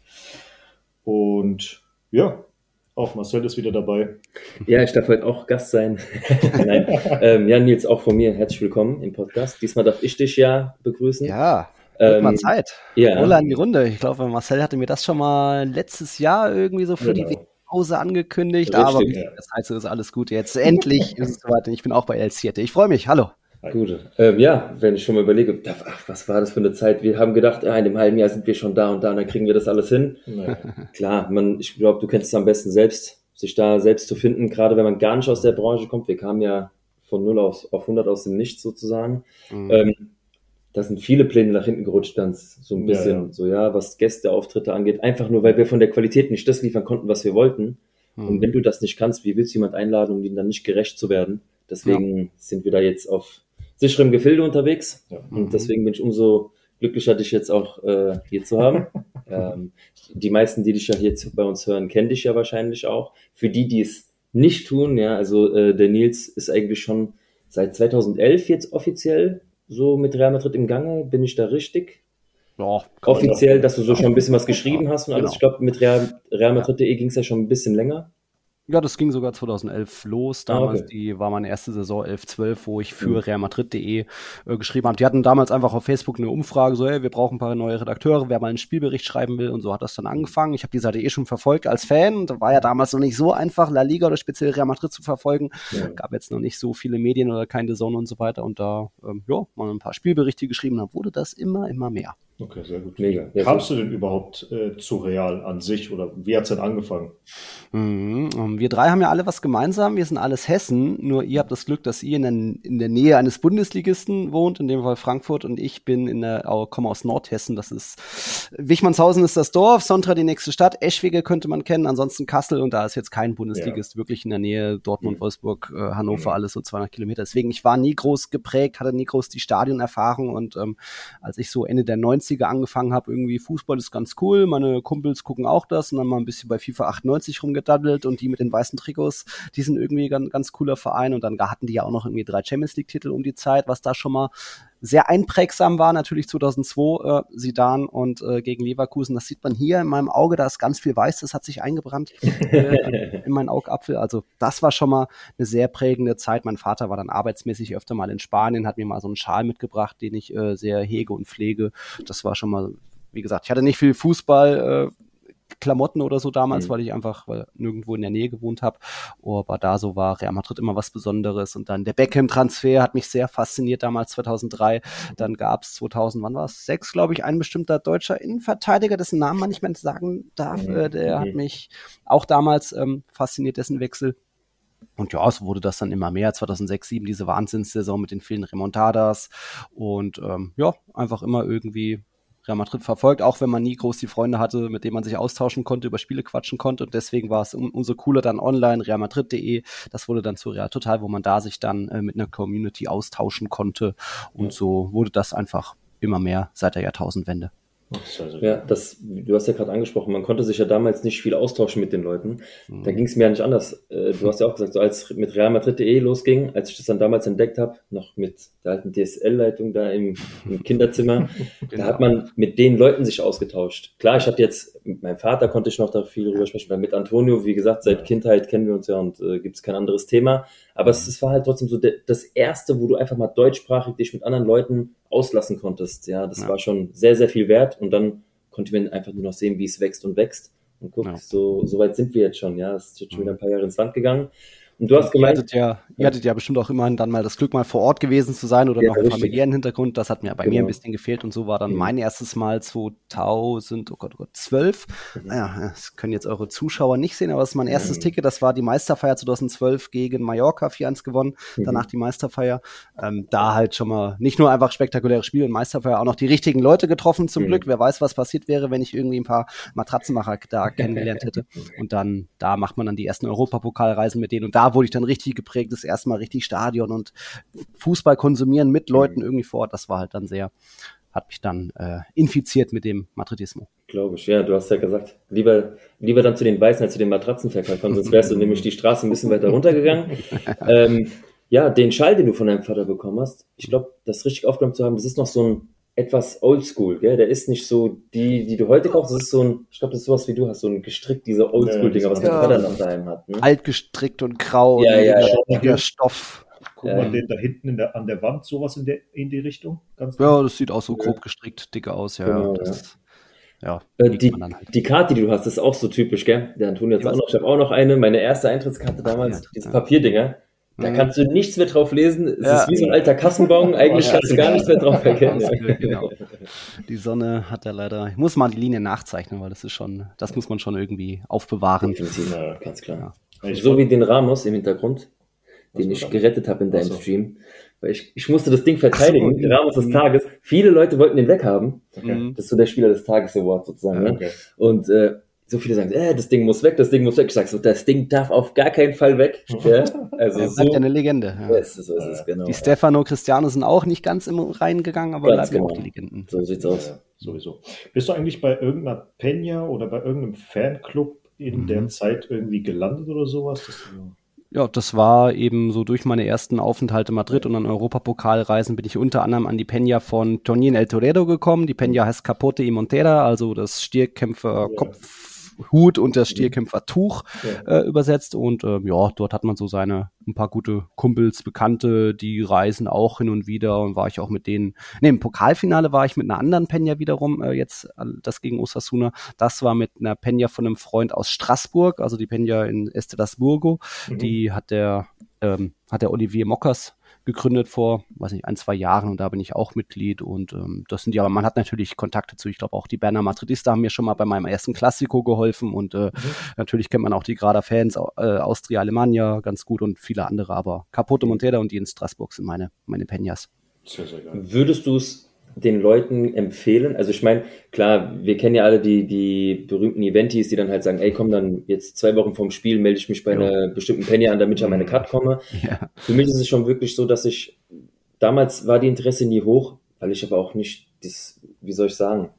Und ja, auch Marcel ist wieder dabei. Ja, ich darf heute auch Gast sein. Nein. Ähm, ja, Nils, auch von mir herzlich willkommen im Podcast. Diesmal darf ich dich ja begrüßen. Ja, wird ähm, mal Zeit. Ja. Roland in die Runde. Ich glaube, Marcel hatte mir das schon mal letztes Jahr irgendwie so für Genau. die Pause angekündigt. Richtig, aber ja. das heißt, es ist alles gut. Jetzt endlich ist es soweit. Und ich bin auch bei El Siete. Ich freue mich. Hallo. Gut. Ähm, ja, wenn ich schon mal überlege, da- ach, was war das für eine Zeit? Wir haben gedacht, ah, in dem halben Jahr sind wir schon da und da und dann kriegen wir das alles hin. Naja. Klar, man, ich glaube, du kennst es am besten selbst, sich da selbst zu finden, gerade wenn man gar nicht aus der Branche kommt. Wir kamen ja von null auf, auf hundert aus dem Nichts sozusagen. Mhm. Ähm, da sind viele Pläne nach hinten gerutscht, ganz so ein Ja, bisschen, ja. so ja, was Gästeauftritte angeht, einfach nur, weil wir von der Qualität nicht das liefern konnten, was wir wollten. Mhm. Und wenn du das nicht kannst, wie willst du jemand einladen, um ihm dann nicht gerecht zu werden? Deswegen sind wir da jetzt auf sicherem Gefilde unterwegs. Ja. Und deswegen bin ich umso glücklicher, dich jetzt auch äh, hier zu haben. ähm, die meisten, die dich ja hier zu, bei uns hören, kennen dich ja wahrscheinlich auch. Für die, die es nicht tun, ja, also äh, der Nils ist eigentlich schon seit zweitausendelf jetzt offiziell so mit Real Madrid im Gange? Bin ich da richtig? Ja, Offiziell, dass du so schon ein bisschen was geschrieben hast und alles. Genau. Ich glaube, mit Real, Real Madrid punkt de ging es ja schon ein bisschen länger. Ja, das ging sogar zweitausendelf los. Damals, Ah, okay. die war meine erste Saison elf zwölf, wo ich für Real Madrid punkt de äh, geschrieben habe. Die hatten damals einfach auf Facebook eine Umfrage, so, hey, wir brauchen ein paar neue Redakteure, wer mal einen Spielbericht schreiben will, und so hat das dann angefangen. Ich habe die Seite eh schon verfolgt als Fan, und da war ja damals noch nicht so einfach, La Liga oder speziell Real Madrid zu verfolgen. Ja. Gab jetzt noch nicht so viele Medien oder keine D A Z N und so weiter, und da, ähm, ja, mal ein paar Spielberichte geschrieben, dann wurde das immer, immer mehr. Okay, sehr gut. Mega. Wie kamst du denn überhaupt äh, zu Real an sich oder wie hat's denn angefangen? Mhm. Und wir drei haben ja alle was gemeinsam. Wir sind alles Hessen. Nur ihr habt das Glück, dass ihr in der, in der Nähe eines Bundesligisten wohnt, in dem Fall Frankfurt, und ich bin in der, komme aus Nordhessen. Das ist Wichmannshausen ist das Dorf, Sontra die nächste Stadt, Eschwege könnte man kennen, ansonsten Kassel, und da ist jetzt kein Bundesligist Ja. wirklich in der Nähe. Dortmund, Mhm. Wolfsburg, äh, Hannover, Mhm. alles so zweihundert Kilometer. Deswegen, ich war nie groß geprägt, hatte nie groß die Stadionerfahrung, und ähm, als ich so Ende der neunziger angefangen habe, irgendwie Fußball ist ganz cool, meine Kumpels gucken auch das, und dann mal ein bisschen bei FIFA achtundneunzig rumgedaddelt, und die mit den weißen Trikots, die sind irgendwie ganz, ganz cooler Verein, und dann hatten die ja auch noch irgendwie drei Champions League Titel um die Zeit, was da schon mal sehr einprägsam war, natürlich zweitausendzwei, äh, Zidane und äh, gegen Leverkusen. Das sieht man hier in meinem Auge, da ist ganz viel Weiß, das hat sich eingebrannt äh, in meinen Augapfel. Also das war schon mal eine sehr prägende Zeit. Mein Vater war dann arbeitsmäßig öfter mal in Spanien, hat mir mal so einen Schal mitgebracht, den ich äh, sehr hege und pflege. Das war schon mal, wie gesagt, ich hatte nicht viel Fußball, äh, Klamotten oder so damals, mhm. weil ich einfach weil nirgendwo in der Nähe gewohnt habe. Aber da so war Real Madrid immer was Besonderes. Und dann der Beckham-Transfer hat mich sehr fasziniert damals, zweitausenddrei. Dann gab es zweitausend, wann war es? sechs, glaube ich, ein bestimmter deutscher Innenverteidiger, dessen Namen man nicht mehr sagen darf. Mhm. Äh, der mhm. hat mich auch damals ähm, fasziniert, dessen Wechsel. Und ja, so wurde das dann immer mehr. zweitausendsechs, zweitausendsieben, diese Wahnsinnssaison mit den vielen Remontadas. Und ähm, ja, einfach immer irgendwie Real Madrid verfolgt, auch wenn man nie groß die Freunde hatte, mit denen man sich austauschen konnte, über Spiele quatschen konnte, und deswegen war es um, umso cooler dann online, Real Madrid punkt de, das wurde dann zu Real Total, wo man da sich dann äh, mit einer Community austauschen konnte, und ja. so wurde das einfach immer mehr seit der Jahrtausendwende. Ja, das, du hast ja gerade angesprochen, man konnte sich ja damals nicht viel austauschen mit den Leuten. Mhm. Da ging es mir ja nicht anders. Du hast ja auch gesagt, so als mit Real Madrid punkt de losging, als ich das dann damals entdeckt habe, noch mit der alten D S L-Leitung da im, im Kinderzimmer, genau. Da hat man mit den Leuten sich ausgetauscht. Klar, ich hatte jetzt, mit meinem Vater konnte ich noch da viel drüber sprechen, weil mit Antonio, wie gesagt, seit Kindheit kennen wir uns ja, und äh, gibt es kein anderes Thema. Aber es, es war halt trotzdem so de, das Erste, wo du einfach mal deutschsprachig dich mit anderen Leuten auslassen konntest. Ja, das ja. war schon sehr, sehr viel wert, und dann konnte man einfach nur noch sehen, wie es wächst und wächst. Und guck, ja. so, so weit sind wir jetzt schon. Ja, es ist jetzt schon wieder ein paar Jahre ins Land gegangen. Und du hast gemeint, ihr hattet ja, ihr hattet ja bestimmt auch immerhin dann mal das Glück, mal vor Ort gewesen zu sein oder ja, noch einen familiären Hintergrund. Das hat mir bei genau. mir ein bisschen gefehlt, und so war dann mhm. mein erstes Mal zweitausend, oh Gott, oh Gott, zwölf. Mhm. Ja, das können jetzt eure Zuschauer nicht sehen, aber das ist mein erstes mhm. Ticket. Das war die Meisterfeier zweitausendzwölf gegen Mallorca, vier eins gewonnen. Mhm. Danach die Meisterfeier. Ähm, da halt schon mal nicht nur einfach spektakuläre Spiele und Meisterfeier, auch noch die richtigen Leute getroffen zum mhm. Glück. Wer weiß, was passiert wäre, wenn ich irgendwie ein paar Matratzenmacher da kennengelernt hätte. Und dann, da macht man dann die ersten Europapokalreisen mit denen, und da wurde ich dann richtig geprägt, das erste Mal richtig Stadion und Fußball konsumieren mit Leuten irgendwie vor Ort. Das war halt dann sehr, hat mich dann äh, infiziert mit dem Madridismo. Glaube ich, ja, du hast ja gesagt, lieber, lieber dann zu den Weißen als zu den Matratzenverkäufern, sonst wärst du nämlich die Straße ein bisschen weiter runtergegangen. ähm, ja, den Schall, den du von deinem Vater bekommen hast, ich glaube, das richtig aufgenommen zu haben, das ist noch so ein etwas oldschool, gell? Der ist nicht so die, die du heute kaufst, das ist so ein, ich glaube, das ist sowas wie du hast, so ein gestrickt, diese Oldschool-Dinger, was ja. dein Vater noch daheim hat. Ne? Alt gestrickt und grau, ja, ja, ja, ja. Stoff. Guck mal, ähm, den da hinten in der, an der Wand, sowas in, der, in die Richtung? Ganz ja, das sieht auch so grob gestrickt, dicker aus, ja. Genau, das, ja. ja die, halt. die Karte, die du hast, ist auch so typisch, gell? Der Antonio hat auch noch, ich habe auch noch eine, meine erste Eintrittskarte damals, ja, diese ja. Papierdinger. Da kannst du nichts mehr drauf lesen. Es ja. ist wie so ein alter Kassenbon. Eigentlich ja, kannst du gar nichts mehr drauf erkennen. Genau. Die Sonne hat ja leider. Ich muss mal die Linie nachzeichnen, weil das ist schon, das muss man schon irgendwie aufbewahren. Definitiv, ja, ganz klar. Ja. So wie den Ramos im Hintergrund, den ich gerettet habe in deinem so. Stream. Weil ich, ich musste das Ding verteidigen, so, Ramos des Tages. Viele Leute wollten den weghaben. Okay. Das ist so der Spieler des Tages Award sozusagen. Ja, okay. Ne? Und äh, so viele sagen, äh, das Ding muss weg, das Ding muss weg. Ich sag so, das Ding darf auf gar keinen Fall weg. Ja? Also er so, bleibt ja eine Legende. Ja. Ja, so ist es, genau. Die Stefano Cristiano sind auch nicht ganz im Reinen gegangen, aber bleiben genau. auch die Legenden. So sieht's aus. Ja, sowieso. Bist du eigentlich bei irgendeiner Peña oder bei irgendeinem Fanclub in mhm. der Zeit irgendwie gelandet oder sowas? Das Ja, das war eben so durch meine ersten Aufenthalte in Madrid und an Europapokalreisen bin ich unter anderem an die Peña von Toñín El Torero gekommen. Die Peña heißt Capote y Montera, also das Stierkämpfer-Kopfhut und das Stierkämpfer-Tuch Ja. äh, übersetzt. Und äh, ja, dort hat man so seine ein paar gute Kumpels, Bekannte, die reisen auch hin und wieder und war ich auch mit denen. Ne, im Pokalfinale war ich mit einer anderen Peña wiederum, äh, jetzt äh, das gegen Osasuna. Das war mit einer Peña von einem Freund aus Straßburg, also die Peña in Estrasburgo. Mhm. Die hat der, ähm, hat der Olivier Mockers gegründet vor, weiß nicht, ein, zwei Jahren und da bin ich auch Mitglied und ähm, das sind ja, aber man hat natürlich Kontakte zu, ich glaube auch die Berner Madridista haben mir schon mal bei meinem ersten Klassiko geholfen und äh, mhm. natürlich kennt man auch die Grader Fans, äh, Austria Alemannia ganz gut und viele andere, aber Capote Montera und die in Straßburg sind meine, meine Peñas. Sehr, sehr geil. Würdest du es den Leuten empfehlen? Also ich meine, klar, wir kennen ja alle die, die berühmten Eventis, die dann halt sagen, ey komm, dann jetzt zwei Wochen vorm Spiel melde ich mich bei ja. einer bestimmten Peña an, damit ich an meine Cut komme. Ja. Für mich ist es schon wirklich so, dass ich, damals war die Interesse nie hoch, weil ich aber auch nicht, das, wie soll ich sagen,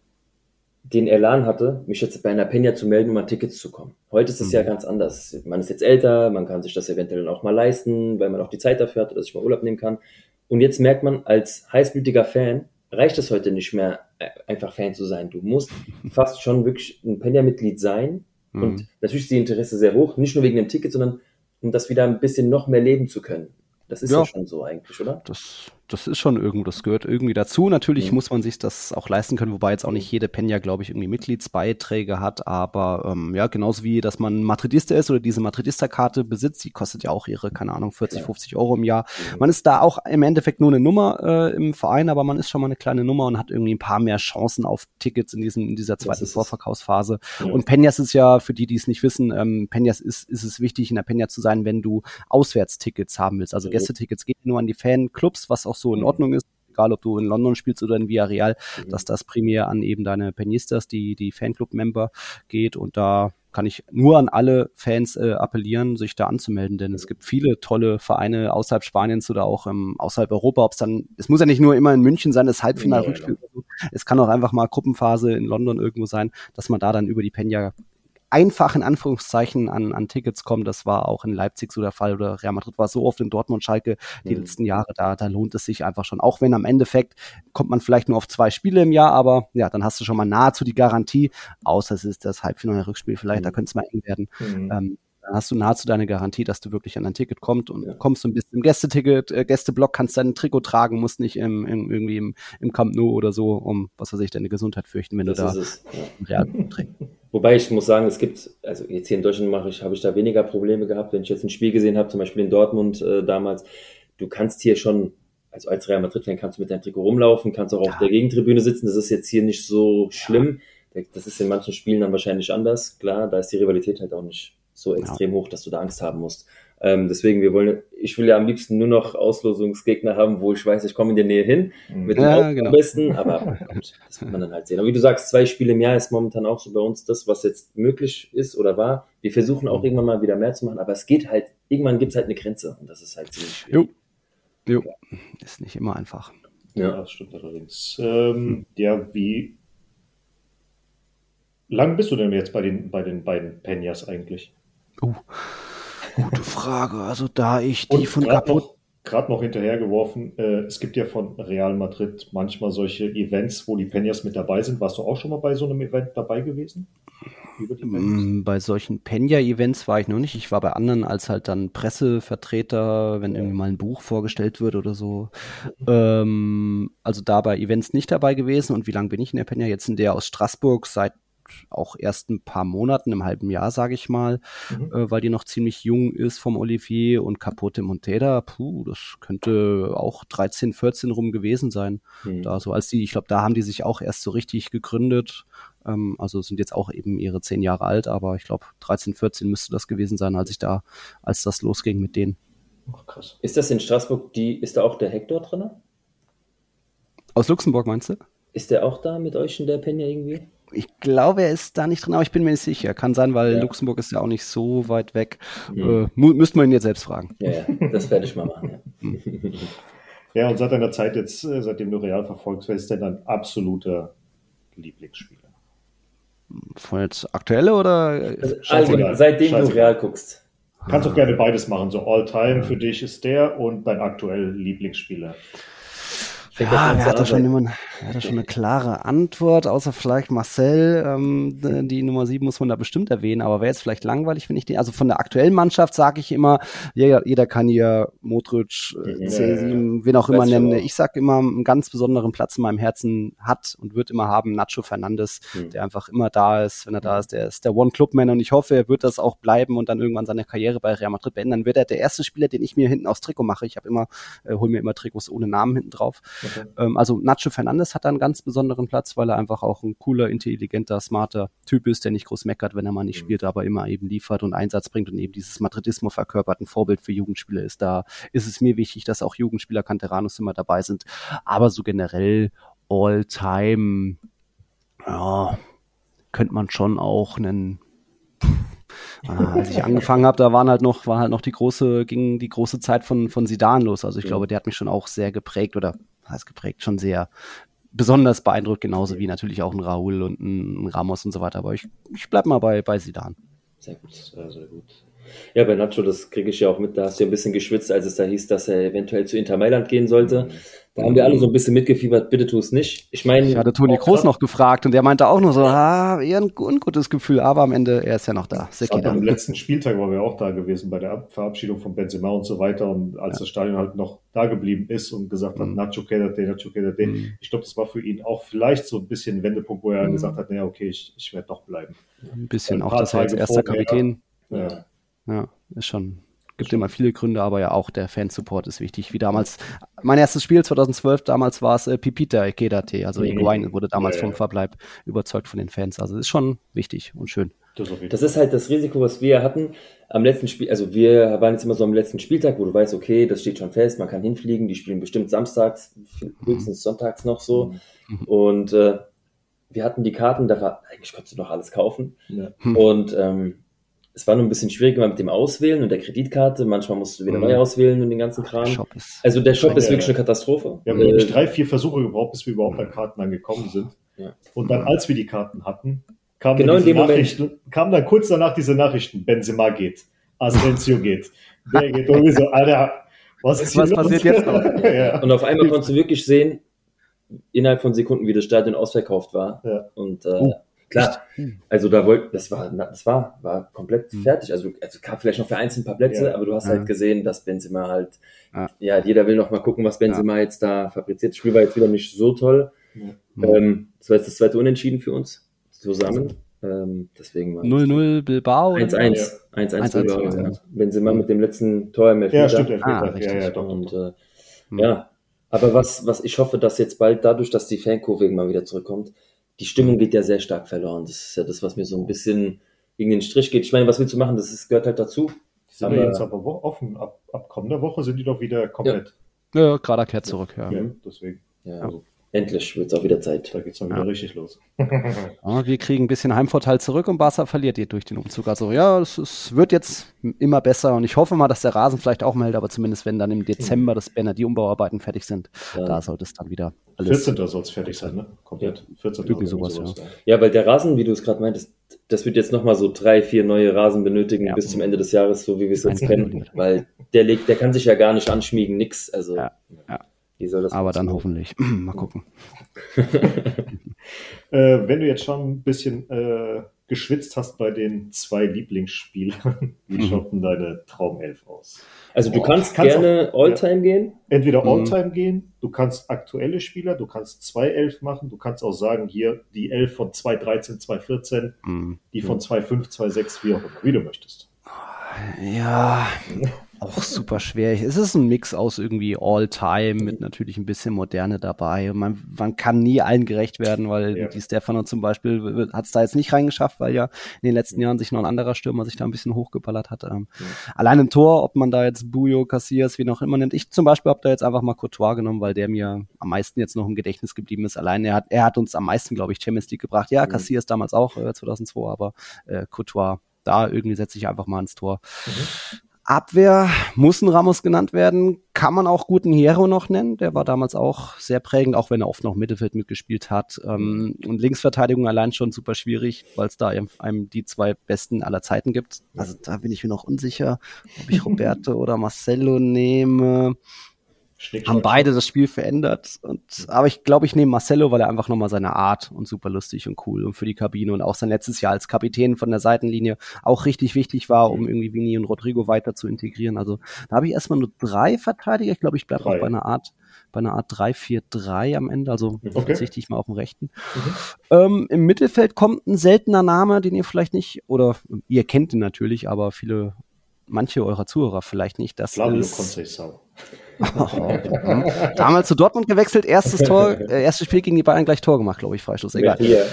den Elan hatte, mich jetzt bei einer Peña zu melden, um an Tickets zu kommen. Heute ist es mhm. ja ganz anders. Man ist jetzt älter, man kann sich das eventuell auch mal leisten, weil man auch die Zeit dafür hat, dass ich mal Urlaub nehmen kann. Und jetzt merkt man, als heißblütiger Fan, reicht es heute nicht mehr, einfach Fan zu sein. Du musst fast schon wirklich ein Peña-Mitglied sein. Mhm. Und natürlich ist die Interesse sehr hoch, nicht nur wegen dem Ticket, sondern um das wieder ein bisschen noch mehr leben zu können. Das ist ja, ja schon so eigentlich, oder? Das, das ist schon irgendwo, das gehört irgendwie dazu. Natürlich mhm. muss man sich das auch leisten können, wobei jetzt auch nicht jede Peña, glaube ich, irgendwie Mitgliedsbeiträge hat, aber ähm, ja, genauso wie, dass man Madridista ist oder diese Madridista-Karte besitzt, die kostet ja auch ihre, keine Ahnung, vierzig, ja. fünfzig Euro im Jahr. Mhm. Man ist da auch im Endeffekt nur eine Nummer äh, im Verein, aber man ist schon mal eine kleine Nummer und hat irgendwie ein paar mehr Chancen auf Tickets in, diesem, in dieser zweiten Vorverkaufsphase. Ja. Und Peñas ist ja, für die, die es nicht wissen, ähm, Peñas ist, ist es wichtig, in der Peña zu sein, wenn du Auswärtstickets haben willst, also Gästetickets gehen nur an die Fanclubs, was auch so in Ordnung ist, egal ob du in London spielst oder in Villarreal, mhm. dass das primär an eben deine Peñistas, die die Fanclub-Member geht und da kann ich nur an alle Fans äh, appellieren, sich da anzumelden, denn es gibt viele tolle Vereine außerhalb Spaniens oder auch ähm, außerhalb Europa, ob es dann, es muss ja nicht nur immer in München sein, das Halbfinal-Rückspiel, ja, ja. Es kann auch einfach mal Gruppenphase in London irgendwo sein, dass man da dann über die Peña einfach in Anführungszeichen an, an Tickets kommen. Das war auch in Leipzig so der Fall oder Real Madrid war so oft in Dortmund, Schalke die mhm. letzten Jahre. Da, da lohnt es sich einfach schon. Auch wenn am Endeffekt kommt man vielleicht nur auf zwei Spiele im Jahr, aber ja, dann hast du schon mal nahezu die Garantie, außer es ist das Halbfinale-Rückspiel vielleicht, mhm. da könnte es mal eng werden. Mhm. Ähm, dann hast du nahezu deine Garantie, dass du wirklich an ein Ticket kommst und ja. kommst du ein bisschen im Gästeticket, äh, Gästeblock, kannst dein Trikot tragen, musst nicht im, im, irgendwie im, im Camp Nou oder so um, was weiß ich, deine Gesundheit fürchten, wenn das du da es, ja. Real trägst. Wobei ich muss sagen, es gibt, also jetzt hier in Deutschland mache ich, habe ich da weniger Probleme gehabt, wenn ich jetzt ein Spiel gesehen habe, zum Beispiel in Dortmund äh, damals. Du kannst hier schon, also als Real Madrid-Fan kannst du mit deinem Trikot rumlaufen, kannst auch ja. auf der Gegentribüne sitzen. Das ist jetzt hier nicht so schlimm. Das ist in manchen Spielen dann wahrscheinlich anders. Klar, da ist die Rivalität halt auch nicht so extrem ja. hoch, dass du da Angst haben musst. Ähm, deswegen, wir wollen, ich will ja am liebsten nur noch Auslosungsgegner haben, wo ich weiß, ich komme in der Nähe hin, mit dem ja, Auto genau. am besten, aber gut, das wird man dann halt sehen. Aber wie du sagst, zwei Spiele im Jahr ist momentan auch so bei uns das, was jetzt möglich ist oder war. Wir versuchen auch irgendwann mal wieder mehr zu machen, aber es geht halt, irgendwann gibt es halt eine Grenze und das ist halt ziemlich schwierig. Jo. jo. Ist nicht immer einfach. Ja, ja das stimmt allerdings. Ähm, hm. Ja, wie lang bist du denn jetzt bei den, bei den beiden Peñas eigentlich? Uh. Gute Frage. Also da ich die und von gerade kaputt... noch, grad noch hinterhergeworfen, äh, es gibt ja von Real Madrid manchmal solche Events, wo die Peñas mit dabei sind. Warst du auch schon mal bei so einem Event dabei gewesen? Über die mm, bei solchen Peña-Events war ich noch nicht. Ich war bei anderen als halt dann Pressevertreter, wenn ja. irgendwie mal ein Buch vorgestellt wird oder so. Mhm. Ähm, also da bei Events nicht dabei gewesen. Und wie lange bin ich in der Peña? Jetzt in der aus Straßburg seit auch erst ein paar Monaten, im halben Jahr, sage ich mal, mhm. äh, weil die noch ziemlich jung ist vom Olivier und Capote Montera, puh, das könnte auch dreizehn, vierzehn rum gewesen sein. Mhm. Da so als die, ich glaube, da haben die sich auch erst so richtig gegründet, ähm, also sind jetzt auch eben ihre zehn Jahre alt, aber ich glaube, dreizehn, vierzehn müsste das gewesen sein, als ich da, als das losging mit denen. Ach, krass. Ist das in Straßburg, die, ist da auch der Hector drin? Aus Luxemburg meinst du? Ist der auch da mit euch in der Peña irgendwie? Ich glaube, er ist da nicht drin, aber ich bin mir nicht sicher. Kann sein, weil ja. Luxemburg ist ja auch nicht so weit weg. Mhm. Äh, mu- müsste man ihn jetzt selbst fragen. Ja, ja, das werde ich mal machen. Ja. Ja, und seit deiner Zeit jetzt, seitdem du Real verfolgst, wer ist denn dein absoluter Lieblingsspieler? Von jetzt aktuelle oder? Also, also seitdem Scheißegal. Du Real guckst. Kannst auch gerne beides machen. So All-Time für dich ist der und dein aktuell Lieblingsspieler. Ja, er hatte schon immer, er hatte schon eine klare Antwort, außer vielleicht Marcel, ähm, die Nummer sieben muss man da bestimmt erwähnen, aber wäre jetzt vielleicht langweilig, wenn ich den, also von der aktuellen Mannschaft sage ich immer, jeder, jeder kann hier Modric, äh, C sieben, wen auch immer nennen. Ich sag immer, einen ganz besonderen Platz in meinem Herzen hat und wird immer haben Nacho Fernandes, mhm. der einfach immer da ist, wenn er da ist, der ist der One-Club-Man und ich hoffe, er wird das auch bleiben und dann irgendwann seine Karriere bei Real Madrid beenden. Dann wird er der erste Spieler, den ich mir hinten aufs Trikot mache. Ich habe immer, äh, hol mir immer Trikots ohne Namen hinten drauf. Okay. Ähm, also Nacho Fernandes hat da einen ganz besonderen Platz, weil er einfach auch ein cooler, intelligenter, smarter Typ ist, der nicht groß meckert, wenn er mal nicht mhm. spielt, aber immer eben liefert und Einsatz bringt und eben dieses Madridismo verkörpert, ein Vorbild für Jugendspieler ist. Da ist es mir wichtig, dass auch Jugendspieler Canteranos immer dabei sind. Aber so generell All-Time, ja, könnte man schon auch einen als ich angefangen habe, da waren halt noch, war halt noch die große, ging die große Zeit von, von Zidane los. Also ich ja. glaube, der hat mich schon auch sehr geprägt oder heißt geprägt, schon sehr besonders beeindruckt, genauso wie natürlich auch ein Raúl und ein Ramos und so weiter. Aber ich, ich bleib mal bei, bei Zidane. Sehr gut, sehr, sehr gut. Ja, bei Nacho, das kriege ich ja auch mit, da hast du ja ein bisschen geschwitzt, als es da hieß, dass er eventuell zu Inter Mailand gehen sollte. Da haben wir alle so ein bisschen mitgefiebert, bitte tu es nicht. Ich meine, ich hatte Toni Kroos noch gefragt und der meinte auch nur so, ah, eher ein ungutes Gefühl, aber am Ende, er ist ja noch da. Am letzten Spieltag waren wir auch da gewesen bei der Verabschiedung von Benzema und so weiter und als ja. das Stadion halt noch da geblieben ist und gesagt hat, mhm. Nacho quédate, Nacho quédate. Mhm. Ich glaube, das war für ihn auch vielleicht so ein bisschen ein Wendepunkt, wo er mhm. gesagt hat, naja, okay, ich, ich werde doch bleiben. Ein bisschen, ein auch dass er als erster Kapitän. Ja. Ja, ist schon, gibt immer viele Gründe, aber ja auch der Fansupport ist wichtig. Wie damals, mein erstes Spiel zweitausendzwölf, damals war es äh, Pipita Quédate, also Higuaín wurde damals ja, ja. vom Verbleib überzeugt von den Fans. Also ist schon wichtig und schön. Das, das ist halt das Risiko, was wir hatten am letzten Spiel. Also wir waren jetzt immer so am letzten Spieltag, wo du weißt, okay, das steht schon fest, man kann hinfliegen, die spielen bestimmt samstags, höchstens sonntags noch so. Mhm. Und äh, wir hatten die Karten, da war, eigentlich konntest du noch alles kaufen. Ja. Und ähm, es war nur ein bisschen schwierig mit dem Auswählen und der Kreditkarte. Manchmal musst du wieder neu auswählen und den ganzen Kram. Der also der Shop ist wirklich eine Katastrophe. Wir haben äh, nämlich drei, vier Versuche gebraucht, bis wir überhaupt bei Karten angekommen sind. Ja. Und dann, als wir die Karten hatten, kamen genau dann, in dem Nachrichten, kamen dann kurz danach diese Nachrichten. Benzema geht, Asensio geht, der geht. Und wir so, Alter, was ist was hier passiert los? jetzt noch? Ja. Und auf einmal konntest du wirklich sehen, innerhalb von Sekunden, wie das Stadion ausverkauft war. Ja. Und äh, uh. Klar, also da wollt, das war, das war, war komplett mhm. fertig. Also, also gab vielleicht noch für einzeln ein paar Plätze, ja. aber du hast ja. halt gesehen, dass Benzema halt, ja, ja jeder will noch mal gucken, was Benzema ja. jetzt da fabriziert. Das Spiel war jetzt wieder nicht so toll. Mhm. Ähm, das war jetzt das zweite Unentschieden für uns zusammen. Ähm, deswegen war null null Bilbao. eins eins eins eins Bilbao. Ja. Benzema mit dem letzten Tor im Elfmeter. Ja, stimmt, Elfmeter. Ah, richtig. Ja, ja, doch, Und äh, mhm. ja, aber was, was ich hoffe, dass jetzt bald dadurch, dass die Fankurve mal wieder zurückkommt, die Stimmung geht ja sehr stark verloren. Das ist ja das, was mir so ein bisschen gegen den Strich geht. Ich meine, was willst du machen? Das ist, gehört halt dazu. Die sind aber ja jetzt aber offen. Ab, ab kommender Woche sind die doch wieder komplett. Ja, ja gerade kehrt zurück. Ja, ja deswegen. Ja, also. Endlich wird es auch wieder Zeit. Da geht es dann wieder ja. richtig los. Ja, wir kriegen ein bisschen Heimvorteil zurück und Barca verliert ihr durch den Umzug. Also ja, es, es wird jetzt immer besser und ich hoffe mal, dass der Rasen vielleicht auch mal hält, aber zumindest wenn dann im Dezember das Banner die Umbauarbeiten fertig sind, ja. da sollte es dann wieder alles... vierzehnten soll es fertig sein, ne? Komplett. vierzehnten Irgendwie sowas, sowas, ja. Ja, weil der Rasen, wie du es gerade meintest, das wird jetzt nochmal so drei, vier neue Rasen benötigen ja. bis zum Ende des Jahres, so wie wir es jetzt kennen. Weil der legt, der kann sich ja gar nicht anschmiegen, nix. Also ja. Ja. Wie soll das aber dann hoffentlich. Mal gucken. äh, wenn du jetzt schon ein bisschen äh, geschwitzt hast bei den zwei Lieblingsspielern, wie mhm. schaut denn deine Traumelf aus? Also du oh, kannst, kannst gerne auch, All-Time ja, gehen. Entweder All-Time mhm. gehen, du kannst aktuelle Spieler, du kannst zwei Elf machen, du kannst auch sagen, hier die Elf von zwanzig dreizehn, zwanzig vierzehn, mhm. die von zwanzig fünf, zwanzig sechs, wie auch immer, wie du möchtest. Ja, auch super schwer. Es ist ein Mix aus irgendwie All-Time mit natürlich ein bisschen Moderne dabei. Man, man kann nie allen gerecht werden, weil ja. die Stefano zum Beispiel hat es da jetzt nicht reingeschafft, weil ja in den letzten Jahren sich noch ein anderer Stürmer sich da ein bisschen hochgeballert hat. Ähm, ja. Allein im Tor, ob man da jetzt Buyo, Casillas, wie noch immer nennt. Ich zum Beispiel habe da jetzt einfach mal Courtois genommen, weil der mir am meisten jetzt noch im Gedächtnis geblieben ist. Allein er hat, er hat uns am meisten, glaube ich, Champions League gebracht. Ja, Casillas damals auch, äh, zweitausendzwei, aber äh, Courtois, da irgendwie setze ich einfach mal ins Tor. Mhm. Abwehr muss ein Ramos genannt werden, kann man auch guten Hierro noch nennen, der war damals auch sehr prägend, auch wenn er oft noch Mittelfeld mitgespielt hat. Ähm, und Linksverteidigung allein schon super schwierig, weil es da einem die zwei besten aller Zeiten gibt. Also da bin ich mir noch unsicher, ob ich Roberto oder Marcelo nehme. Haben beide das Spiel verändert. Und, aber ich glaube, ich nehme Marcelo, weil er einfach nochmal seine Art und super lustig und cool und für die Kabine und auch sein letztes Jahr als Kapitän von der Seitenlinie auch richtig wichtig war, um irgendwie Vini und Rodrigo weiter zu integrieren. Also da habe ich erstmal nur drei Verteidiger. Ich glaube, ich bleibe auch bei einer Art bei einer Art drei vier drei am Ende. Also okay. Verzichte ich mal auf den rechten. Mhm. Ähm, Im Mittelfeld kommt ein seltener Name, den ihr vielleicht nicht, oder ihr kennt ihn natürlich, aber viele, manche eurer Zuhörer vielleicht nicht. Das Flavio ist Conceição. Damals zu Dortmund gewechselt, erstes Tor, äh, erstes Spiel gegen die Bayern gleich Tor gemacht, glaube ich, Freistoß, egal. Ja,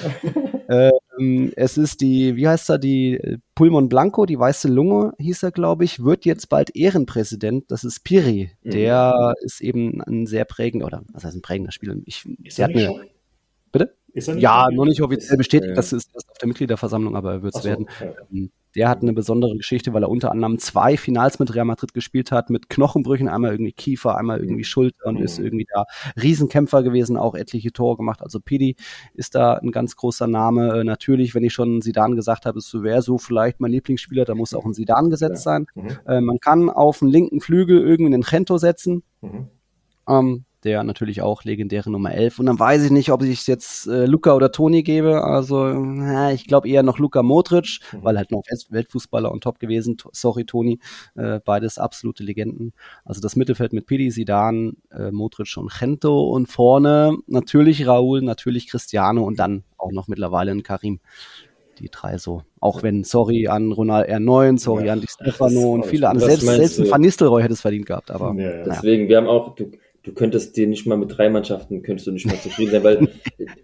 ähm, es ist die, wie heißt er, die Pulmon Blanco, die weiße Lunge, hieß er, glaube ich, wird jetzt bald Ehrenpräsident, das ist Piri, mhm. der ist eben ein sehr prägender, oder was heißt ein prägender Spieler? Ich, ist er nicht schon? Bitte? Ist er nicht ja, schon? noch nicht offiziell bestätigt, ja. das ist erst auf der Mitgliederversammlung, aber er wird es so, werden. Ja. Der hat eine besondere Geschichte, weil er unter anderem zwei Finals mit Real Madrid gespielt hat, mit Knochenbrüchen, einmal irgendwie Kiefer, einmal irgendwie Schulter und mhm. ist irgendwie da Riesenkämpfer gewesen, auch etliche Tore gemacht. Also Pidi ist da ein ganz großer Name. Äh, natürlich, wenn ich schon Zidane gesagt habe, es wäre so vielleicht mein Lieblingsspieler, da muss auch ein Zidane gesetzt ja. sein. Mhm. Äh, man kann auf den linken Flügel irgendwie einen Trento setzen. Mhm. Ähm, der natürlich auch legendäre Nummer elf. Und dann weiß ich nicht, ob ich jetzt äh, Luka oder Toni gebe. Also äh, ich glaube eher noch Luka Modric, mhm. weil halt noch Weltfußballer und top gewesen. Sorry, Toni. Äh, beides absolute Legenden. Also das Mittelfeld mit Pidi, Zidane, äh, Modric und Gento. Und vorne natürlich Raúl, natürlich Cristiano und dann auch noch mittlerweile ein Karim. Die drei so. Auch wenn, sorry an Ronald R neun, sorry ja. an Di Stefano und viele andere. Selbst, selbst ein Van Nistelrooy hätte es verdient gehabt. Aber ja, ja. Deswegen, wir haben auch... Du, Du könntest dir nicht mal mit drei Mannschaften, könntest du nicht mal zufrieden sein, weil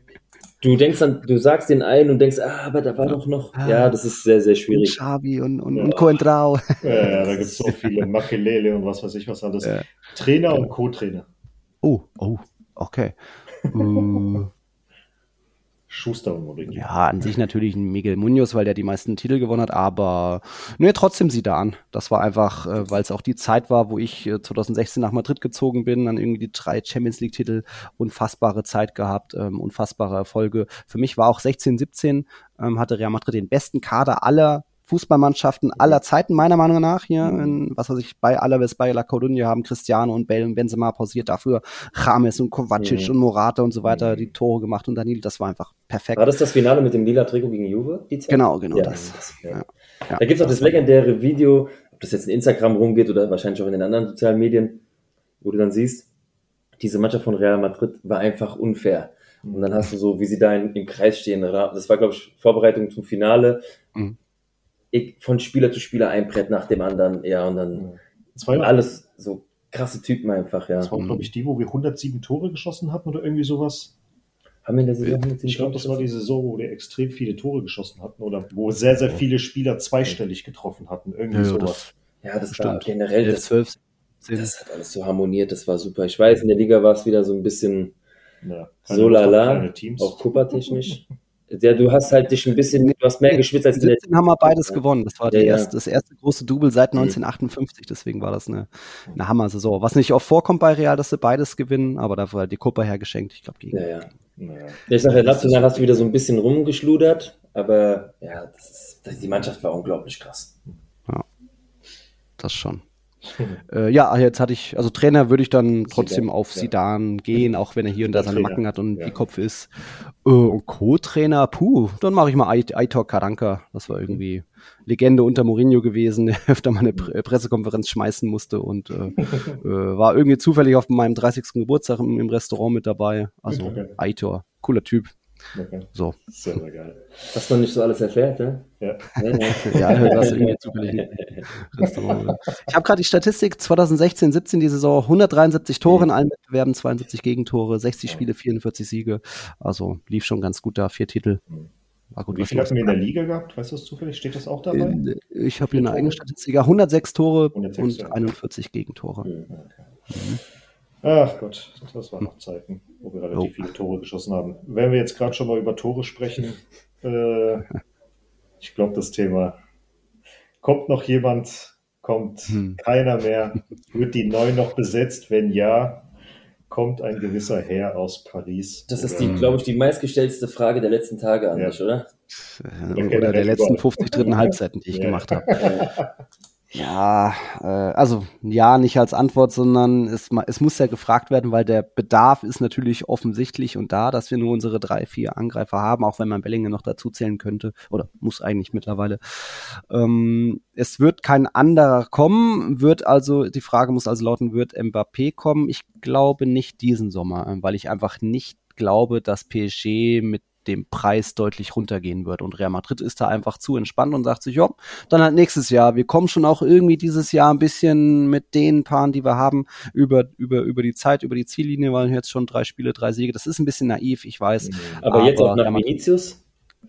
du denkst dann, du sagst den einen und denkst, ah, aber da war doch noch, ah, ja, das ist sehr, sehr schwierig. Und Xavi und, und, ja. und Coentrao. Ja, ja, da gibt es so viele, Makelele und was weiß ich was alles. Ja. Trainer und Co-Trainer. Oh, oh, okay. uh. Schuster und Mourinho. Ja, an sich natürlich ein Miguel Munoz, weil der die meisten Titel gewonnen hat, aber ne, trotzdem Zidane. Das war einfach, äh, weil es auch die Zeit war, wo ich äh, zwanzig sechzehn nach Madrid gezogen bin, dann irgendwie die drei Champions League Titel, unfassbare Zeit gehabt, ähm, unfassbare Erfolge. Für mich war auch sechzehn, siebzehn, ähm, hatte Real Madrid den besten Kader aller Fußballmannschaften aller Zeiten, meiner Meinung nach, hier, in, was weiß ich, bei Alaves, bei La Coruña haben Cristiano und Bale und Benzema pausiert, dafür James und Kovacic mhm. und Morata und so weiter die Tore gemacht und Danilo, das war einfach perfekt. War das das Finale mit dem lila Trikot gegen Juve? Die Zeit? Genau, genau ja, das. das ja. Ja. Ja, da gibt's auch das legendäre Video, ob das jetzt in Instagram rumgeht oder wahrscheinlich auch in den anderen sozialen Medien, wo du dann siehst, diese Mannschaft von Real Madrid war einfach unfair. Und dann hast du so, wie sie da in, im Kreis stehen, das war, glaube ich, Vorbereitung zum Finale, mhm. von Spieler zu Spieler ein Brett nach dem anderen, ja, und dann das war ja alles so krasse Typen einfach, ja. Das war, glaube ich, die, wo wir hundertsieben Tore geschossen hatten oder irgendwie sowas. Haben wir in der Saison hundertsieben Ich glaube, das war die Saison, wo wir extrem viele Tore geschossen hatten oder wo sehr, sehr viele Spieler zweistellig getroffen hatten, irgendwie ja, sowas. Das, ja, das stimmt. War generell, das, zwölf, das hat alles so harmoniert, das war super. Ich weiß, in der Liga war es wieder so ein bisschen ja, so lala, auch kuppertechnisch. Ja, du hast halt dich ein bisschen, du hast mehr geschwitzt als die letzten. Haben wir beides ja. gewonnen. Das war die ja, erste, das erste große Double seit neunzehnhundertachtundfünfzig. Deswegen war das eine, eine Hammer-Saison. Was nicht oft vorkommt bei Real, dass sie beides gewinnen, aber dafür halt die Copa hergeschenkt. Ich glaube, gegen. Ja, ja. ja. Ich sag ja, national hast du wieder so ein bisschen rumgeschludert, aber ja, das ist, das, die Mannschaft war unglaublich krass. Ja, das schon. Äh, ja, jetzt hatte ich, also Trainer würde ich dann trotzdem Zidane, auf Zidane ja. gehen, auch wenn er hier und da seine Macken hat und ja. die Kopf ist. Äh, und Co-Trainer, puh, dann mache ich mal Aitor Karanka. Das war irgendwie Legende unter Mourinho gewesen, der öfter mal eine Pre- Pressekonferenz schmeißen musste und äh, äh, war irgendwie zufällig auf meinem dreißigsten Geburtstag im, im Restaurant mit dabei. Also okay. Aitor, cooler Typ. Okay. So. Sehr, sehr geil. Was man nicht so alles erfährt, ne? Ja. Ja, ja das irgendwie zufällig. Ich habe gerade die Statistik zwanzig sechzehn siebzehn die Saison, hundertdreiundsiebzig Tore in allen Wettbewerben, zweiundsiebzig Gegentore, sechzig Spiele, vierundvierzig Siege. Also lief schon ganz gut da, vier Titel. War gut. Wie viel hatten wir in der Liga gehabt? Weißt du das zufällig? Steht das auch dabei? Ich habe hier eine eigene Statistik. hundertsechs Tore hundertsechs, und ja. einundvierzig Gegentore. Okay. Mhm. Ach Gott, das waren noch Zeiten, wo wir relativ oh. viele Tore geschossen haben. Wenn wir jetzt gerade schon mal über Tore sprechen, äh, ich glaube, das Thema, kommt noch jemand, kommt Hm. keiner mehr. Wird die neu noch besetzt? Wenn ja, kommt ein gewisser Herr aus Paris. Das ist Oder- die, glaube ich, die meistgestellte Frage der letzten Tage an Ja. dich, oder? Äh, kennt Oder er der nicht letzten überall. fünfzig dritten Halbzeiten, die ich Ja. gemacht habe. Ja, äh, also ja, nicht als Antwort, sondern es, ma- es muss ja gefragt werden, weil der Bedarf ist natürlich offensichtlich und da, dass wir nur unsere drei, vier Angreifer haben, auch wenn man Bellinge noch dazu zählen könnte oder muss eigentlich mittlerweile. Ähm, es wird kein anderer kommen, wird also, die Frage muss also lauten, wird Mbappé kommen? Ich glaube nicht diesen Sommer, äh, weil ich einfach nicht glaube, dass P S G mit dem Preis deutlich runtergehen wird. Und Real Madrid ist da einfach zu entspannt und sagt sich, ja, dann halt nächstes Jahr. Wir kommen schon auch irgendwie dieses Jahr ein bisschen mit den Paaren, die wir haben, über, über, über die Zeit, über die Ziellinie, weil jetzt schon drei Spiele, drei Siege. Das ist ein bisschen naiv, ich weiß. Aber, jetzt auch Real nach Madrid- Vinicius?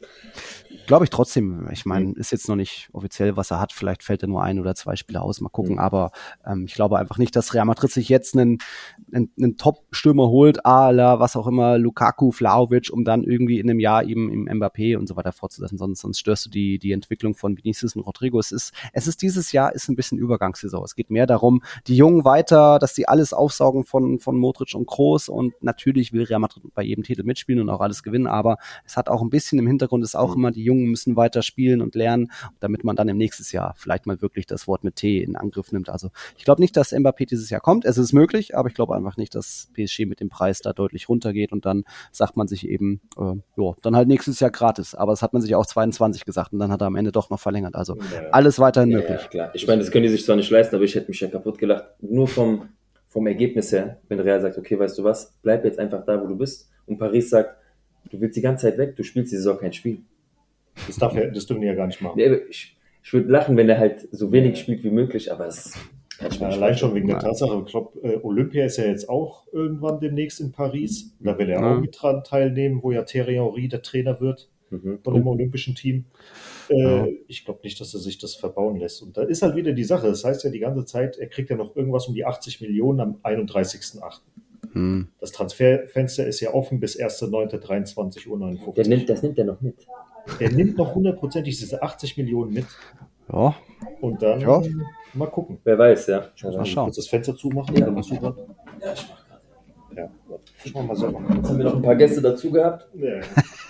Glaube ich trotzdem. Ich meine, ist jetzt noch nicht offiziell, was er hat. Vielleicht fällt er nur ein oder zwei Spiele aus. Mal gucken. Mhm. Aber ähm, ich glaube einfach nicht, dass Real Madrid sich jetzt einen, einen, einen Top-Stürmer holt, à la was auch immer, Lukaku, Vlahovic, um dann irgendwie in einem Jahr eben im Mbappé und so weiter fortzusetzen. Sonst, sonst störst du die, die Entwicklung von Vinicius und Rodrigo. Es ist, es ist dieses Jahr ist ein bisschen Übergangssaison. Es geht mehr darum, die Jungen weiter, dass die alles aufsaugen von, von Modric und Kroos. Und natürlich will Real Madrid bei jedem Titel mitspielen und auch alles gewinnen. Aber es hat auch ein bisschen im Hintergrund, ist auch immer, die Jungen müssen weiter spielen und lernen, damit man dann im nächsten Jahr vielleicht mal wirklich das Wort mit T in Angriff nimmt. Also ich glaube nicht, dass Mbappé dieses Jahr kommt. Es ist möglich, aber ich glaube einfach nicht, dass P S G mit dem Preis da deutlich runtergeht und dann sagt man sich eben, äh, ja, dann halt nächstes Jahr gratis. Aber das hat man sich auch zweiundzwanzig gesagt und dann hat er am Ende doch noch verlängert. Also Ja. alles weiterhin Ja, möglich. ja, klar. Ich meine, das können die sich zwar nicht leisten, aber ich hätte mich ja kaputt gelacht. Nur vom, vom Ergebnis her, wenn Real sagt, okay, weißt du was, bleib jetzt einfach da, wo du bist. Und Paris sagt, du willst die ganze Zeit weg, du spielst die Saison kein Spiel. Das, darf ja, das dürfen die ja gar nicht machen. Nee, aber Ich, ich würde lachen, wenn er halt so wenig spielt wie möglich, aber es kann ich mir Ja, nicht allein schon vorstellen. wegen der Ja. Tatsache, ich glaube, äh, Olympia ist ja jetzt auch irgendwann demnächst in Paris. Da will er Ja. auch mit dran teilnehmen, wo ja Thierry Henry der Trainer wird Mhm. von dem olympischen Team. Äh, Ja. Ich glaube nicht, dass er sich das verbauen lässt. Und da ist halt wieder die Sache. Das heißt ja die ganze Zeit, er kriegt ja noch irgendwas um die achtzig Millionen am einunddreißigsten achten Hm. Das Transferfenster ist ja offen bis erster neunter dreiundzwanzig Uhr Der neunundfünfzig. nimmt, das nimmt er noch mit. Der nimmt noch hundertprozentig diese achtzig Millionen mit Ja, und dann Ja. mal gucken. Wer weiß, ja. Ich muss Mal mal schauen. kurz das Fenster zumachen. Ja. Dann machst du grad. Ja, ich mach grad. Ja, warte. Ich mach mal selber. Jetzt haben wir noch ein paar Gäste dazu gehabt. Ja.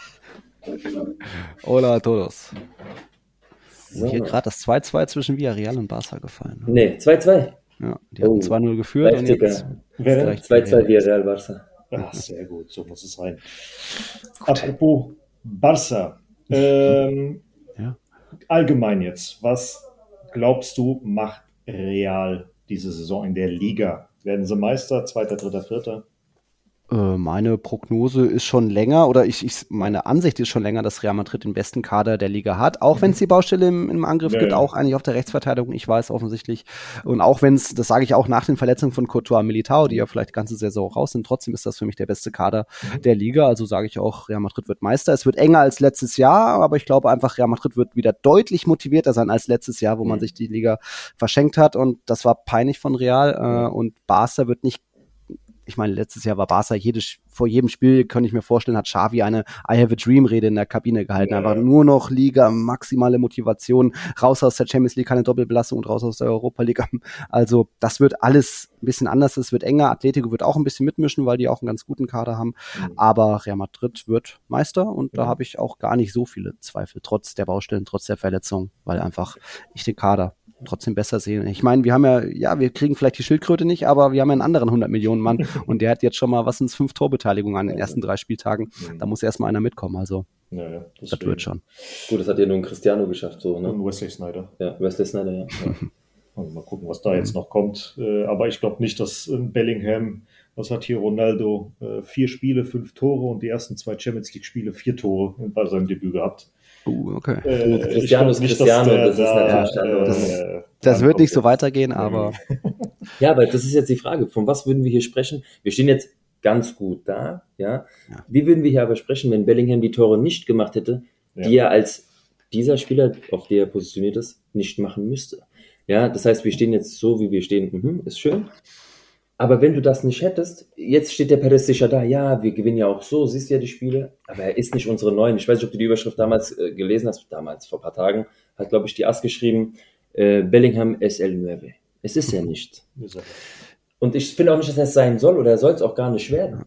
hola todos. So. Hier gerade das zwei zwei zwischen Villarreal und Barca gefallen. Ne? Nee, zwei zwei. Ja, die hatten Oh. zwei null geführt und Live-Ticker. jetzt Wer denn? vielleicht zwei zwei Villarreal. via Real Barca. Ah, sehr gut, so muss es sein. Apropos Barca. Ähm, Ja. Allgemein jetzt, was glaubst du, macht Real diese Saison in der Liga? Werden sie Meister, Zweiter, Dritter, Vierter? Äh, meine Prognose ist schon länger, oder ich, ich, meine Ansicht ist schon länger, dass Real Madrid den besten Kader der Liga hat, auch wenn es die Baustelle im, im Angriff Ja, gibt, ja. auch eigentlich auf der Rechtsverteidigung, ich weiß offensichtlich. Und auch wenn es, das sage ich auch nach den Verletzungen von Courtois und Militao, die ja vielleicht die ganze Saison raus sind, trotzdem ist das für mich der beste Kader der Liga. Also sage ich auch, Real Madrid wird Meister. Es wird enger als letztes Jahr, aber ich glaube einfach, Real Madrid wird wieder deutlich motivierter sein als letztes Jahr, wo man Mhm. sich die Liga verschenkt hat. Und das war peinlich von Real. Äh, und Barca wird nicht ich meine, letztes Jahr war Barca jedes, vor jedem Spiel, könnte ich mir vorstellen, hat Xavi eine I have a Dream Rede in der Kabine gehalten. Ja. Einfach nur noch Liga, maximale Motivation, raus aus der Champions League, keine Doppelbelastung und raus aus der Europa League. Also das wird alles ein bisschen anders, es wird enger. Atletico wird auch ein bisschen mitmischen, weil die auch einen ganz guten Kader haben. Mhm. Aber Real Madrid wird Meister und da Mhm. habe ich auch gar nicht so viele Zweifel, trotz der Baustellen, trotz der Verletzung, weil einfach ich den Kader trotzdem besser sehe. Ich meine, wir haben ja, ja, wir kriegen vielleicht die Schildkröte nicht, aber wir haben ja einen anderen hundert Millionen Mann und der hat jetzt schon mal, was sind fünf Torbeteiligungen an den ersten drei Spieltagen. Da muss erstmal einer mitkommen, also Ja, ja, das wird schon. Gut, das hat ja nur ein Cristiano geschafft, so, ne? Und Wesley Sneijder. Ja, Wesley Sneijder, ja. Also mal gucken, was da jetzt noch kommt. Äh, aber ich glaube nicht, dass ähm, Bellingham, was hat hier Ronaldo, äh, vier Spiele, fünf Tore und die ersten zwei Champions League Spiele vier Tore bei seinem Debüt gehabt. Uh, okay. Äh, Gut, ich Cristiano glaub ist nicht, dass Cristiano, der das ist da, natürlich der andere. Das- äh, Das wird nicht so rankommt. weitergehen, aber Ja, weil das ist jetzt die Frage, von was würden wir hier sprechen? Wir stehen jetzt ganz gut da, ja. Ja. Wie würden wir hier aber sprechen, wenn Bellingham die Tore nicht gemacht hätte, die Ja. er als dieser Spieler, auf der er positioniert ist, nicht machen müsste? Ja, das heißt, wir stehen jetzt so, wie wir stehen, mhm, ist schön. Aber wenn du das nicht hättest, jetzt steht der Perez sicher da, ja, wir gewinnen ja auch so, siehst du ja die Spiele, aber er ist nicht unsere Neuen. Ich weiß nicht, ob du die Überschrift damals äh, gelesen hast, damals vor ein paar Tagen, hat, glaube ich, die Ass geschrieben, äh, Bellingham es el nueve. Es ist ja nicht. Ist er. Und ich finde auch nicht, dass er es sein soll oder er soll es auch gar nicht werden.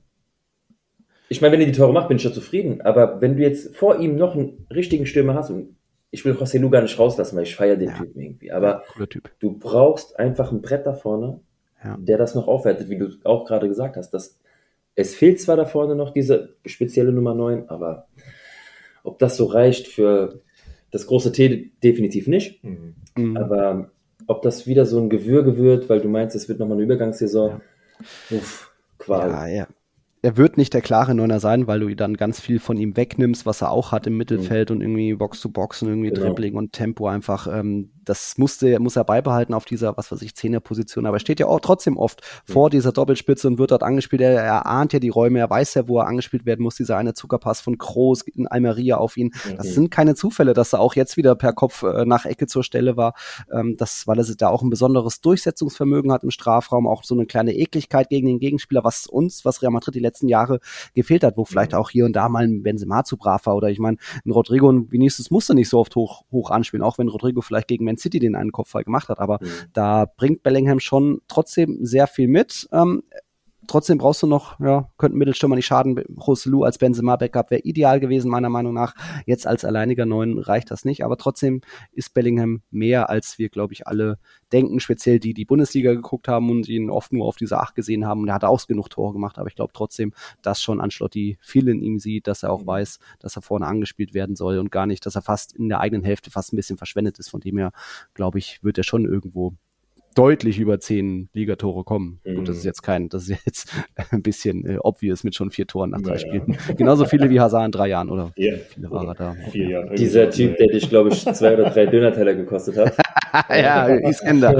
Ich meine, wenn er die Tore macht, bin ich ja zufrieden. Aber wenn du jetzt vor ihm noch einen richtigen Stürmer hast, und ich will José Lu gar nicht rauslassen, weil ich feiere den Ja. Typen irgendwie. Aber Cooler Typ. du brauchst einfach ein Brett da vorne, Ja. der das noch aufwertet, wie du auch gerade gesagt hast. Dass es fehlt zwar da vorne noch diese spezielle Nummer neun, aber ob das so reicht für das große T, definitiv nicht. Mhm. Mhm. Aber ob das wieder so ein Gewürge wird, weil du meinst, es wird nochmal eine Übergangssaison, uff, Qual. Ja, ja. Er wird nicht der klare Neuner sein, weil du dann ganz viel von ihm wegnimmst, was er auch hat im Mittelfeld und irgendwie Box zu Box und irgendwie Genau. Dribbling und Tempo einfach. Ähm, das musste, muss er beibehalten auf dieser, was weiß ich, Zehnerposition. Aber er steht ja auch trotzdem oft vor dieser Doppelspitze und wird dort angespielt. Er, er ahnt ja die Räume, er weiß ja, wo er angespielt werden muss. Dieser eine Zuckerpass von Kroos in Almeria auf ihn. Das Mhm. sind keine Zufälle, dass er auch jetzt wieder per Kopf äh, nach Ecke zur Stelle war. Ähm, das, weil er da auch ein besonderes Durchsetzungsvermögen hat im Strafraum, auch so eine kleine Ekligkeit gegen den Gegenspieler, was uns, was Real Madrid die letzten Jahre gefehlt hat, wo vielleicht auch hier und da mal ein Benzema zu brav war oder ich meine, ein Rodrigo und Vinicius musste nicht so oft hoch, hoch anspielen, auch wenn Rodrigo vielleicht gegen Man City den einen Kopfball gemacht hat, aber Mhm. da bringt Bellingham schon trotzdem sehr viel mit. Ähm, Trotzdem brauchst du noch, ja, könnten Mittelstürmer nicht schaden. José Lu als Benzema-Backup wäre ideal gewesen, meiner Meinung nach. Jetzt als alleiniger Neun reicht das nicht, aber trotzdem ist Bellingham mehr, als wir, glaube ich, alle denken, speziell die, die Bundesliga geguckt haben und ihn oft nur auf diese Acht gesehen haben. Und er hat auch genug Tore gemacht, aber ich glaube trotzdem, dass schon Ancelotti viel in ihm sieht, dass er auch weiß, dass er vorne angespielt werden soll und gar nicht, dass er fast in der eigenen Hälfte fast ein bisschen verschwendet ist. Von dem her, glaube ich, wird er schon irgendwo deutlich über zehn Ligatore kommen. Mhm. Gut, das ist jetzt kein, das ist jetzt ein bisschen äh, obvious mit schon vier Toren nach drei Naja. Spielen. Genauso viele wie Hazard in drei Jahren, oder? Ja. Viele war er da. Vier Jahren. Dieser Typ, der dich, glaube ich, zwei oder drei Döner-Teller gekostet hat. Ja, Iskender.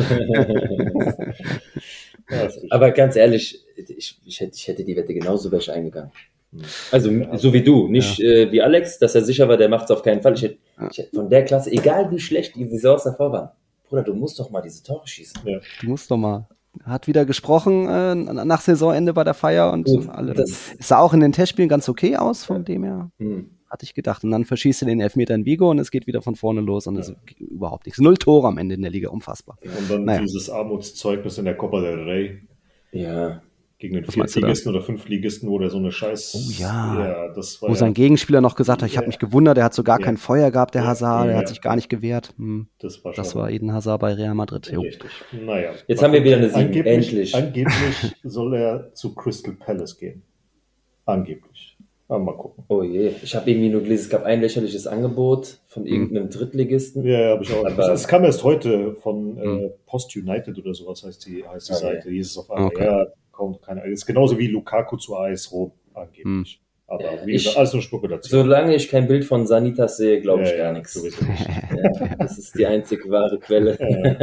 Ja, ist richtig. Aber ganz ehrlich, ich, ich, hätte, ich hätte die Wette genauso wäre ich eingegangen. Mhm. Also so wie du, nicht äh, wie Alex, dass er sicher war, der macht es auf keinen Fall. Ich hätte, ich hätte von der Klasse, egal wie schlecht die Saisons davor waren, Bruder, du musst doch mal diese Tore schießen. Du musst doch mal. Hat wieder gesprochen äh, nach Saisonende bei der Feier und Gut, alle. das- Es sah auch in den Testspielen ganz okay aus, von dem her. Hm. Hatte ich gedacht. Und dann verschießt er den Elfmeter in Vigo und es geht wieder von vorne los und es ist überhaupt nichts. Null Tore am Ende in der Liga, unfassbar. Und dann Naja. dieses Armutszeugnis in der Copa del Rey Ja, gegen den Was meinst du da? Viertligisten oder Fünftligisten, wo der so eine Scheiß... Oh ja. Ja, das war Wo ja, sein Gegenspieler noch gesagt hat, ich habe Ja. mich gewundert, der hat so gar Ja. kein Feuer gehabt, der Ja. Hazard, der Ja. hat sich gar nicht gewehrt. Hm. das war Das schon war Eden Hazard bei Real Madrid. Jo. richtig. Naja. Jetzt haben wir wieder eine sieben, Angeblich, endlich. Angeblich soll er zu Crystal Palace gehen. Angeblich. Aber mal gucken. oh je. Ich habe irgendwie nur gelesen, es gab ein lächerliches Angebot von irgendeinem Drittligisten. Ja, habe ich auch. Aber- Das kam erst heute von äh, Hm. Post United oder sowas heißt die, heißt die Okay. Seite. Hieß es auf einmal. Okay. Ja, kommt keine. Ist genauso wie Lukaku zu A S Rom angeblich. Aber Ja, wie ich- gesagt, alles nur Spekulation. Solange ich kein Bild von Sanitas sehe, glaube ich Ja, gar ja, nichts. sowieso nicht. Ja, das ist die einzig wahre Quelle.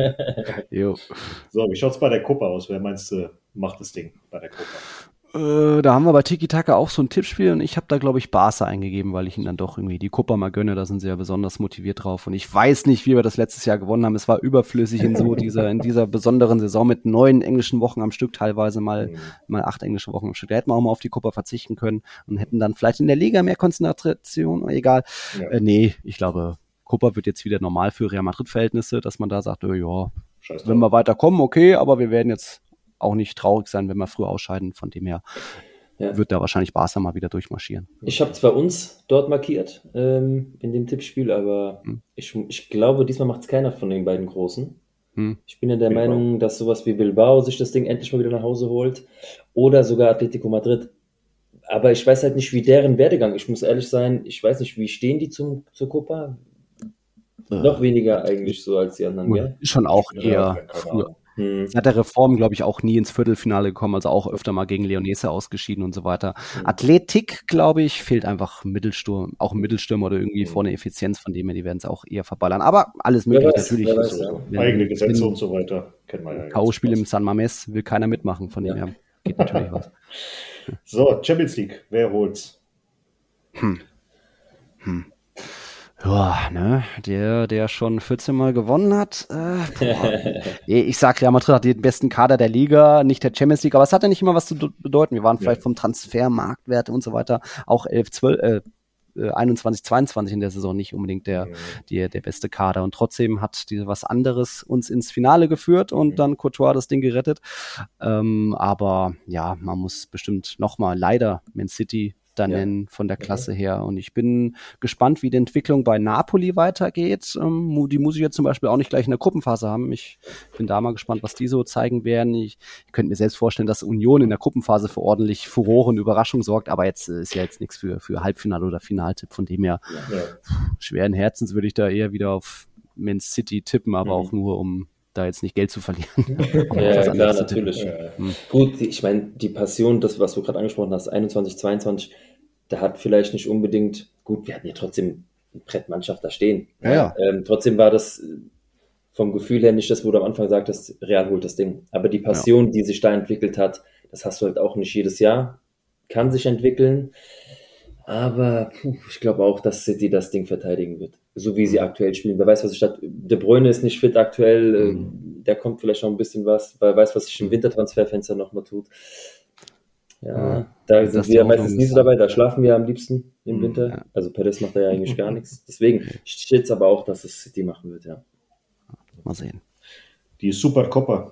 Jo. So, wie schaut's bei der Copa aus? Wer meinst du, macht das Ding bei der Copa? Äh, da haben wir bei Tiki Taka auch so ein Tippspiel und ich habe da, glaube ich, Barca eingegeben, weil ich ihn dann doch irgendwie die Copa mal gönne. Da sind sie ja besonders motiviert drauf. Und ich weiß nicht, wie wir das letztes Jahr gewonnen haben. Es war überflüssig in so dieser, in dieser besonderen Saison mit neun englischen Wochen am Stück, teilweise mal, Mhm. mal acht englische Wochen am Stück. Da hätten wir auch mal auf die Copa verzichten können und hätten dann vielleicht in der Liga mehr Konzentration. Egal. Ja, Äh, nee, ich glaube, Copa wird jetzt wieder normal für Real Madrid-Verhältnisse, dass man da sagt, äh, ja, scheiß wenn drauf. wir weiterkommen, okay, aber wir werden jetzt auch nicht traurig sein, wenn wir früh ausscheiden. Von dem her Ja. wird da wahrscheinlich Barca mal wieder durchmarschieren. Ich habe zwar uns dort markiert ähm, in dem Tippspiel, aber Hm. ich, ich glaube, diesmal macht es keiner von den beiden Großen. Hm. Ich bin ja der Bilbao. Meinung, dass sowas wie Bilbao sich das Ding endlich mal wieder nach Hause holt oder sogar Atletico Madrid. Aber ich weiß halt nicht, wie deren Werdegang. Ich muss ehrlich sein, ich weiß nicht, wie stehen die zum, zur Copa? Noch weniger eigentlich so als die anderen, gell? Schon auch Ja, eher keine früher. Ahnung. Hm. Seit der Reform, glaube ich, auch nie ins Viertelfinale gekommen, also auch öfter mal gegen Leonese ausgeschieden und so weiter. Mhm. Athletik, glaube ich, fehlt einfach Mittelsturm, auch ein Mittelstürmer oder irgendwie Mhm. vorne Effizienz, von dem her, die werden es auch eher verballern. Aber alles Wer möglich weiß, natürlich. wer weiß, So, ja. so. Wenn- Eigene Gesetze wenn- und so weiter. Kennen wir ja. jetzt. K O-Spiel im San Mamés will keiner mitmachen, von dem Ja. her geht natürlich was. So, Champions League. Wer holt's? Ja, ne, der, der schon vierzehn Mal gewonnen hat. Äh, boah. Nee, ich sag, Real Madrid hat den besten Kader der Liga, nicht der Champions League, aber es hat ja nicht immer was zu bedeuten. Wir waren vielleicht Ja. vom Transfermarktwert und so weiter auch elf, zwölf, äh, äh, einundzwanzig, zweiundzwanzig in der Saison nicht unbedingt der, mhm. der, der beste Kader. Und trotzdem hat die, was anderes uns ins Finale geführt und mhm. dann Courtois das Ding gerettet. Ähm, aber ja, man muss bestimmt nochmal leider Man City da ja. nennen von der Klasse okay. her. Und ich bin gespannt, wie die Entwicklung bei Napoli weitergeht. Ähm, die muss ich jetzt zum Beispiel auch nicht gleich in der Gruppenphase haben. Ich bin da mal gespannt, was die so zeigen werden. Ich, ich könnte mir selbst vorstellen, dass Union in der Gruppenphase für ordentlich Furore und Überraschung sorgt, aber jetzt äh, ist ja jetzt nichts für, für Halbfinale oder Finaltipp. Von dem her ja. schweren Herzens würde ich da eher wieder auf Man City tippen, aber mhm. auch nur, um da jetzt nicht Geld zu verlieren. ja, ja klar, natürlich. Ja. Hm. Gut, ich meine, die Passion, das, was du gerade angesprochen hast, einundzwanzig, zweiundzwanzig, da hat vielleicht nicht unbedingt, gut, wir hatten ja trotzdem eine Brettmannschaft da stehen. Ja, ja. Ähm, trotzdem war das vom Gefühl her nicht das, wo du am Anfang sagtest, Real holt das Ding. Aber die Passion, ja. die sich da entwickelt hat, das hast du halt auch nicht jedes Jahr. Kann sich entwickeln. Aber puh, ich glaube auch, dass City das Ding verteidigen wird. So wie sie aktuell spielen. Wer weiß, was sich da... De Bruyne ist nicht fit aktuell. Mhm. Der kommt vielleicht noch ein bisschen was. Wer weiß, was sich im Wintertransferfenster nochmal tut. Ja, ja, da sind wir meistens nie so dabei. Da schlafen wir am liebsten im mhm, Winter. Ja. Also Perez macht da ja eigentlich gar nichts. Deswegen steht es aber auch, dass es City machen wird, ja. Mal sehen. Die Supercopa.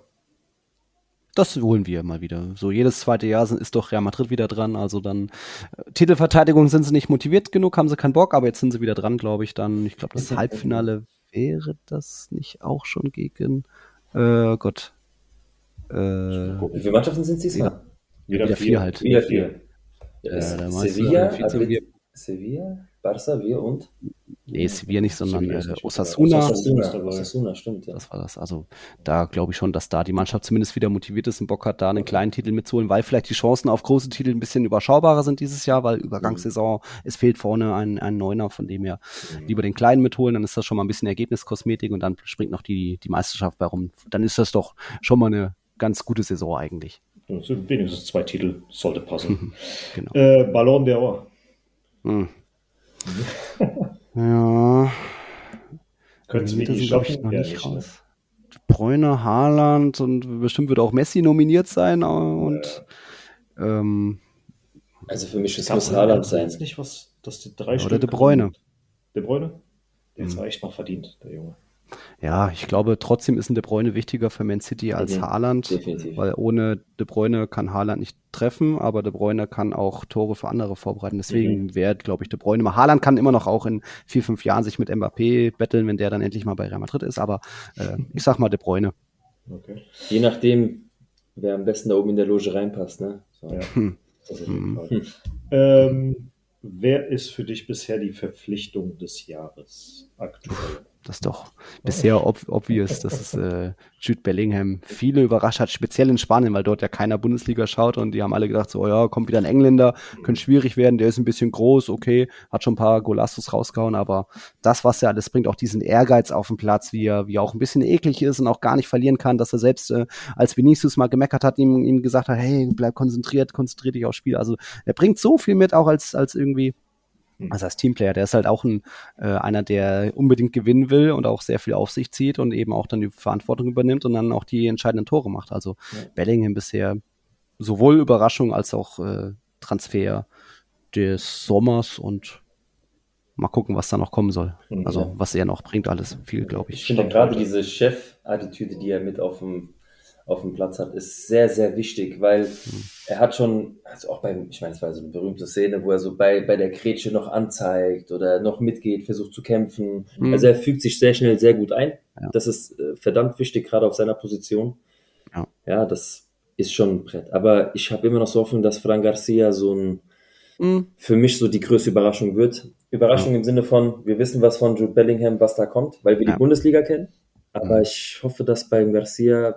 Das holen wir mal wieder. So jedes zweite Jahr sind, ist doch Real Madrid wieder dran. Also dann äh, Titelverteidigung sind sie nicht motiviert genug, haben sie keinen Bock, aber jetzt sind sie wieder dran, glaube ich. Dann, ich glaube, das Halbfinale wäre das nicht auch schon gegen äh, Gott. Äh, Wie viele Mannschaften sind es diesmal? Wieder, wieder vier, vier halt. Wieder vier. Ja, ja, Sevilla, Sevilla, Sevilla, Barca, wir und? Nee, Sevilla nicht, sondern Sevilla äh, Osasuna. Osasuna. Osasuna, stimmt, ja. Das war das. Also da glaube ich schon, dass da die Mannschaft zumindest wieder motiviert ist und Bock hat, da einen kleinen Titel mitzuholen, weil vielleicht die Chancen auf große Titel ein bisschen überschaubarer sind dieses Jahr, weil Übergangssaison, mhm. es fehlt vorne ein, ein Neuner, von dem her mhm. lieber den kleinen mitholen, dann ist das schon mal ein bisschen Ergebniskosmetik und dann springt noch die, die Meisterschaft bei rum. Dann ist das doch schon mal eine ganz gute Saison eigentlich. Wenigstens zwei Titel sollte passen. Genau. Äh, Ballon d'Or. Hm. Ja. Können Sie die schaffen? noch ja, nicht nicht raus. Ne? Bräune, Haaland und bestimmt wird auch Messi nominiert sein und ja. ähm, also für mich ist es Haaland sein. Nicht was, dass die drei oder Stück De Bruyne. De Bruyne? Der ist hm. echt noch verdient, der Junge. Ja, ich glaube, trotzdem ist ein De Bruyne wichtiger für Man City als mhm, Haaland, definitiv. Weil ohne De Bruyne kann Haaland nicht treffen, aber De Bruyne kann auch Tore für andere vorbereiten. Deswegen mhm. wäre, glaube ich, De Bruyne mal. Haaland kann immer noch auch in vier, fünf Jahren sich mit Mbappé betteln, wenn der dann endlich mal bei Real Madrid ist, aber äh, ich sag mal De Bruyne. Okay. Je nachdem, wer am besten da oben in der Loge reinpasst, ne? So. Ja. Hm. Das ist mhm. Fall. Ähm, wer ist für dich bisher die Verpflichtung des Jahres aktuell? Das ist doch bisher ob, obvious, dass es äh, Jude Bellingham viele überrascht hat, speziell in Spanien, weil dort ja keiner Bundesliga schaut und die haben alle gedacht, so, oh ja, kommt wieder ein Engländer, könnte schwierig werden, der ist ein bisschen groß, okay, hat schon ein paar Golassos rausgehauen, aber das, was er alles bringt, auch diesen Ehrgeiz auf dem Platz, wie er, wie er auch ein bisschen eklig ist und auch gar nicht verlieren kann, dass er selbst, äh, als Vinicius mal gemeckert hat, ihm, ihm gesagt hat, hey, bleib konzentriert, konzentrier dich aufs Spiel, also er bringt so viel mit, auch als, als irgendwie Also als Teamplayer, der ist halt auch ein, äh, einer, der unbedingt gewinnen will und auch sehr viel auf sich zieht und eben auch dann die Verantwortung übernimmt und dann auch die entscheidenden Tore macht. Also ja. Bellingham bisher sowohl Überraschung als auch äh, Transfer des Sommers und mal gucken, was da noch kommen soll. Mhm. Also was er noch bringt, alles viel, glaube ich. Ich finde gerade diese Chef-Attitüde, die er mit auf dem auf dem Platz hat, ist sehr, sehr wichtig, weil mhm. er hat schon, also auch beim, ich meine, es war so eine berühmte Szene, wo er so bei, bei der Grätsche noch anzeigt oder noch mitgeht, versucht zu kämpfen. Mhm. Also er fügt sich sehr schnell sehr gut ein. Ja. Das ist äh, verdammt wichtig, gerade auf seiner Position. Ja, ja das ist schon ein Brett. Aber ich habe immer noch so Hoffnung, dass Fran Garcia so ein, mhm. für mich so die größte Überraschung wird. Überraschung ja. im Sinne von, wir wissen was von Jude Bellingham, was da kommt, weil wir ja. die Bundesliga kennen. Aber mhm. ich hoffe, dass beim Garcia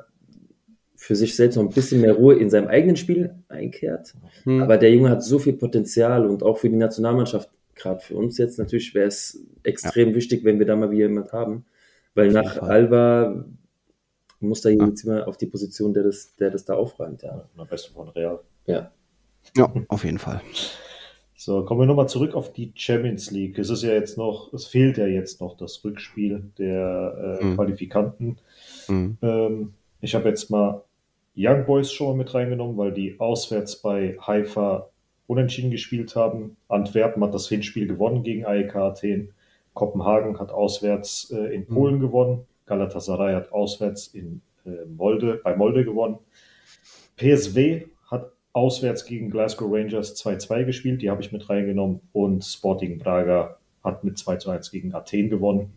für sich selbst noch ein bisschen mehr Ruhe in seinem eigenen Spiel einkehrt. Hm. Aber der Junge hat so viel Potenzial und auch für die Nationalmannschaft, gerade für uns jetzt natürlich, wäre es extrem ja. wichtig, wenn wir da mal wieder jemand haben. Weil auf nach Alba muss da ja. jetzt immer auf die Position, der das, der das da aufräumt. Ja. Am besten von Real. Ja. Ja, auf jeden Fall. So, kommen wir nochmal zurück auf die Champions League. Es ist ja jetzt noch, es fehlt ja jetzt noch das Rückspiel der äh, hm. Qualifikanten. Hm. Ähm, ich habe jetzt mal Young Boys schon mal mit reingenommen, weil die auswärts bei Haifa unentschieden gespielt haben. Antwerpen hat das Hinspiel gewonnen gegen A E K Athen. Kopenhagen hat auswärts äh, in Polen mhm. gewonnen. Galatasaray hat auswärts in äh, Molde, bei Molde gewonnen. P S V hat auswärts gegen Glasgow Rangers zwei zwei gespielt, die habe ich mit reingenommen. Und Sporting Braga hat mit zwei zu eins gegen Athen gewonnen.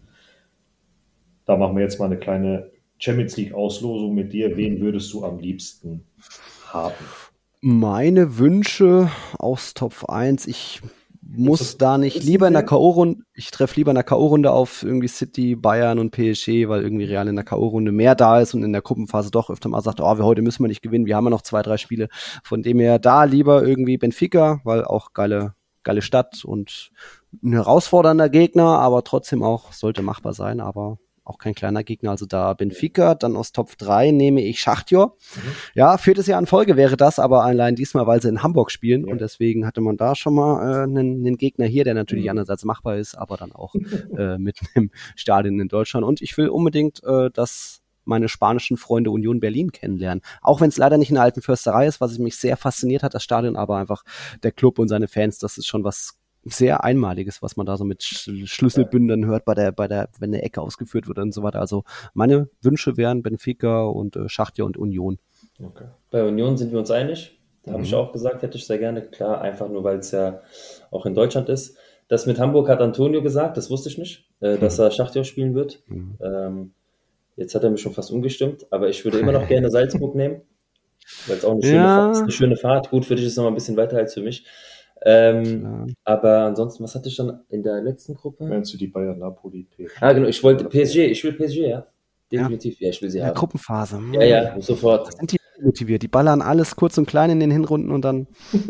Da machen wir jetzt mal eine kleine Champions League Auslosung mit dir. Wen würdest du am liebsten haben? Meine Wünsche aus Top eins, ich muss da nicht lieber in der K O-Runde, ich treffe lieber in der K O-Runde auf irgendwie City, Bayern und P S G, weil irgendwie Real in der K O-Runde mehr da ist und in der Gruppenphase doch öfter mal sagt, oh, wir heute müssen wir nicht gewinnen, wir haben ja noch zwei, drei Spiele. Von dem her da lieber irgendwie Benfica, weil auch geile, geile Stadt und ein herausfordernder Gegner, aber trotzdem auch sollte machbar sein, aber auch kein kleiner Gegner, also da Benfica, dann aus Top drei nehme ich Schachtjor. Mhm. Ja, viertes Jahr in Folge wäre das, aber allein diesmal, weil sie in Hamburg spielen ja. und deswegen hatte man da schon mal äh, einen, einen Gegner hier, der natürlich mhm. andererseits machbar ist, aber dann auch äh, mit einem Stadion in Deutschland und ich will unbedingt, äh, dass meine spanischen Freunde Union Berlin kennenlernen. Auch wenn es leider nicht in der alten Försterei ist, was mich sehr fasziniert hat, das Stadion, aber einfach der Club und seine Fans, das ist schon was sehr Einmaliges, was man da so mit Sch- Schlüsselbündern hört, bei der, bei der, wenn eine Ecke ausgeführt wird und so weiter. Also meine Wünsche wären Benfica und äh, Schachtjor und Union. Okay. Bei Union sind wir uns einig. Da habe mhm. ich auch gesagt, hätte ich sehr gerne. Klar, einfach nur, weil es ja auch in Deutschland ist. Das mit Hamburg hat Antonio gesagt, das wusste ich nicht, äh, dass er Schachtjor spielen wird. Mhm. Ähm, jetzt hat er mich schon fast umgestimmt, aber ich würde immer noch gerne Salzburg nehmen, weil es auch eine schöne, ja. Fahrt, eine schöne Fahrt. Gut, für dich ist es noch mal ein bisschen weiter als für mich. Ähm, aber ansonsten, was hatte ich dann in der letzten Gruppe? Meinst du die Bayern, Napoli, P S G? Ah, genau, ich wollte P S G, ich will P S G, ja. Definitiv, ja, ja ich will sie in haben. der Gruppenphase. Ja, ja, sofort. Sind die motiviert? Die ballern alles kurz und klein in den Hinrunden und dann.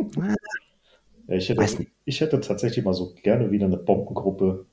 ja, ich, hätte, ich hätte tatsächlich mal so gerne wieder eine Bombengruppe.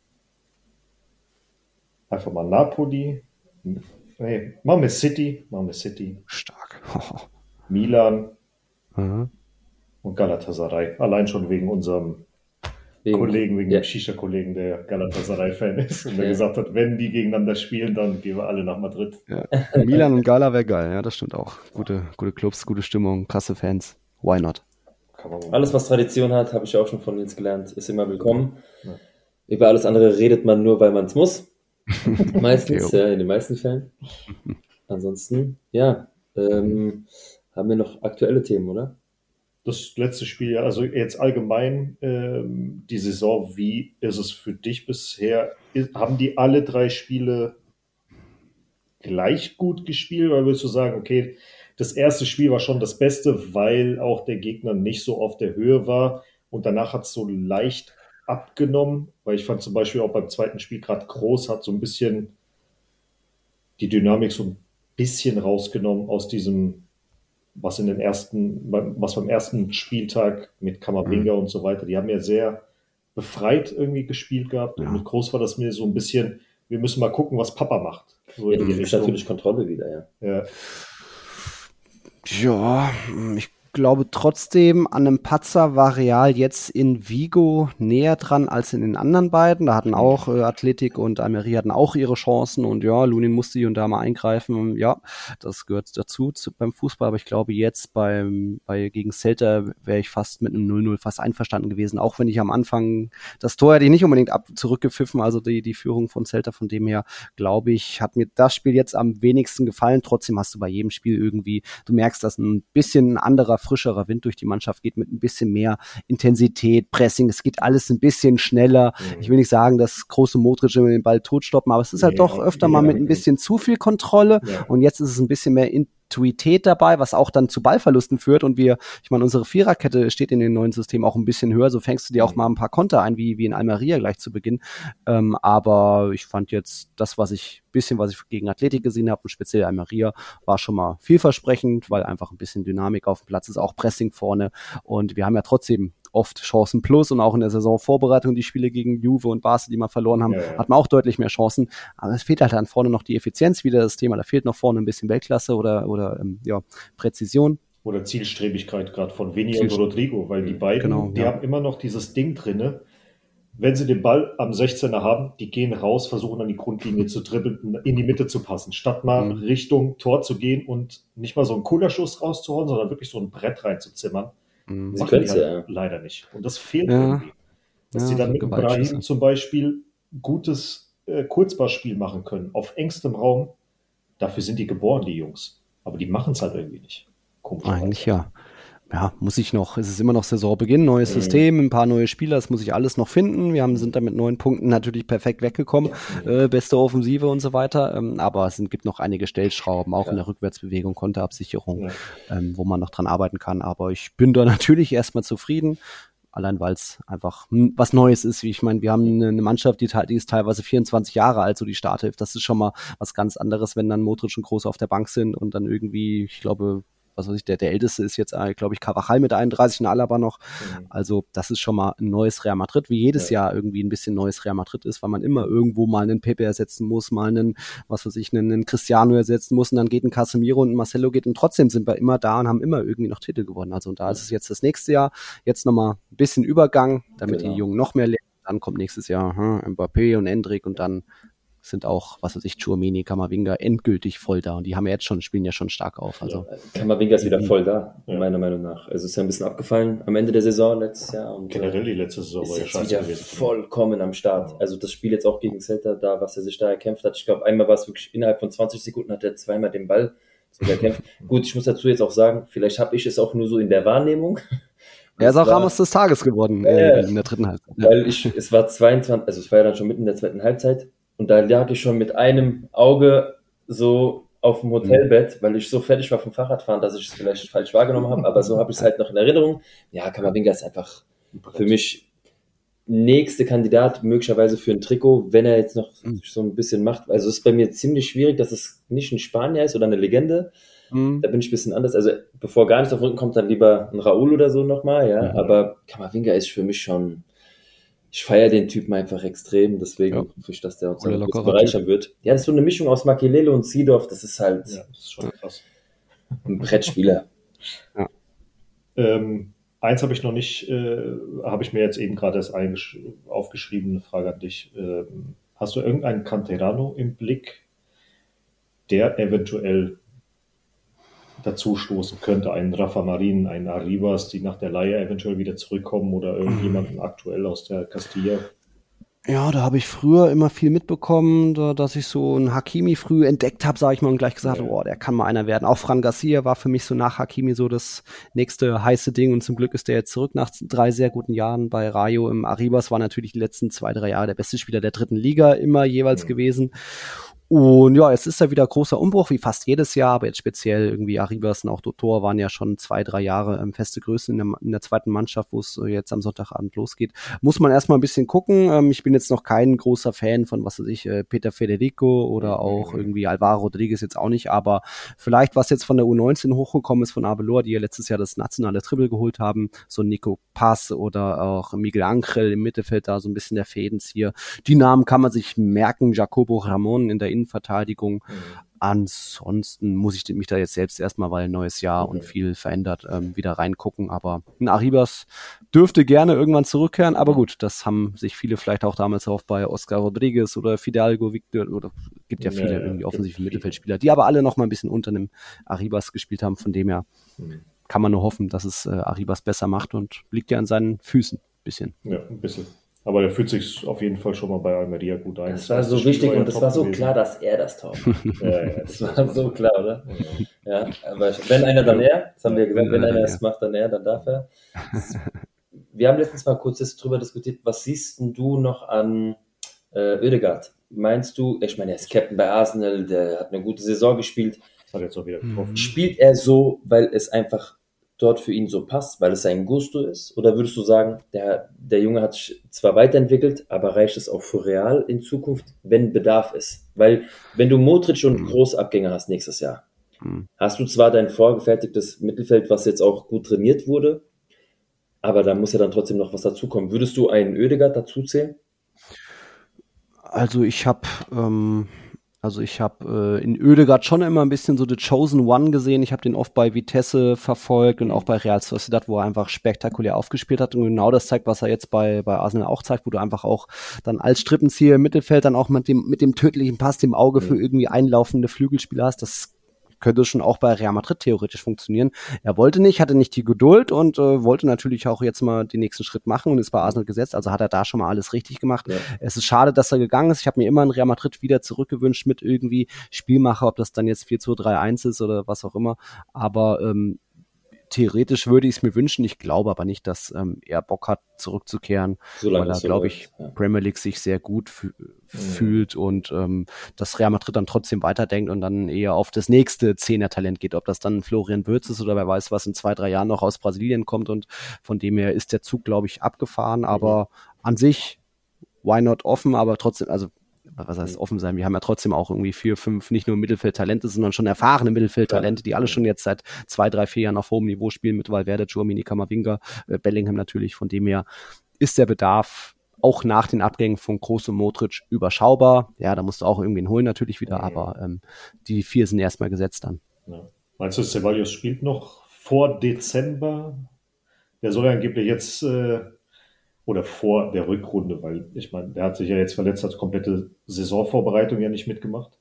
Einfach mal Napoli. Hey, machen wir City. Machen wir City. Stark. Milan. Mhm. Und Galatasaray. Allein schon wegen unserem wegen, Kollegen, wegen ja. dem Shisha-Kollegen, der Galatasaray-Fan ist und der ja. gesagt hat, wenn die gegeneinander spielen, dann gehen wir alle nach Madrid. Ja. Milan und Gala wäre geil, ja, das stimmt auch. Gute, gute Clubs, gute Stimmung, krasse Fans. Why not? Alles, was Tradition hat, habe ich auch schon von Nils gelernt, ist immer willkommen. Ja. Über alles andere redet man nur, weil man es muss. Meistens, ja, in den meisten Fällen. Ansonsten, ja, ähm, haben wir noch aktuelle Themen, oder? Das letzte Spiel, also jetzt allgemein ähm, die Saison, wie ist es für dich bisher? Haben die alle drei Spiele gleich gut gespielt oder würdest du sagen, okay, das erste Spiel war schon das Beste, weil auch der Gegner nicht so auf der Höhe war und danach hat es so leicht abgenommen, weil ich fand zum Beispiel auch beim zweiten Spiel gerade Groß hat so ein bisschen die Dynamik so ein bisschen rausgenommen aus diesem was in den ersten, was beim ersten Spieltag mit Kamavinga mhm. und so weiter, die haben ja sehr befreit irgendwie gespielt gehabt ja. und mit Groß war das mir so ein bisschen, wir müssen mal gucken, was Papa macht. So ja, du hast natürlich Kontrolle wieder, ja. Ja, ja ich glaube trotzdem, an einem Patzer war Real jetzt in Vigo näher dran als in den anderen beiden. Da hatten auch äh, Athletic und Almeria hatten auch ihre Chancen und ja, Lunin musste hier und da mal eingreifen. Ja, das gehört dazu zu, beim Fußball, aber ich glaube jetzt beim bei gegen Celta wäre ich fast mit einem null null fast einverstanden gewesen, auch wenn ich am Anfang das Tor hätte ich nicht unbedingt ab zurückgepfiffen, also die die Führung von Celta, von dem her glaube ich, hat mir das Spiel jetzt am wenigsten gefallen. Trotzdem hast du bei jedem Spiel irgendwie, du merkst, dass ein bisschen ein anderer frischerer Wind durch die Mannschaft geht mit ein bisschen mehr Intensität, Pressing, es geht alles ein bisschen schneller. Mhm. Ich will nicht sagen, dass große Modric immer den Ball totstoppen, aber es ist halt ja, doch öfter ja, mal mit ein bisschen zu viel Kontrolle ja. und jetzt ist es ein bisschen mehr Intuität dabei, was auch dann zu Ballverlusten führt und wir, ich meine, unsere Viererkette steht in dem neuen System auch ein bisschen höher, so fängst du dir auch mal ein paar Konter ein, wie, wie in Almeria gleich zu Beginn, ähm, aber ich fand jetzt das, was ich, bisschen, was ich gegen Athletic gesehen habe und speziell Almeria, war schon mal vielversprechend, weil einfach ein bisschen Dynamik auf dem Platz ist, auch Pressing vorne und wir haben ja trotzdem oft Chancen plus und auch in der Saisonvorbereitung die Spiele gegen Juve und Barca, die wir verloren haben, ja, ja. hat man auch deutlich mehr Chancen, aber es fehlt halt dann vorne noch die Effizienz, wieder das Thema, da fehlt noch vorne ein bisschen Weltklasse oder, oder ähm, ja, Präzision. Oder Zielstrebigkeit gerade von Vini und Rodrigo, weil die beiden, genau, die ja. haben immer noch dieses Ding drinne, wenn sie den Ball am sechzehner haben, die gehen raus, versuchen an die Grundlinie zu dribbeln, in die Mitte zu passen, statt mal mhm. Richtung Tor zu gehen und nicht mal so einen Kullerschuss rauszuhauen, sondern wirklich so ein Brett reinzuzimmern. Mhm. Machen können's, die halt ja. leider nicht. Und das fehlt Ja. irgendwie. Dass Ja, sie dann so mit dem Gewaltschüsse. Brahim zum Beispiel gutes äh, Kurzballspiel machen können, auf engstem Raum. Dafür sind die geboren, die Jungs. Aber die machen es halt irgendwie nicht. Komischerweise. Eigentlich ja. Ja, muss ich noch, es ist immer noch Saisonbeginn, neues Mhm. System, ein paar neue Spieler, das muss ich alles noch finden. Wir haben, sind da mit neun Punkten natürlich perfekt weggekommen, äh, beste Offensive und so weiter, ähm, aber es sind, gibt noch einige Stellschrauben, auch Ja. in der Rückwärtsbewegung, Konterabsicherung, Ja. ähm, wo man noch dran arbeiten kann, aber ich bin da natürlich erstmal zufrieden. Allein weil es einfach hm, was Neues ist. Wie ich meine, wir haben eine, eine Mannschaft, die, te- die ist teilweise vierundzwanzig Jahre alt, so die Starthilfe. Das ist schon mal was ganz anderes, wenn dann Modric und Groß auf der Bank sind und dann irgendwie, ich glaube, was weiß ich, der, der Älteste ist jetzt, äh, glaube ich, Carvajal mit einunddreißig und Alaba noch. Mhm. Also das ist schon mal ein neues Real Madrid, wie jedes Ja. Jahr irgendwie ein bisschen neues Real Madrid ist, weil man immer irgendwo mal einen Pepe ersetzen muss, mal einen, was weiß ich, einen, einen Cristiano ersetzen muss und dann geht ein Casemiro und ein Marcelo geht und trotzdem sind wir immer da und haben immer irgendwie noch Titel gewonnen. Also und da ist es jetzt das nächste Jahr, jetzt nochmal ein bisschen Übergang, damit Genau. die Jungen noch mehr lernen. Dann kommt nächstes Jahr hm, Mbappé und Endrick und dann sind auch, was weiß ich, Tchouaméni, Camavinga endgültig voll da und die haben ja jetzt schon, spielen ja schon stark auf. Also Camavinga ist wieder voll da, Ja. meiner Meinung nach. Also ist ja ein bisschen abgefallen am Ende der Saison letztes Jahr. Und, Generell äh, die letzte Saison war ist ja jetzt scheiße wieder gewesen. vollkommen am Start. Also das Spiel jetzt auch gegen Celta, da, was er sich da erkämpft hat. Ich glaube, einmal war es wirklich innerhalb von zwanzig Sekunden hat er zweimal den Ball so erkämpft. Gut, ich muss dazu jetzt auch sagen, vielleicht habe ich es auch nur so in der Wahrnehmung. er ist auch war- Ramos des Tages geworden Ja, äh, ja. in der dritten Halbzeit. Ja. Weil ich, es war zweiundzwanzig, also es war ja dann schon mitten in der zweiten Halbzeit und da lag ich schon mit einem Auge so auf dem Hotelbett, weil ich so fertig war vom Fahrradfahren, dass ich es vielleicht falsch wahrgenommen habe, aber so habe ich es halt noch in Erinnerung. Ja, Camavinga ist einfach für mich nächste Kandidat möglicherweise für ein Trikot, wenn er jetzt noch Mhm. so ein bisschen macht. Also es ist bei mir ziemlich schwierig, dass es nicht ein Spanier ist oder eine Legende. Mhm. Da bin ich ein bisschen anders. Also bevor gar nichts auf den Rücken kommt, dann lieber ein Raúl oder so nochmal, ja. Mhm. Aber Camavinga ist für mich schon, ich feiere den Typen einfach extrem, deswegen Ja. hoffe ich, dass der uns Cooler, noch kurz lockerer bereichern wird. Ja, das ist so eine Mischung aus Makelele und Seedorf, das ist halt Ja, das ist schon krass. ein Brettspieler. Ähm, eins habe ich noch nicht, äh, habe ich mir jetzt eben gerade erst eingesch- aufgeschrieben, eine Frage an dich. Ähm, hast du irgendeinen Canterano im Blick, der eventuell dazu stoßen könnte? Einen Rafa Marin, einen Arribas, die nach der Leihe eventuell wieder zurückkommen oder irgendjemanden aktuell aus der Castilla? Ja, da habe ich früher immer viel mitbekommen, da, dass ich so einen Hakimi früh entdeckt habe, sage ich mal, und gleich gesagt, Ja. boah, der kann mal einer werden. Auch Fran Garcia war für mich so nach Hakimi so das nächste heiße Ding und zum Glück ist der jetzt zurück nach drei sehr guten Jahren bei Rayo. Im Arribas war natürlich die letzten zwei, drei Jahre der beste Spieler der dritten Liga immer jeweils Mhm. gewesen. Und ja, jetzt ist da wieder großer Umbruch, wie fast jedes Jahr, aber jetzt speziell irgendwie Arribas und auch Dotor waren ja schon zwei, drei Jahre ähm, feste Größen in der, in der zweiten Mannschaft, wo es äh, jetzt am Sonntagabend losgeht. Muss man erstmal ein bisschen gucken. Ähm, ich bin jetzt noch kein großer Fan von, was weiß ich, äh, Peter Federico oder auch irgendwie Alvaro Rodriguez jetzt auch nicht, aber vielleicht, was jetzt von der U neunzehn hochgekommen ist von Abelor, die ja letztes Jahr das nationale Triple geholt haben, so Nico Paz oder auch Miguel Angel im Mittelfeld, da so ein bisschen der Fädenzieher. Die Namen kann man sich merken, Jacobo Ramon in der Innenverteidigung. Ansonsten muss ich mich da jetzt selbst erstmal, weil ein neues Jahr Okay. und viel verändert, ähm, wieder reingucken. Aber ein Arribas dürfte gerne irgendwann zurückkehren. Aber gut, das haben sich viele vielleicht auch damals auch bei Oscar Rodriguez oder Fidalgo, Victor, oder gibt ja Ja, viele ja, irgendwie gibt offensive viele. Mittelfeldspieler, die aber alle noch mal ein bisschen unter einem Arribas gespielt haben. Von dem her Mhm. kann man nur hoffen, dass es äh, Arribas besser macht und liegt ja an seinen Füßen ein bisschen. Ja, ein bisschen. Aber der fühlt sich auf jeden Fall schon mal bei Almeria gut ein. Das war so Spiel wichtig ja und es top war so gewesen. klar, dass er das Tor macht. Ja, ja, Das war so klar, oder? Ja. Ja, aber wenn einer, dann er. Das haben wir gesagt, wenn Wenn einer, einer dann es macht, dann er, dann darf er. Wir haben letztens mal kurz jetzt drüber diskutiert, was siehst denn du noch an äh, Oedegaard? Meinst du, ich meine, er ist Captain bei Arsenal, der hat eine gute Saison gespielt. Hat jetzt auch wieder getroffen. Spielt er so, weil es einfach dort für ihn so passt, weil es sein Gusto ist? Oder würdest du sagen, der, der Junge hat sich zwar weiterentwickelt, aber reicht es auch für Real in Zukunft, wenn Bedarf ist? Weil, wenn du Modric und Großabgänger hast nächstes Jahr, Mhm. hast du zwar dein vorgefertigtes Mittelfeld, was jetzt auch gut trainiert wurde, aber da muss ja dann trotzdem noch was dazukommen. Würdest du einen Oedegaard dazu zählen? Also ich habe ähm, also ich habe äh, in Oedegaard schon immer ein bisschen so The Chosen One gesehen. Ich habe den oft bei Vitesse verfolgt und auch bei Real Sociedad, wo er einfach spektakulär aufgespielt hat und genau das zeigt, was er jetzt bei bei Arsenal auch zeigt, wo du einfach auch dann als Strippenzieher im Mittelfeld dann auch mit dem mit dem tödlichen Pass, dem Auge für irgendwie einlaufende Flügelspieler hast. Das könnte schon auch bei Real Madrid theoretisch funktionieren. Er wollte nicht, hatte nicht die Geduld und äh, wollte natürlich auch jetzt mal den nächsten Schritt machen und ist bei Arsenal gesetzt, also hat er da schon mal alles richtig gemacht. Ja. Es ist schade, dass er gegangen ist. Ich habe mir immer ein Real Madrid wieder zurückgewünscht mit irgendwie Spielmacher, ob das dann jetzt vier zwei drei eins ist oder was auch immer, aber ähm, theoretisch würde ich es mir wünschen, ich glaube aber nicht, dass ähm, er Bock hat, zurückzukehren, Solange weil er, so glaube ich, ja. Premier League sich sehr gut fü- mhm. fühlt und ähm, dass Real Madrid dann trotzdem weiterdenkt und dann eher auf das nächste Zehner-Talent geht, ob das dann Florian Wirtz ist oder wer weiß, was in zwei, drei Jahren noch aus Brasilien kommt und von dem her ist der Zug, glaube ich, abgefahren, aber mhm. an sich, why not offen, aber trotzdem, also was heißt offen sein, wir haben ja trotzdem auch irgendwie vier, fünf, nicht nur Mittelfeldtalente, sondern schon erfahrene Mittelfeldtalente, die alle schon jetzt seit zwei, drei, vier Jahren auf hohem Niveau spielen, mit Valverde, Tchouaméni, Camavinga, äh, Bellingham natürlich, von dem her ist der Bedarf auch nach den Abgängen von Kroos und Modric überschaubar. Ja, da musst du auch irgendwen holen natürlich wieder, mhm. aber ähm, die vier sind erstmal gesetzt dann. Ja. Meinst du, Ceballos spielt noch vor Dezember? Der soll ja angeblich jetzt äh, oder vor der Rückrunde, weil ich meine, der hat sich ja jetzt verletzt, hat komplette Saisonvorbereitung ja nicht mitgemacht.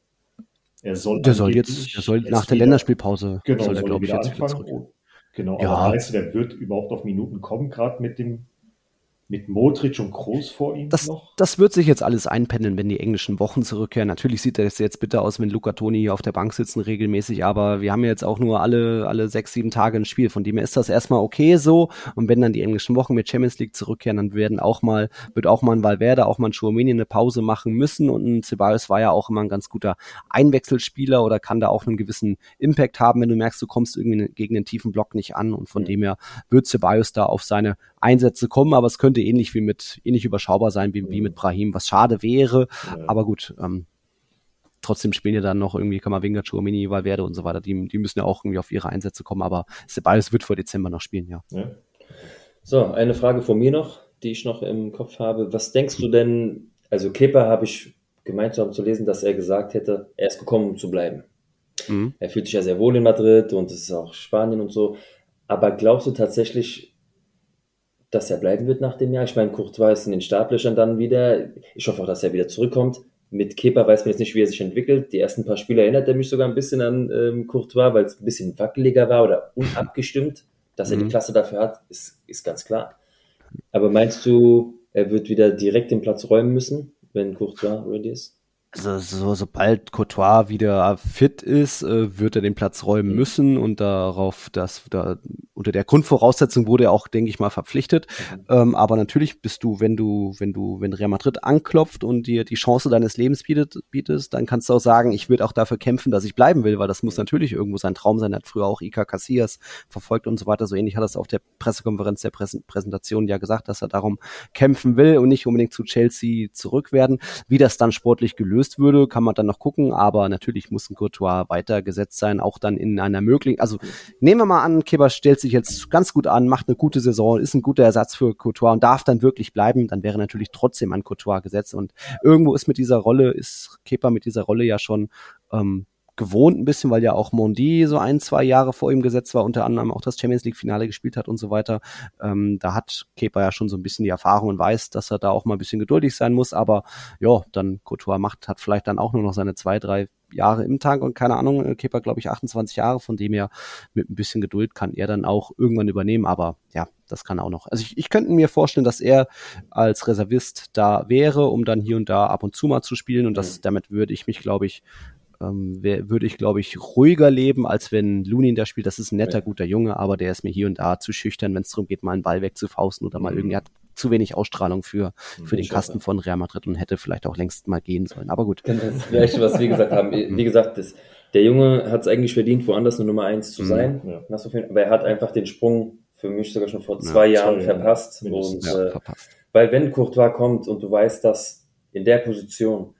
Er soll der soll jetzt, der soll jetzt nach der wieder, Länderspielpause, genau, soll der, glaube ich, jetzt anfangen. Zurück. Genau, ja. aber meinst du, der wird überhaupt auf Minuten kommen, gerade mit dem mit Modric und Kroos vor ihm das, noch? Das wird sich jetzt alles einpendeln, wenn die englischen Wochen zurückkehren. Natürlich sieht das jetzt bitter aus, wenn Luca Toni hier auf der Bank sitzen regelmäßig, aber wir haben ja jetzt auch nur alle alle sechs, sieben Tage ein Spiel. Von dem her ist das erstmal okay so. Und wenn dann die englischen Wochen mit Champions League zurückkehren, dann werden auch mal wird auch mal ein Valverde, auch mal ein Tchouaméni eine Pause machen müssen. Und ein Ceballos war ja auch immer ein ganz guter Einwechselspieler oder kann da auch einen gewissen Impact haben, wenn du merkst, du kommst irgendwie gegen den tiefen Block nicht an. Und von mhm. dem her wird Ceballos da auf seine Einsätze kommen, aber es könnte ähnlich wie mit ähnlich überschaubar sein wie, wie mit Brahim, was schade wäre, ja. aber gut, ähm, trotzdem spielen ja dann noch irgendwie Camavinga, Tchouaméni, Valverde und so weiter, die, die müssen ja auch irgendwie auf ihre Einsätze kommen, aber Ceballos wird vor Dezember noch spielen, ja. ja. So, eine Frage von mir noch, die ich noch im Kopf habe, was denkst du denn, also Kepa habe ich gemeint zu haben zu lesen, dass er gesagt hätte, er ist gekommen, um zu bleiben. Mhm. Er fühlt sich ja sehr wohl in Madrid und es ist auch Spanien und so, aber glaubst du tatsächlich, dass er bleiben wird nach dem Jahr? Ich meine, Courtois ist in den Startlöchern dann wieder. Ich hoffe auch, dass er wieder zurückkommt. Mit Kepa weiß man jetzt nicht, wie er sich entwickelt. Die ersten paar Spiele erinnert er mich sogar ein bisschen an ähm, Courtois, weil es ein bisschen wackeliger war oder unabgestimmt. Dass er die Klasse dafür hat, ist, ist ganz klar. Aber meinst du, er wird wieder direkt den Platz räumen müssen, wenn Courtois ready ist? Also so, sobald Courtois wieder fit ist, äh, wird er den Platz räumen müssen und darauf, dass da unter der Grundvoraussetzung wurde er auch, denke ich mal, verpflichtet. Mhm. Ähm, aber natürlich bist du, wenn du, wenn du, wenn Real Madrid anklopft und dir die Chance deines Lebens bietet, bietest, dann kannst du auch sagen, ich würde auch dafür kämpfen, dass ich bleiben will, weil das muss natürlich irgendwo sein Traum sein. Er hat früher auch Iker Casillas verfolgt und so weiter. So ähnlich hat er es auf der Pressekonferenz der Präs- Präsentation ja gesagt, dass er darum kämpfen will und nicht unbedingt zu Chelsea zurück werden. Wie das dann sportlich gelöst würde, kann man dann noch gucken, aber natürlich muss ein Courtois weiter gesetzt sein, auch dann in einer möglichen, also nehmen wir mal an, Kepa stellt sich jetzt ganz gut an, macht eine gute Saison, ist ein guter Ersatz für Courtois und darf dann wirklich bleiben, dann wäre natürlich trotzdem an Courtois gesetzt und irgendwo ist mit dieser Rolle, ist Kepa mit dieser Rolle ja schon ähm, gewohnt ein bisschen, weil ja auch Mondi so ein, zwei Jahre vor ihm gesetzt war, unter anderem auch das Champions League Finale gespielt hat und so weiter. Ähm, da hat Kepa ja schon so ein bisschen die Erfahrung und weiß, dass er da auch mal ein bisschen geduldig sein muss, aber ja, dann Courtois macht, hat vielleicht dann auch nur noch seine zwei, drei Jahre im Tank und keine Ahnung, Kepa glaube ich achtundzwanzig Jahre, von dem her mit ein bisschen Geduld kann er dann auch irgendwann übernehmen, aber ja, das kann auch noch. Also ich, ich könnte mir vorstellen, dass er als Reservist da wäre, um dann hier und da ab und zu mal zu spielen und das, damit würde ich mich, glaube ich, Ähm, wär, würde ich, glaube ich, ruhiger leben, als wenn Lunin da spielt. Das ist ein netter, guter Junge, aber der ist mir hier und da zu schüchtern, wenn es darum geht, mal einen Ball wegzufausten oder mal mhm. irgendwie, hat zu wenig Ausstrahlung für, für den Kasten von Real Madrid und hätte vielleicht auch längst mal gehen sollen. Aber gut. Das ist vielleicht, was wir gesagt haben. Wie gesagt, das, der Junge hat es eigentlich verdient, woanders eine Nummer eins zu sein. Mhm. Ja. Aber er hat einfach den Sprung für mich sogar schon vor zwei ja, Jahren verpasst. Ja, und, ja, äh, verpasst. Weil wenn Courtois kommt und du weißt, dass in der Position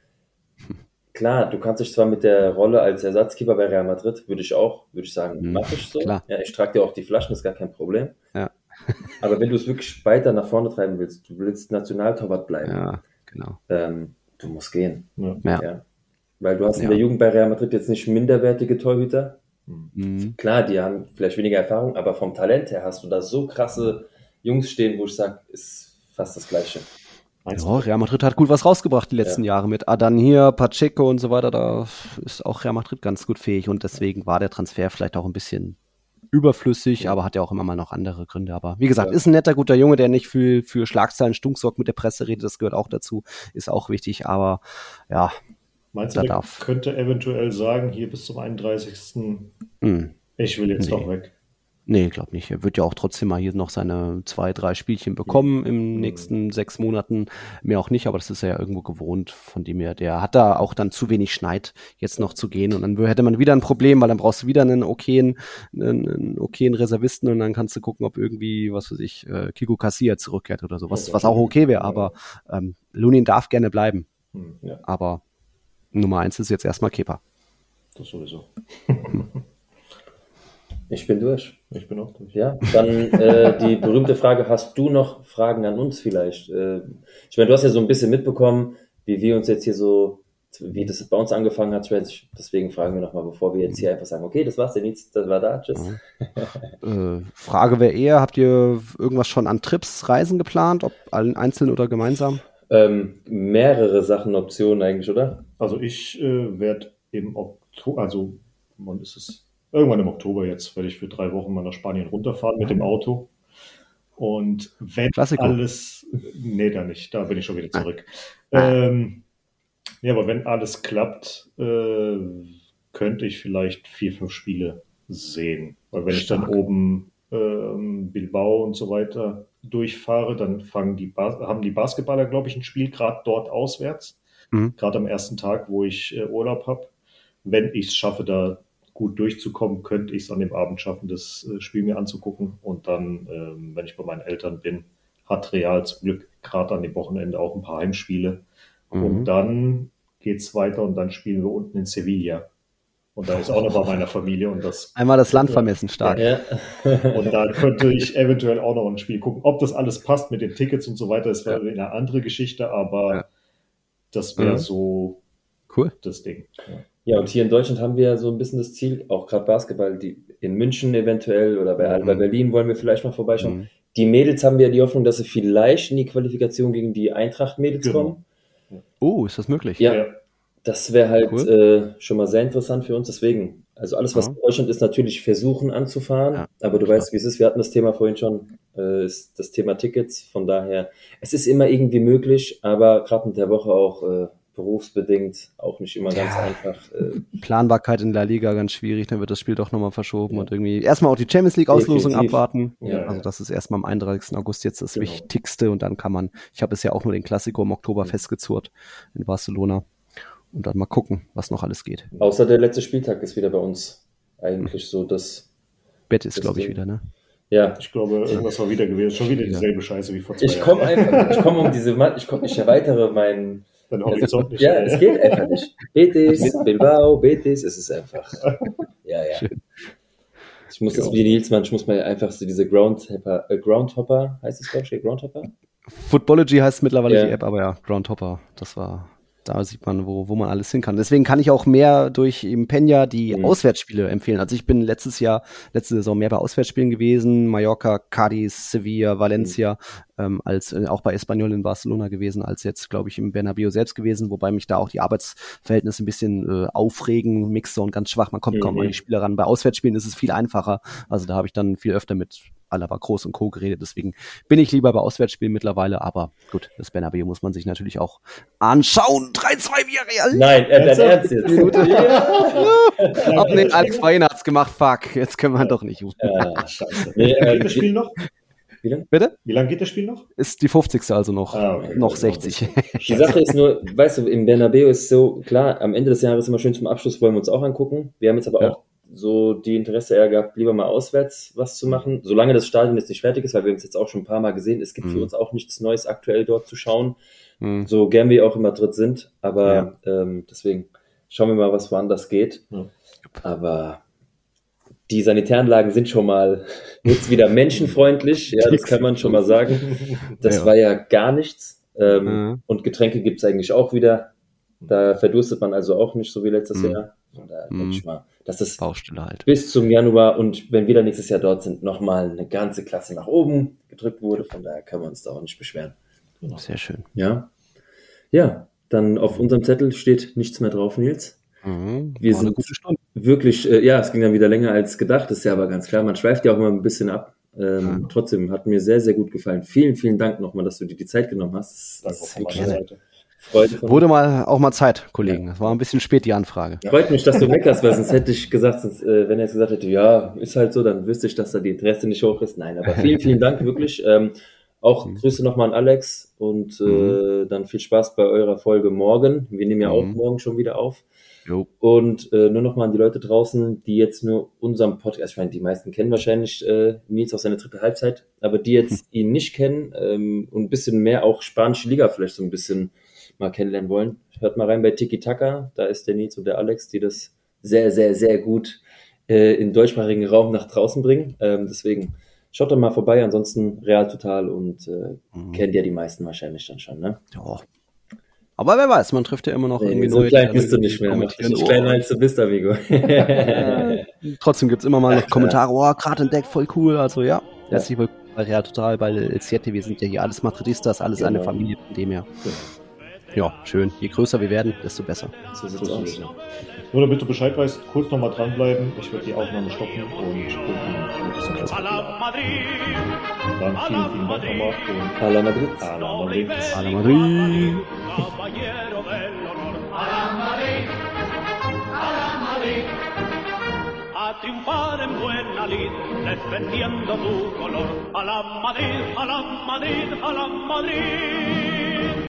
klar, du kannst dich zwar mit der Rolle als Ersatzkeeper bei Real Madrid, würde ich auch, würde ich sagen, mhm, mach ich so. Klar. Ja, ich trage dir auch die Flaschen, ist gar kein Problem. Ja. Aber wenn du es wirklich weiter nach vorne treiben willst, du willst Nationaltorwart bleiben, ja, genau. ähm, du musst gehen. Ja. Ja. Weil du hast in ja. der Jugend bei Real Madrid jetzt nicht minderwertige Torhüter. Mhm. Klar, die haben vielleicht weniger Erfahrung, aber vom Talent her hast du da so krasse Jungs stehen, wo ich sage, ist fast das Gleiche. Ja, Real Madrid hat gut was rausgebracht die letzten ja. Jahre mit Adan hier, Pacheco und so weiter. Da ist auch Real Madrid ganz gut fähig und deswegen war der Transfer vielleicht auch ein bisschen überflüssig, ja. aber hat ja auch immer mal noch andere Gründe. Aber wie gesagt, ja. ist ein netter, guter Junge, der nicht für, für Schlagzeilen stunk sorgt mit der Presse redet. Das gehört auch dazu, ist auch wichtig. Aber ja, meinst du, der darf. könnte eventuell sagen, hier bis zum einunddreißigsten Hm. ich will jetzt nee. doch weg? Nee, glaub nicht. Er wird ja auch trotzdem mal hier noch seine zwei, drei Spielchen bekommen im mhm. nächsten sechs Monaten. Mehr auch nicht, aber das ist er ja irgendwo gewohnt. Von dem her, der hat da auch dann zu wenig Schneid, jetzt noch zu gehen. Und dann hätte man wieder ein Problem, weil dann brauchst du wieder einen okayen, einen, einen okayen Reservisten und dann kannst du gucken, ob irgendwie, was weiß ich, äh, Kiko Casilla zurückkehrt oder so, was, was auch okay wäre. Aber ähm, Lunin darf gerne bleiben. Ja. Aber Nummer eins ist jetzt erstmal Kepa. Das sowieso. Ich bin durch. Ich bin auch durch. Ja, dann äh, die berühmte Frage, hast du noch Fragen an uns vielleicht? Äh, ich meine, du hast ja so ein bisschen mitbekommen, wie wir uns jetzt hier so, wie das bei uns angefangen hat. Deswegen fragen wir nochmal, bevor wir jetzt hier einfach sagen, okay, das war's, der Nietz, das war da, tschüss. äh, Frage wäre eher, habt ihr irgendwas schon an Trips, Reisen geplant, ob allen einzeln oder gemeinsam? Ähm, mehrere Sachen, Optionen eigentlich, oder? Also ich äh, werde im Oktober, also wann ist es? Irgendwann im Oktober jetzt werde ich für drei Wochen mal nach Spanien runterfahren mit dem Auto. Und wenn Klassiko. alles, nee, da nicht, da bin ich schon wieder zurück. Ah. Ähm, ja, aber wenn alles klappt, äh, könnte ich vielleicht vier, fünf Spiele sehen. Weil wenn Stark. ich dann oben ähm, Bilbao und so weiter durchfahre, dann fangen die Bas- haben die Basketballer, glaube ich, ein Spiel gerade dort auswärts. Mhm. Gerade am ersten Tag, wo ich äh, Urlaub habe. Wenn ich es schaffe, da gut durchzukommen, könnte ich es an dem Abend schaffen, das äh, Spiel mir anzugucken. Und dann, ähm, wenn ich bei meinen Eltern bin, hat Real zum Glück gerade an dem Wochenende auch ein paar Heimspiele. Mhm. Und dann geht's weiter und dann spielen wir unten in Sevilla. Und da ist auch noch bei meiner Familie. Und das einmal das Land vermessen, stark. Ja. Und da könnte ich eventuell auch noch ein Spiel gucken. Ob das alles passt mit den Tickets und so weiter, ist ja. eine andere Geschichte, aber ja. das wäre mhm. so cool. das Ding. Ja. Ja, und hier in Deutschland haben wir ja so ein bisschen das Ziel, auch gerade Basketball, die in München eventuell oder bei, mhm. bei Berlin wollen wir vielleicht mal vorbeischauen. Mhm. Die Mädels haben ja die Hoffnung, dass sie vielleicht in die Qualifikation gegen die Eintracht-Mädels genau. kommen. Oh, ist das möglich? Ja, ja. Das wäre halt cool. äh, schon mal sehr interessant für uns. Deswegen, also alles, was ja. in Deutschland ist, natürlich versuchen anzufahren. Ja, aber du klar. weißt, wie es ist. Wir hatten das Thema vorhin schon, äh, ist das Thema Tickets. Von daher, es ist immer irgendwie möglich, aber gerade mit der Woche auch äh, berufsbedingt auch nicht immer ganz ja. einfach. Äh, Planbarkeit in der Liga ganz schwierig, dann wird das Spiel doch nochmal verschoben ja. und irgendwie erstmal auch die Champions League Auslosung Definitiv. abwarten. Ja, also das ist erstmal am einunddreißigsten August jetzt das genau. Wichtigste und dann kann man, ich habe es ja auch nur den Klassiko im Oktober ja. festgezurrt in Barcelona und dann mal gucken, was noch alles geht. Außer der letzte Spieltag ist wieder bei uns eigentlich so das Bett ist, glaube ich, wieder, ne? Ja. Ich glaube, irgendwas war wieder gewesen. Schon wieder dieselbe Scheiße wie vor zwei ich Jahren. Komm einfach, ich komme um diese, ich komme, ich erweitere meinen Dann Horizont nicht. Ja, es geht einfach nicht. Betis, Bilbao, Betis, es ist einfach. Ja, ja. Schön. Ich muss das wie Nilsmann, ich muss mal einfach so diese Groundhopper, äh, Groundhopper, heißt es, glaube ich, Groundhopper? Footballogy heißt mittlerweile ja. die App, aber ja, Groundhopper, das war, da sieht man, wo, wo man alles hin kann. Deswegen kann ich auch mehr durch im Peña die mhm. Auswärtsspiele empfehlen. Also ich bin letztes Jahr, letzte Saison mehr bei Auswärtsspielen gewesen, Mallorca, Cádiz, Sevilla, Valencia, mhm. ähm, als äh, auch bei Espanyol in Barcelona gewesen, als jetzt, glaube ich, im Bernabéu selbst gewesen, wobei mich da auch die Arbeitsverhältnisse ein bisschen äh, aufregen, Mixzone ganz schwach, man kommt mhm. kaum an die Spieler ran. Bei Auswärtsspielen ist es viel einfacher, also da habe ich dann viel öfter mit Alaba Groß und Co. geredet, deswegen bin ich lieber bei Auswärtsspielen mittlerweile, aber gut, das Bernabéu muss man sich natürlich auch anschauen. drei zwei Villarreal. Nein, äh, dein Ernst jetzt. Ja. Ach nee, Alex Fein hat's gemacht, fuck, jetzt können wir doch nicht. Ja, scheiße. Nee, äh, geht das Spiel noch? Wie lange? Bitte? Wie lange geht das Spiel noch? Ist die fünfzigste also noch, ah, okay, noch sechzig. Die Sache ist nur, weißt du, im Bernabéu ist so, klar, am Ende des Jahres immer schön zum Abschluss, wollen wir uns auch angucken. Wir haben jetzt aber ja. auch so die Interesse eher gehabt, lieber mal auswärts was zu machen, solange das Stadion jetzt nicht fertig ist, weil wir haben es jetzt auch schon ein paar Mal gesehen, es gibt mhm. für uns auch nichts Neues aktuell dort zu schauen, mhm. so gern wir auch in Madrid sind, aber ja. ähm, deswegen schauen wir mal, was woanders geht, ja. aber die Sanitäranlagen sind schon mal jetzt wieder menschenfreundlich, ja, das kann man schon mal sagen, das ja. war ja gar nichts ähm, mhm. und Getränke gibt es eigentlich auch wieder, da verdurstet man also auch nicht so wie letztes mhm. Jahr. Und da denke mm. ich mal, dass es halt. bis zum Januar und wenn wir dann nächstes Jahr dort sind, nochmal eine ganze Klasse nach oben gedrückt wurde. Von daher können wir uns da auch nicht beschweren. Genau. Sehr schön. Ja. Ja, dann auf unserem Zettel steht nichts mehr drauf, Nils. Mhm. Wir War eine sind gute Stunde. wirklich, äh, ja, es ging dann wieder länger als gedacht, ist ja aber ganz klar. Man schweift ja auch immer ein bisschen ab. Ähm, trotzdem hat mir sehr, sehr gut gefallen. Vielen, vielen Dank nochmal, dass du dir die Zeit genommen hast. Danke Das von ist meiner gerne. Seite. Freude von Wurde mal auch mal Zeit, Kollegen. Es war ein bisschen spät, die Anfrage. Freut mich, dass du meckerst, weil sonst hätte ich gesagt, sonst, äh, wenn er jetzt gesagt hätte, ja, ist halt so, dann wüsste ich, dass da die Interesse nicht hoch ist. Nein, aber vielen, vielen Dank, wirklich. Ähm, auch Mhm. Grüße nochmal an Alex und äh, Mhm. dann viel Spaß bei eurer Folge morgen. Wir nehmen ja auch Mhm. morgen schon wieder auf. Jo. Und äh, nur nochmal an die Leute draußen, die jetzt nur unseren Podcast, ich meine, die meisten kennen wahrscheinlich äh, Nils aus seiner dritte Halbzeit, aber die jetzt ihn nicht kennen ähm, und ein bisschen mehr auch spanische Liga vielleicht so ein bisschen mal kennenlernen wollen, hört mal rein bei Tiki Taka, da ist der Nils und der Alex, die das sehr, sehr, sehr gut äh, im deutschsprachigen Raum nach draußen bringen. Ähm, deswegen schaut doch mal vorbei, ansonsten Real Total und äh, Mhm. kennt ja die meisten wahrscheinlich dann schon, ne? Ja. Aber wer weiß, man trifft ja immer noch Nee, irgendwie so neue. klein die bist du dann nicht mehr, mach dich kommentieren, nicht oh, kleiner als du bist, Amigo. äh, Trotzdem gibt's immer mal Ja, noch klar. Kommentare, oh, gerade entdeckt, voll cool. Also ja, Ja. herzlich willkommen bei Real Total, bei El Siete. Wir sind ja hier alles Madridistas, alles eine Genau. Familie, von dem her. Genau. Ja, schön. Je größer wir werden, desto besser. So So sieht's ist aus. es. Nur damit du Bescheid weißt, kurz nochmal dranbleiben. Ich werde die Aufnahme stoppen und gucken, wie das jetzt A la Madrid, Dann vielen, vielen Dank nochmal und Hala Madrid. à la Madrid. A la Madrid. caballero del honor. A la Madrid, a la Madrid. A triunfar en buena lid, defendiendo tu color. A la Madrid, a la Madrid, a la Madrid.